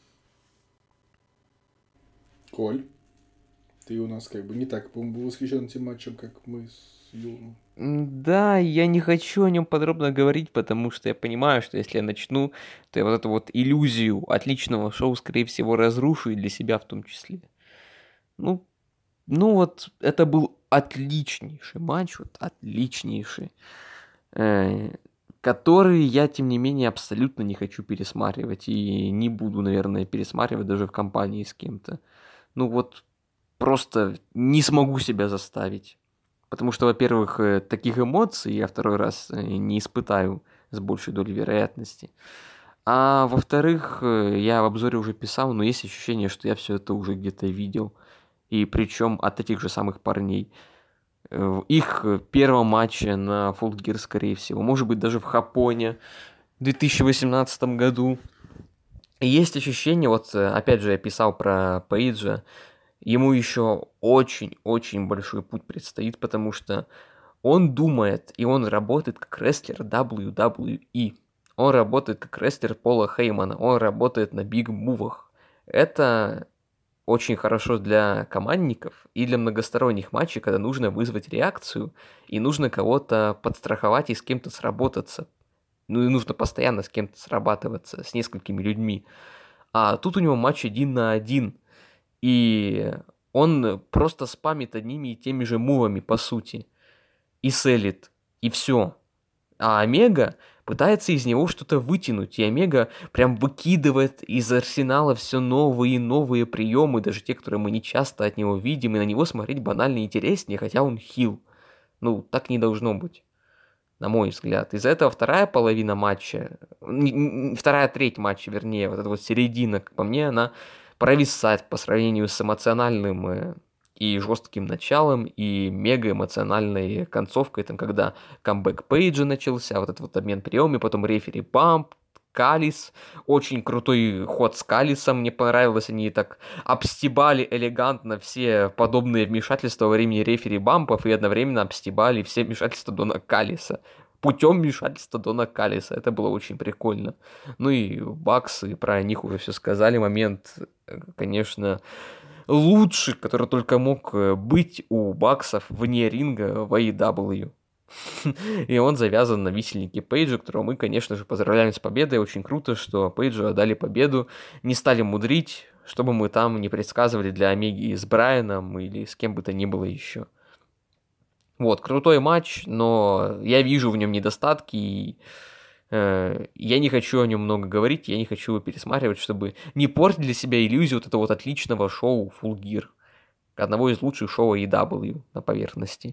Коль, ты у нас как бы не так, по-моему, был восхищен этим матчем, как мы с Юлом. М, Да, я не хочу о нем подробно говорить, потому что я понимаю, что если я начну, то я вот эту вот иллюзию отличного шоу, скорее всего, разрушу и для себя в том числе. Ну, ну вот, это был отличнейший матч, вот отличнейший, э, который я, тем не менее, абсолютно не хочу пересматривать и не буду, наверное, пересматривать даже в компании с кем-то. Ну вот, просто не смогу себя заставить. Потому что, во-первых, э, таких эмоций я второй раз э, не испытаю с большей долей вероятности. А во-вторых, э, я в обзоре уже писал, но есть ощущение, что я все это уже где-то видел. И причем от этих же самых парней. Э, В их э, первом матче на Full Gear, скорее всего. Может быть, даже в Хапоне в две тысячи восемнадцатом году. И есть ощущение, вот э, опять же я писал про Пейджа, ему еще очень-очень большой путь предстоит, потому что он думает и он работает как рестлер дабл ю дабл ю и. Он работает как рестлер Пола Хеймана, он работает на биг-мувах. Это очень хорошо для командников и для многосторонних матчей, когда нужно вызвать реакцию и нужно кого-то подстраховать и с кем-то сработаться. Ну и нужно постоянно с кем-то срабатываться, с несколькими людьми. А тут у него матч один на один. И он просто спамит одними и теми же мувами, по сути. И селит. И все. А Омега пытается из него что-то вытянуть. И Омега прям выкидывает из арсенала все новые и новые приемы, даже те, которые мы не часто от него видим. И на него смотреть банально интереснее, хотя он хил. Ну, так не должно быть. На мой взгляд. Из-за этого вторая половина матча, н- н- вторая треть матча, вернее, вот эта вот середина, как по мне, она провисает по сравнению с эмоциональным э, и жестким началом, и мега эмоциональной концовкой, там, когда камбэк Пейджа начался, вот этот вот обмен приемами, потом рефери бамп, Калис, очень крутой ход с Калисом, мне понравилось, они так обстебали элегантно все подобные вмешательства во времени рефери бампов и одновременно обстебали все вмешательства Дона Калиса. Путем вмешательства Дона Калиса. Это было очень прикольно. Ну и Баксы, про них уже все сказали. Момент, э, конечно, лучший, который только мог э, быть у Баксов вне ринга в эй и дабл ю. И он завязан на висельнике Пейджа, которого мы, конечно же, поздравляем с победой. Очень круто, что Пейджу отдали победу. Не стали мудрить, чтобы мы там не предсказывали для Омеги с Брайаном или с кем бы то ни было еще. Вот, крутой матч, но я вижу в нем недостатки, и э, я не хочу о нем много говорить, я не хочу его пересматривать, чтобы не портить для себя иллюзию вот этого вот отличного шоу Full Gear. Одного из лучших шоу эй и дабл ю на поверхности.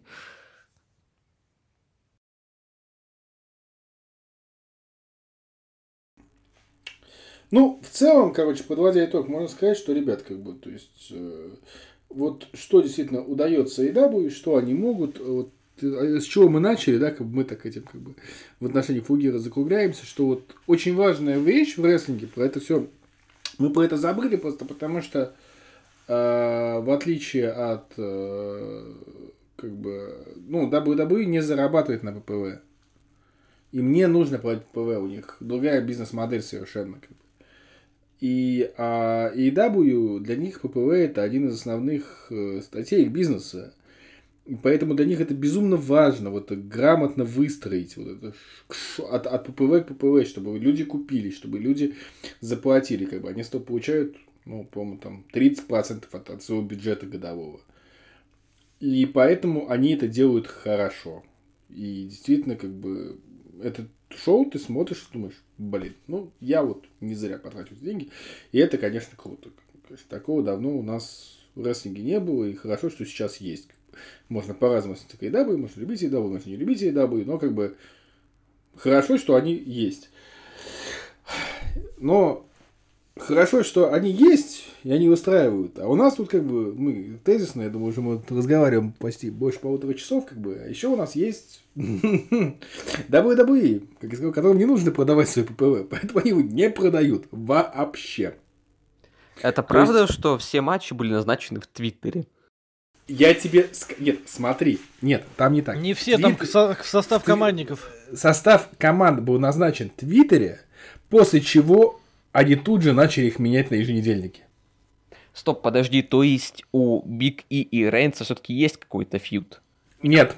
Ну, в целом, короче, подводя итог, можно сказать, что, ребят, как бы, то есть, э, вот что действительно удается эй и дабл ю, что они могут, вот, э, с чего мы начали, да, как бы мы так этим, как бы, в отношении Фугира закругляемся, что вот очень важная вещь в рестлинге, про это все, мы про это забыли просто потому, что, э, в отличие от, э, как бы, ну, дабл ю дабл ю не зарабатывает на ППВ. И мне нужно платить ППВ, у них другая бизнес-модель совершенно, как бы. И а, эй и дабл ю для них ППВ это один из основных э, статей их бизнеса. И поэтому для них это безумно важно, вот грамотно выстроить вот это, от, от ППВ к ППВ, чтобы люди купили, чтобы люди заплатили. Как бы. Они с того получают, ну, по-моему, там тридцать процентов от, от своего бюджета годового. И поэтому они это делают хорошо. И действительно, как бы, это шоу ты смотришь и думаешь, блин, ну, я вот не зря потрачу деньги. И это, конечно, круто. Такого давно у нас в рестлинге не было, и хорошо, что сейчас есть. Можно по-разному относиться к эй и дабл ю, можно любить эй и дабл ю, можно не любить эй и дабл ю, но как бы хорошо, что они есть. Но хорошо, что они есть, и они устраивают. А у нас тут как бы, мы тезисно, я думаю, уже мы разговариваем почти больше полутора часов, как бы, а еще у нас есть дабл ю дабл ю и, как я сказал, которым не нужно продавать свой ППВ, поэтому они его не продают вообще. Это правда, есть... что все матчи были назначены в Твиттере? Я тебе... Нет, смотри. Нет, там не так. Не все, Твит... там со- состав командников. Состав команд был назначен в Твиттере, после чего они тут же начали их менять на еженедельники. Стоп, подожди, то есть у Биг И и Рейнса все-таки есть какой-то фьюд? Нет.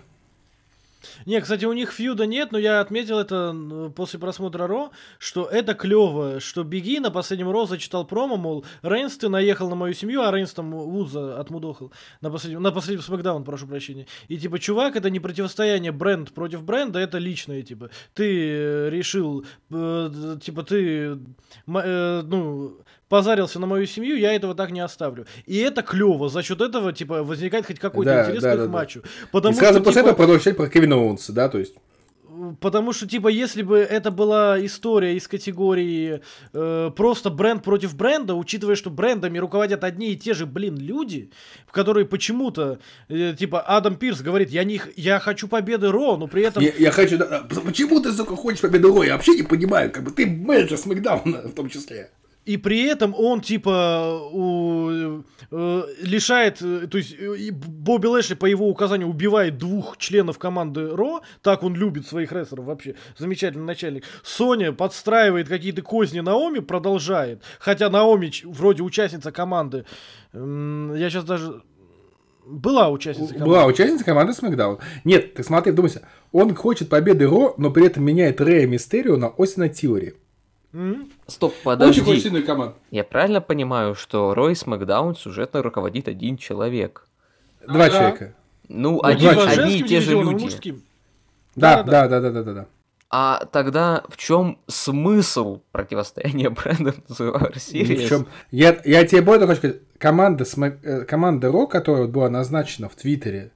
Не, кстати, у них фьюда нет, но я отметил это после просмотра Ро, что это клево, что Бигги на последнем Ро зачитал промо, мол, Рейнс, ты наехал на мою семью, а Рейнс там Вудза отмудохал на последнем, на последнем Смэкдаун, прошу прощения. И типа, чувак, это не противостояние бренд против бренда, это личное, типа. Ты решил, э, типа, ты, э, ну... позарился на мою семью, я этого так не оставлю. И это клево. За счет этого, типа, возникает хоть какой-то да, интерес да, к да, их да. матчу. Потому и сразу что, после типа, этого продолжать про Кевина Оуэнса, да, то есть... Потому что, типа, если бы это была история из категории э, просто бренд против бренда, учитывая, что брендами руководят одни и те же, блин, люди, которые почему-то, э, типа, Адам Пирс говорит, я, не, я хочу победы Ро, но при этом... Я, я хочу... Да, почему ты, сука, хочешь победы Ро? Я вообще не понимаю, как бы ты менеджер Смэкдауна в том числе. И при этом он, типа, у, э, лишает, э, то есть э, Бобби Лэшли по его указанию убивает двух членов команды Ро, так он любит своих рестлеров вообще, замечательный начальник. Соня подстраивает какие-то козни Наоми, продолжает, хотя Наоми вроде участница команды, э, я сейчас даже... Была участница команды. Была участница команды Смэкдаун. Нет, ты смотри, вдумайся, он хочет победы Ро, но при этом меняет Рэя Мистерио на Остина Тиори. Mm-hmm. Стоп, подожди. Очень сильная команда. Я правильно понимаю, что Рой Смэкдаун сюжетно руководит один человек? Два ага. человека. Ну, ну один, типа, одни и те же люди. Мужским. Да, да, да, да, да, да, да. А тогда в чем смысл противостояния бренда Survivor Series? В чем? Я, я тебе более хочу сказать, команда, Смэк, команда Ро, которая была назначена в Твиттере,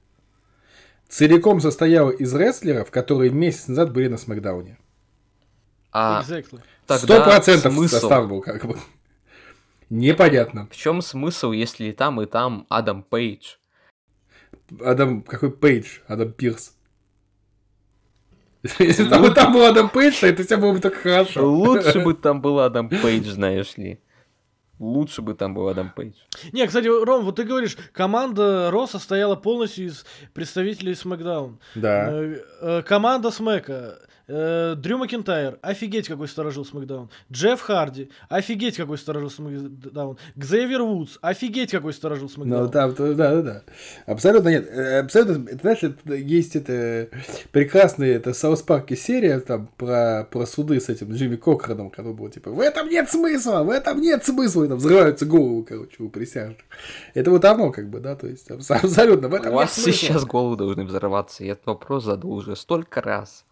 целиком состояла из рестлеров, которые месяц назад были на Смэкдауне. А Exactly. Сто процентов состав был как бы. Непонятно. В чем смысл, если и там, и там Адам Пейдж? Адам, какой Пейдж? Адам Пирс. Если там и там был Адам Пейдж, то это все было бы так хорошо. Лучше бы там был Адам Пейдж, знаешь ли. Лучше бы там был Адам Пейдж. Не, кстати, Ром, вот ты говоришь, команда Ро состояла полностью из представителей Смэкдаун. Да. Э, э, команда Смэка. Э, Дрю Макинтайр, офигеть какой сторожил Смэкдаун. Джефф Харди, офигеть какой сторожил Смэкдаун. Кзейвер Вудс, офигеть какой сторожил Смэкдаун. Ну да, да, да, да. Абсолютно нет. Абсолютно, это, знаешь, это, есть это прекрасная это Саус Парке серия там про, про суды с этим Джимми Кокроном, который был типа, в этом нет смысла, в этом нет смысла, и там взрываются головы, короче, у присяжных. Это вот оно, как бы, да, то есть абсолютно в этом У нет вас смысла. сейчас головы должны взорваться, я этот вопрос задал уже столько раз.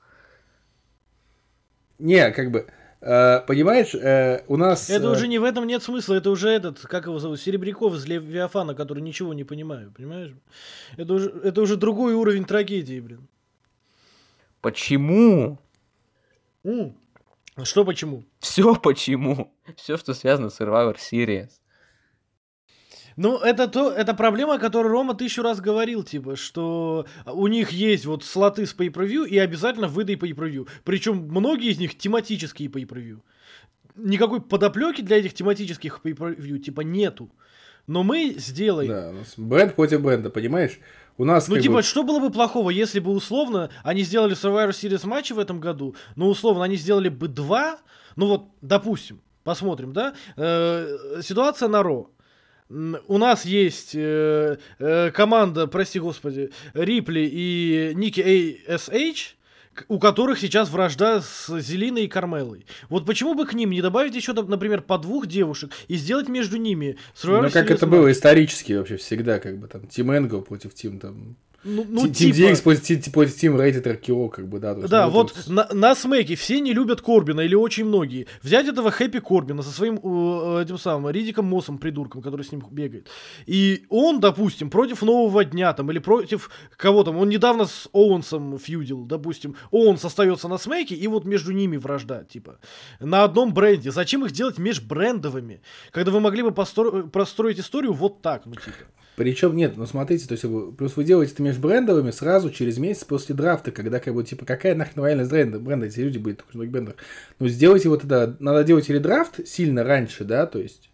Не, как бы, э, понимаешь, э, у нас... Это э... уже не в этом нет смысла, это уже этот, как его зовут, Серебряков из Левиафана, который ничего не понимаю, понимаешь? Это уже, это уже другой уровень трагедии, блин. Почему? М. Что почему? Все почему? Все, что связано с Survivor Series. Ну, это, то, это проблема, о которой Рома тысячу раз говорил, типа, что у них есть вот слоты с pay-per-view и обязательно выдай pay-per-view. Причем многие из них тематические pay-per-view. Никакой подоплеки для этих тематических pay-per-view, типа, нету. Но мы сделаем. Да, у нас бренд против бренда, понимаешь? У нас Ну, как типа, бы... что было бы плохого, если бы условно они сделали Survivor Series матчи в этом году, но условно они сделали бы два, ну вот, допустим, посмотрим, да? Э-э- ситуация на Ро. У нас есть э, э, команда, прости господи, Рипли и Ники эй эс эйч, у которых сейчас вражда с Зелиной и Кармелой. Вот почему бы к ним не добавить еще, например, по двух девушек и сделать между ними Survivor Ну, как Series это матч? было исторически вообще всегда, как бы там, Тим Энгл против Тим там... Ну, ну, Team типа... ди экс против Team Rated эр кей о, как бы, да. То есть, Да, ну, вот это... на, на смеке все не любят Корбина, или очень многие. Взять этого Хэппи Корбина со своим э, этим самым Риддиком Моссом, придурком, который с ним бегает. И он, допустим, против Нового Дня, там, или против кого там, он недавно с Оуэнсом фьюдил, допустим, Оуэнс остается на смеке, и вот между ними вражда, типа, на одном бренде. Зачем их делать межбрендовыми, когда вы могли бы постро... простроить историю вот так, ну, типа. Причем нет, ну смотрите, то есть вы, плюс вы делаете это межбрендовыми сразу через месяц после драфта, когда как бы типа какая нахрен лояльность бренда, бренда эти люди были в многих брендах. Ну сделайте вот это, надо делать или драфт сильно раньше, да, то есть.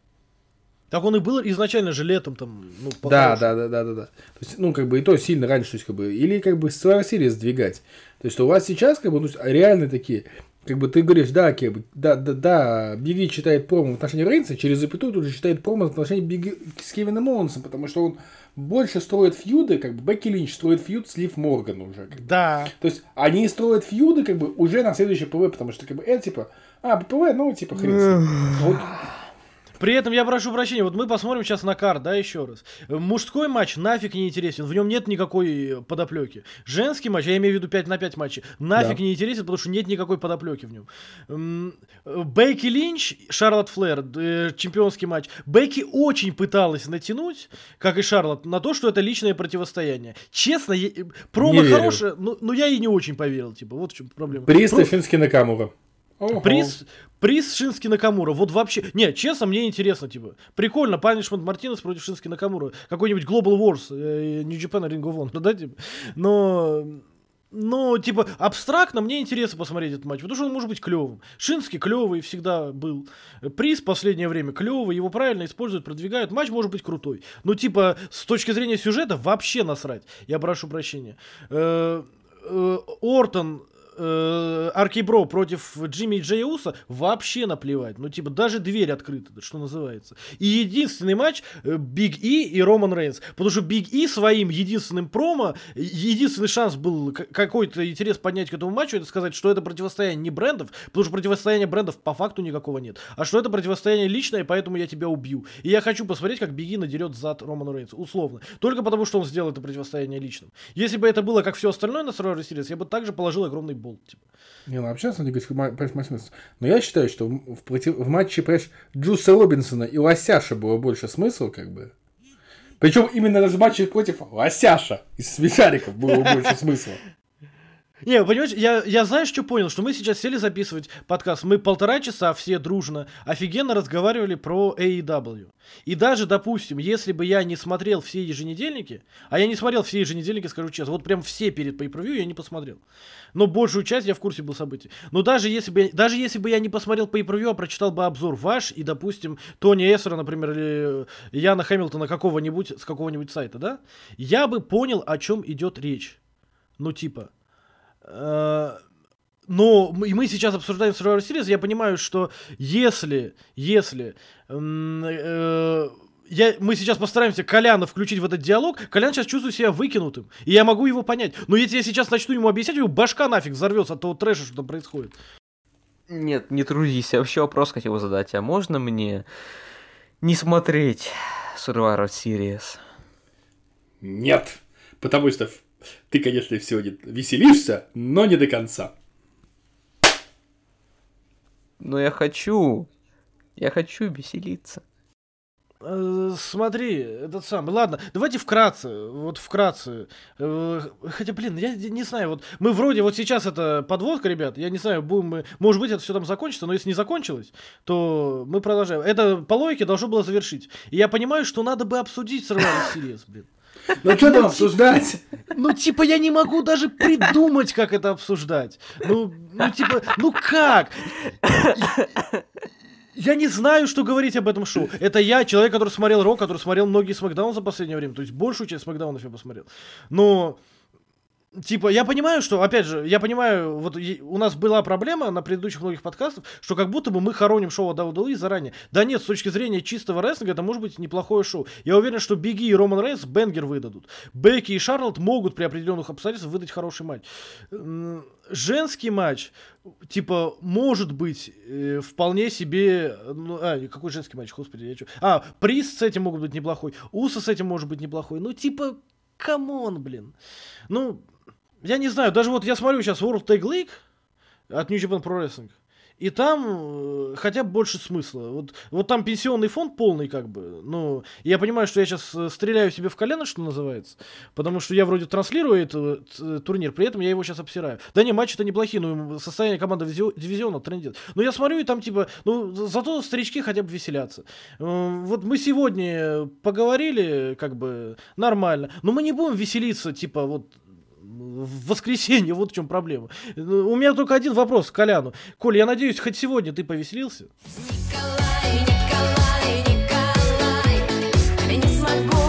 Так он и был изначально же летом там, ну, да, да, да, да, да, да. То есть, ну, как бы и то сильно раньше, то есть, как бы, или как бы Survivor Series сдвигать. То есть, у вас сейчас, как бы, ну, реально такие, как бы ты говоришь, да, как бы, да, да, да, Бигги читает промо в отношении Рейнса, через запятую тут же читает промо в отношении Бигги с Кевином Оуэнсом, потому что он больше строит фьюды, как бы Бекки Линч строит фьюд с Лив Морган уже. Как бы. Да. То есть, они строят фьюды, как бы, уже на следующий ПВ, потому что, как бы, это, типа, а, ПВ, ну, типа, хрен. Вот. При этом я прошу прощения, вот мы посмотрим сейчас на карт, да, еще раз. Мужской матч нафиг не интересен, в нем нет никакой подоплеки. Женский матч, я имею в виду пять на пять матчей, нафиг да. не интересен, потому что нет никакой подоплеки в нем. Бекки Линч, Шарлотт Флэр, чемпионский матч. Бекки очень пыталась натянуть, как и Шарлотт, на то, что это личное противостояние. Честно, я... промо хорошее, но, но я и не очень поверил, типа, вот в чем проблема. Приз Про... Шински Накамура. Приз, приз Шински Накамура. Вот вообще... Не, честно, мне интересно, типа. Прикольно, Панишмент Мартинес против Шински Накамура. Какой-нибудь Global Wars, э, New Japan, Ring of Honor, да, типа. Но... Но, типа, абстрактно мне интересно посмотреть этот матч, потому что он может быть клевым. Шински клевый всегда был. Приз в последнее время клевый, его правильно используют, продвигают. Матч может быть крутой. Но, типа, с точки зрения сюжета вообще насрать. Я прошу прощения. Э, э, Ортон... Арки-Бро против Джимми и Джей Уса вообще наплевать. Ну, типа, даже дверь открыта, что называется. И единственный матч Биг И и Роман Рейнс. Потому что Биг И своим единственным промо, единственный шанс был какой-то интерес поднять к этому матчу, это сказать, что это противостояние не брендов, потому что противостояния брендов по факту никакого нет. А что это противостояние личное, поэтому я тебя убью. И я хочу посмотреть, как Биг И надерет зад Роману Рейнсу. Условно. Только потому, что он сделал это противостояние личным. Если бы это было, как все остальное на Survivor Series, я бы также положил огромный болт. Типа. Не, ну общаться, но я считаю, что в, против... в матче, понимаешь, Джуса Робинсона и Лосяша было больше смысла, как бы. Причем именно даже в матче против Лосяша из смешариков было больше смысла. Не, понимаешь, я, я знаешь, что понял? Что мы сейчас сели записывать подкаст. Мы полтора часа все дружно офигенно разговаривали про эй и дабл ю. И даже, допустим, если бы я не смотрел все еженедельники, а я не смотрел все еженедельники, скажу честно, вот прям все перед pay-per-view я не посмотрел. Но большую часть я в курсе был событий. Но даже если бы, даже если бы я не посмотрел pay-per-view, а прочитал бы обзор ваш и, допустим, Тони Эссера, например, или Яна Хэмилтона какого-нибудь, с какого-нибудь сайта, да, я бы понял, о чем идет речь. Ну, типа... Но мы сейчас обсуждаем Survivor Series, я понимаю, что если, если э, я, мы сейчас постараемся Коляна включить в этот диалог, Колян сейчас чувствует себя выкинутым, и я могу его понять. Но если я сейчас начну ему объяснять, его башка нафиг взорвется от того трэша, что там происходит. Нет, не трудись, я вообще вопрос хотел задать, а можно мне не смотреть Survivor Series? Нет, потому что... Ты, конечно, сегодня веселишься, но не до конца. Но я хочу. Я хочу веселиться. Смотри, этот самый. Ладно, давайте вкратце. Вот вкратце. Хотя, блин, я не знаю, вот мы вроде вот сейчас это подводка, ребят. Я не знаю, будем мы. Может быть, это все там закончится, но если не закончилось, то мы продолжаем. Это по логике должно было завершить. И я понимаю, что надо бы обсудить Survivor Series, блин. Ну что там обсуждать? Ну, типа, я не могу даже придумать, как это обсуждать. Ну, ну типа, ну как? Я не знаю, что говорить об этом шоу. Это я, человек, который смотрел Ро, который смотрел многие Смэкдаун за последнее время. То есть большую часть Смэкдаунов я посмотрел. Но... Типа, я понимаю, что, опять же, я понимаю, вот у нас была проблема на предыдущих многих подкастах, что как будто бы мы хороним шоу дабл ю дабл ю и заранее. Да нет, с точки зрения чистого рестлинга, это может быть неплохое шоу. Я уверен, что Биг И и Роман Рейнс бенгер выдадут. Бекки и Шарлотт могут при определенных обстоятельствах выдать хороший матч. Женский матч, типа, может быть, э, вполне себе... Ну, а, какой женский матч, господи, я что... А, Приз с этим могут быть неплохой, Уса с этим может быть неплохой. Ну, типа... камон, блин. Ну, я не знаю, даже вот я смотрю сейчас World Tag League от New Japan Pro Wrestling, и там э, хотя бы больше смысла. Вот, вот там пенсионный фонд полный, как бы. Ну, я понимаю, что я сейчас стреляю себе в колено, что называется, потому что я вроде транслирую этот турнир, при этом я его сейчас обсираю. Да не, матчи-то неплохие, но состояние команды дивизиона трендит. Но я смотрю, и там типа, ну, зато старички хотя бы веселятся. Э, вот мы сегодня поговорили, как бы, нормально, но мы не будем веселиться, типа, вот, в воскресенье, вот в чем проблема. У меня только один вопрос к Коляну. Коль, я надеюсь, хоть сегодня ты повеселился? Николай, Николай, Николай, не смогу